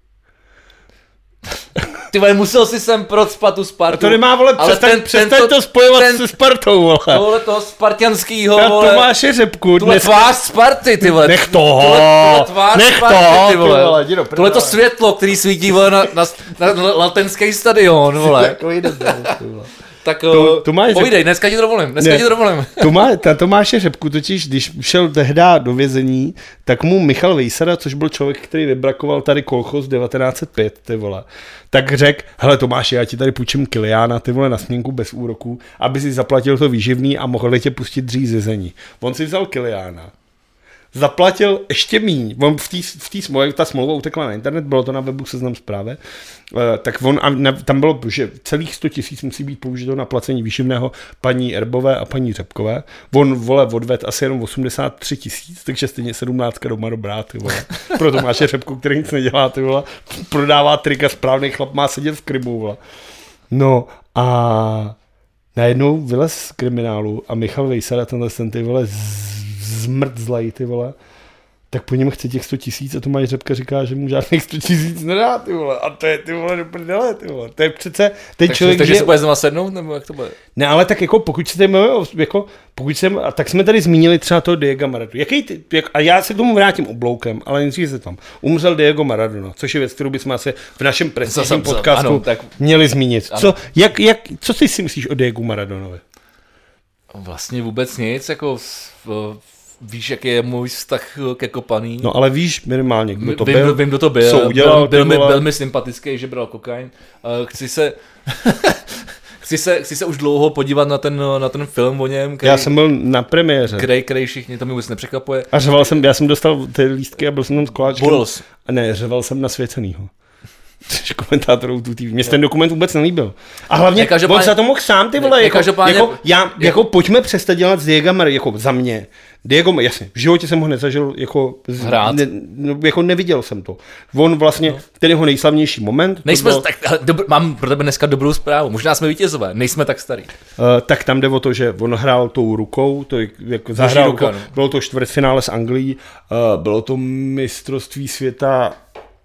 Ty vole, musel si sem procpat tu Spartu. A to nemá, vole, přestaň to spojovat se Spartou, vole. Tohle toho spartianskýho, vole. Tomáše Řepku. Tohle tvář Sparty, ty vole. Nech toho. Ty vole. Tohle to světlo, který svítí, vole, na Latenský stadion, vole. Tak povídej, dneska ti to dovolím. Tomáše Řepku totiž, když šel tehda do vězení, tak mu Michal Vejsada, což byl člověk, který vybrakoval tady kolchoz 1905, ty vole, tak řekl, hele Tomáši, já ti tady půjčím Kiliána, ty vole, na směnku bez úroků, aby si zaplatil to výživný a mohl tě pustit dřív z vězení. On si vzal Kiliána. Zaplatil ještě míň. On v té smlouvě, ta smlouva utekla na internet, bylo to na webu Seznam Zprávy, tak tam bylo, že celých 100 000 musí být použito na placení výživného paní Erbové a paní Řepkové. On, vole, odved asi jenom 83 000, takže stejně 17 doma dobrá, ty vole. Pro Tomáše Řepku, který nic nedělá, ty vole, prodává trika, správný chlap má sedět v krybu, vole. No a najednou vylez z kriminálu a Michal Vejsada, ten ty vole zmrzlej, ty vole, tak po něm chce těch 100 000 a Tomáš Řepka říká, že mu žádných 100 000 nedá, ty vole, a to je, ty vole, do prdele, ty vole, to je přece ten člověk, takže se bude znova sednout, nebo jak to bude? Ne, ale tak jako, pokud se tady jako, tak jsme tady zmínili třeba toho Diego Maradona, a já se k tomu vrátím obloukem, ale nejdřív se tam, umřel Diego Maradona, což je věc, kterou bychom asi v našem prestižním podcastu měli zmínit. Co ty si myslíš o Diegu Maradonovi? Vlastně vůbec nic, jako víš, jaký je můj vztah ke kopaný. No ale víš minimálně, kdo to byl. Vím, kdo to byl. Co udělal, byl mi sympatický, že bral kokain. Chci se už dlouho podívat na ten film o něm. Já jsem byl na premiéře. Který všichni, to mi vůbec nepřekvapuje. A já jsem dostal ty lístky a byl jsem tam s koláčkem. A ne, řeval jsem na Svěcenýho. Komentátorů tu TV. Mně ten dokument vůbec nelíbil. A hlavně, on se to mohl sám, ty vole, jako pojďme přestat dělat z Diego Maradona, jako za mě. Diego, jasně, v životě jsem ho nezažil, jako neviděl jsem to. On vlastně, ten jeho nejslavnější moment. Mám pro tebe dneska dobrou zprávu, možná jsme vítězové, nejsme tak starý. Tak tam jde o to, že on hrál tou rukou, to jako zahrál ruka, no. Bylo to čtvrtfinále s Anglií, bylo to mistrovství světa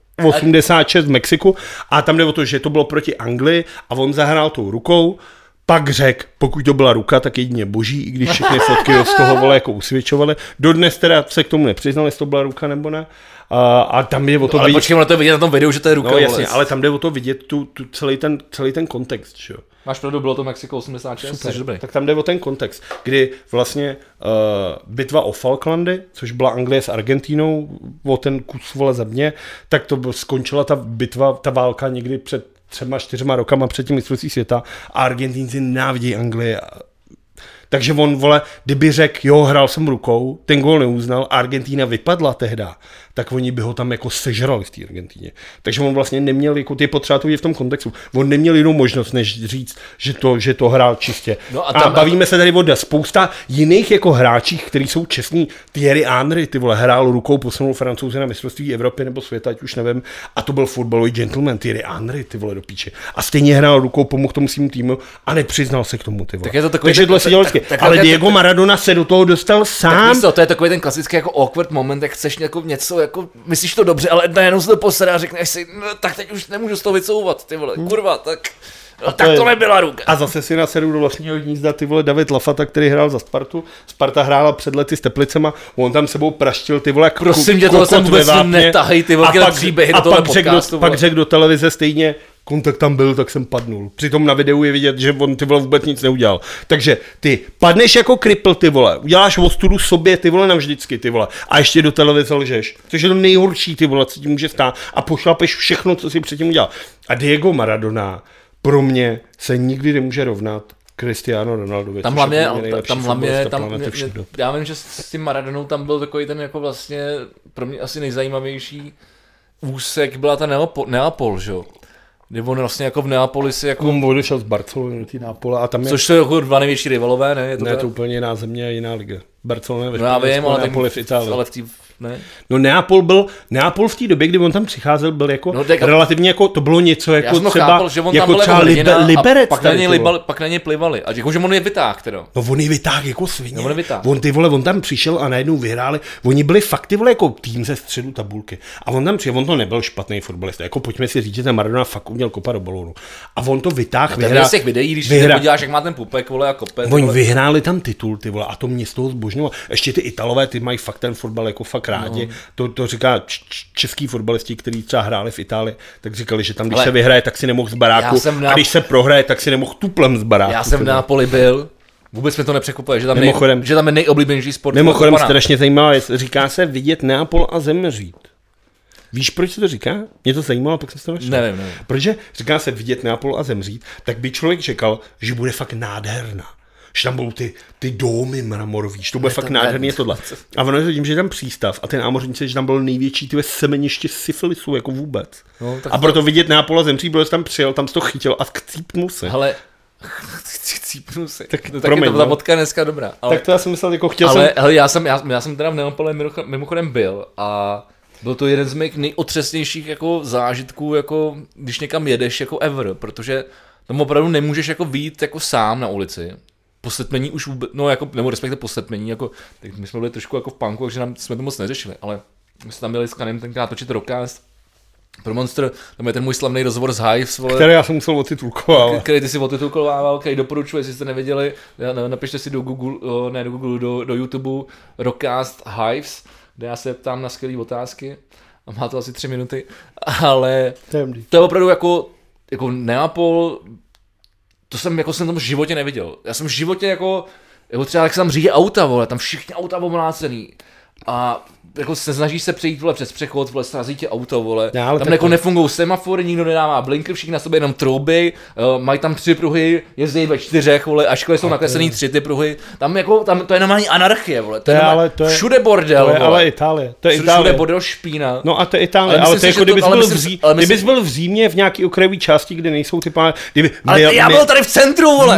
86 v Mexiku a tam jde o to, že to bylo proti Anglii a on zahrál tou rukou, pak řekl, pokud to byla ruka, tak jedině boží, i když všechny fotky z toho vole jako usvědčovaly. Dodnes teda se k tomu nepřiznal, jestli to byla ruka nebo ne. A tam jde o to vidět... počkej, to je vidět na tom videu, že to je ruka. No jasně, ale tam jde o to vidět celý ten kontext, že jo. Máš pravdu, bylo to Mexiko 86, jsi dobrý. Tak tam jde o ten kontext, kdy vlastně bitva o Falklandy, což byla Anglie s Argentínou, o ten kus vole země, tak to skončila ta bitva, ta válka někdy před 3-4 rokama před tím mistrovství světa a Argentínci nenávidí Anglii. Takže on, vole, kdyby řekl, jo, hrál jsem rukou, ten gól neuznal a Argentína vypadla tehda, tak oni by ho tam jako sežrali v té Argentíně. Takže on vlastně neměl, jako ty potřeba to vidět v tom kontextu, on neměl jinou možnost, než říct, že to hrál čistě. No a bavíme se tady o spousta jiných jako hráčích, kteří jsou čestní. Thierry Henry, ty vole, hrál rukou, posunul Francouze na mistrovství Evropy nebo světa, ať už nevím, a to byl fotbalový gentleman, Thierry Henry, ty vole, do píče. A stejně hrál rukou, pomohl tomu svým týmu a nepřiznal se k tomu, ty vole. Takže tohle se dělalo vždycky. Ale Diego Maradona se do toho dostal sám. To je takový ten klasický jako awkward moment, jak chceš jako něco, jako myslíš to dobře, ale najednou se to posede a řekneš si, no, tak teď už nemůžu z toho vycouvat, ty vole, kurva, tak... No, tak to nebyla ruka. A zase si nasedu do vlastního hnízda, ty vole, David Lafata, který hrál za Spartu. Sparta hrála před lety s Teplicema, on tam sebou praštil, ty vole, prosím tě, tohle jsem vůbec netahej, ty vole, příběhy do tohle podcastu. Pak řekl do televize stejně, kontakt tam byl, tak jsem padnul. Přitom na videu je vidět, že on ty vole vůbec nic neudělal. Takže ty padneš jako kripl, ty vole, uděláš ostudu sobě, ty vole, navždycky, ty vole, a ještě do televize lžeš. Což je to nejhorší, ty vole, co ti může stát, a pošlapeš všechno, co si předtím udělal. A Diego Maradona pro mě se nikdy nemůže rovnat Cristiano Ronaldovi. Tam hlavně, já vím, že s tím Maradonou tam byl takový ten jako vlastně pro mě asi nejzajímavější úsek, byla ta Neapol, že jo? Kdy on vlastně jako v Neapoli si jako... On odešel z Barcelony do té Neapole a tam je... Což jsou jako dva největší rivalové, ne? Je to úplně jiná země a jiná liga. Barcelona ve Španělsku, Neapol v Itálii. Ale ne? No Neapol v té době, kdy on tam přicházel, byl jako relativně jako, to bylo něco jako já třeba, chápal, že on jako tam třeba Liberec. Pak na něj plivali. A jako, že on je vytáh, teda. No on je vytáh jako svině. No, on tam přišel a najednou vyhráli. Oni byli fakt ty vole jako tým ze středu tabulky. A on tam přišel, on to nebyl špatný fotbalista. Jako pojďme si říct, že ten Maradona fakt uměl kopat do balónu. A on to vytáhl, vyhrál. Z těch videí, když si podíváš, jak má ten pupek, vole, a kope. Oni vyhráli tam titul, ty vole, a to mě z toho zbožňovalo. Ještě ty Italové, ty mají fakt ten fotbal jako fakt rádi. To říká český fotbalisti, kteří třeba hráli v Itálii, tak říkali, že tam, když se vyhraje, tak si nemohl z baráku, a když se prohraje, tak si nemohl tuplem z baráku. Já jsem v Neapoli byl, vůbec mi to nepřekvapuje, že tam je nejoblíbenější sport. Mimochodem strašně zajímavá věc, říká se vidět Neapol a zemřít. Víš, proč se to říká? Mě to zajímalo, pak jsem to našel. Nevím. Protože říká se vidět Neapol a zemřít, tak by člověk čekal, že bude fakt nádherná. Že tam budou ty domy mramorový, že to bude fakt nádherný tohle. A ono je to tím, že je tam přístav a ty námořníci, že tam bylo největší semeniště syfilisu jako vůbec. No, a proto vidět Neapol a zemřít, protože tam přijel, tam se to chytil a chcípnul se. Hele, chcípnul se. Tak no, promiň, ta vodka je dneska dobrá. Ale, tak to já jsem myslel, jako chtěl jsem... Hele, já jsem teda v Neapole mimochodem byl a byl to jeden z mých nejotřesnějších jako zážitků, jako když někam jedeš jako ever, protože tam opravdu nemůžeš jako vyjít jako sám na ulici. Po setmení už vůbec, no jako, nebo respektive po setmení, jako, tak my jsme byli trošku jako v punku, takže jsme to moc neřešili, ale my jsme tam měli s Kanem tenkrát točit Rockcast pro Monster, tam je ten můj slavný rozhovor z Hives, vole, který já jsem musel otitulkovávat. Který ty si otitulkoval, který doporučuji, jestli jste nevěděli, napište si do Google, ne do Google, do YouTube Rockcast Hives, kde já se ptám na skvělé otázky a má to asi 3 minuty, ale to je opravdu jako Neapol. To jsem tam v životě neviděl. Já jsem v životě jako třeba jak se tam řídí auta, vole, tam všichni auta omlácený. A jako se snažíš se přejít, vole, přes přechod, vole, srazí tě auto, vole. Tam jako nefungují semafory, nikdo nedává blinker, všichni na sobě jenom trouby, mají tam 3 pruhy, jezdí ve 4, vole, a školy jsou nakreslený 3 ty pruhy. Tam to je normální anarchie, vole. To je všude bordel, to je ale Itálie. To je Itálie. Všude bordel, špína. No a to je Itálie, ale to je jako kdybys byl v Římě v nějaký okrajové části, kde nejsou ty pány. Já byl tady v centru, vole.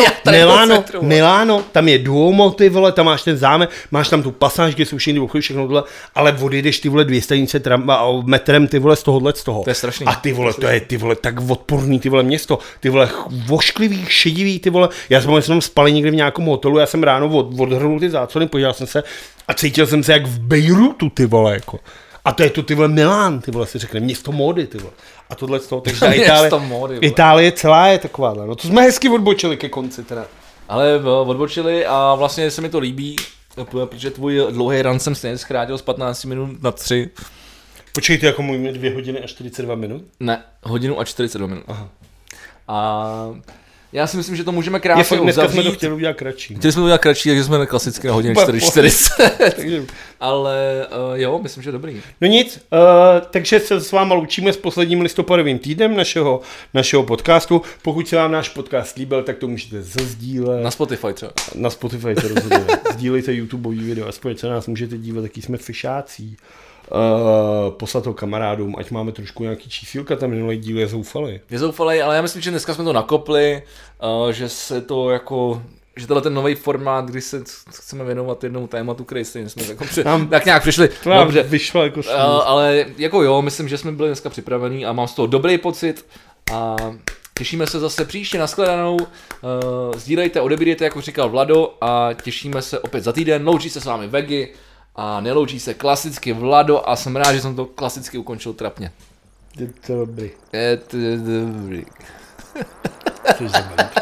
Milano, tam je Duomo, ty vole, tam máš ten zámek, máš tam tu pasáž, kde jsou všichni obchody, všechno tohle, ale odejdeš ty vole 2 stanice metrem ty vole z tohohle z toho. To je strašný. A ty vole, to je ty vole tak odporný ty vole město, ty vole vošklivý, šedivý ty vole. Já jsem tam spal někde v nějakém hotelu, já jsem ráno odhrnul ty záclony, podíval jsem se a cítil jsem se jak v Bejrutu ty vole jako. A to je to ty vole Milán, ty vole si řekne, město módy ty vole. A tohle z toho, takže Itálie celá je taková, no to jsme hezky odbočili ke konci teda. Ale odbočili a vlastně se mi to líbí, protože tvůj dlouhý run jsem stejně zkrátil z 15 minut na 3. Počkej, ty jako můj 2 hodiny a 42 minut? Ne, 1 hodinu a 42 minut. Aha. A já si myslím, že to můžeme krásně uzavřít. Dneska jsme to chtěli udělat kratší. Chtěli jsme to udělat kratší, takže jsme klasicky na hodině 4:40. Ale jo, myslím, že dobrý. No nic, takže se s váma loučíme s posledním listopadovým týdnem našeho podcastu. Pokud se vám náš podcast líbil, tak to můžete zazdílet. Na Spotify třeba. Na Spotify to rozhodně. Sdílejte YouTubeový video, aspoň se nás můžete dívat, jaký jsme fišácí. Poslat to kamarádům, ať máme trošku nějaký čísílka, tam minulý díl je zoufalý. Je zoufalý, ale já myslím, že dneska jsme to nakopli, že se to jako, že tenhle ten nový formát, kdy se chceme věnovat jednomu tématu, který stejně jsme jako tak nějak přišli. Dobře, vyšlo jako ale jako jo, myslím, že jsme byli dneska připravení a mám z toho dobrý pocit a těšíme se zase příště, nashledanou, sdílejte, odebírejte, jako říkal Vlado, a těšíme se opět za týden, loučí se s vámi Vegy a neloučí se klasicky Vlado a jsem rád, že jsem to klasicky ukončil trapně. Je to dobrý. Je to dobrý. Jsi dobrý.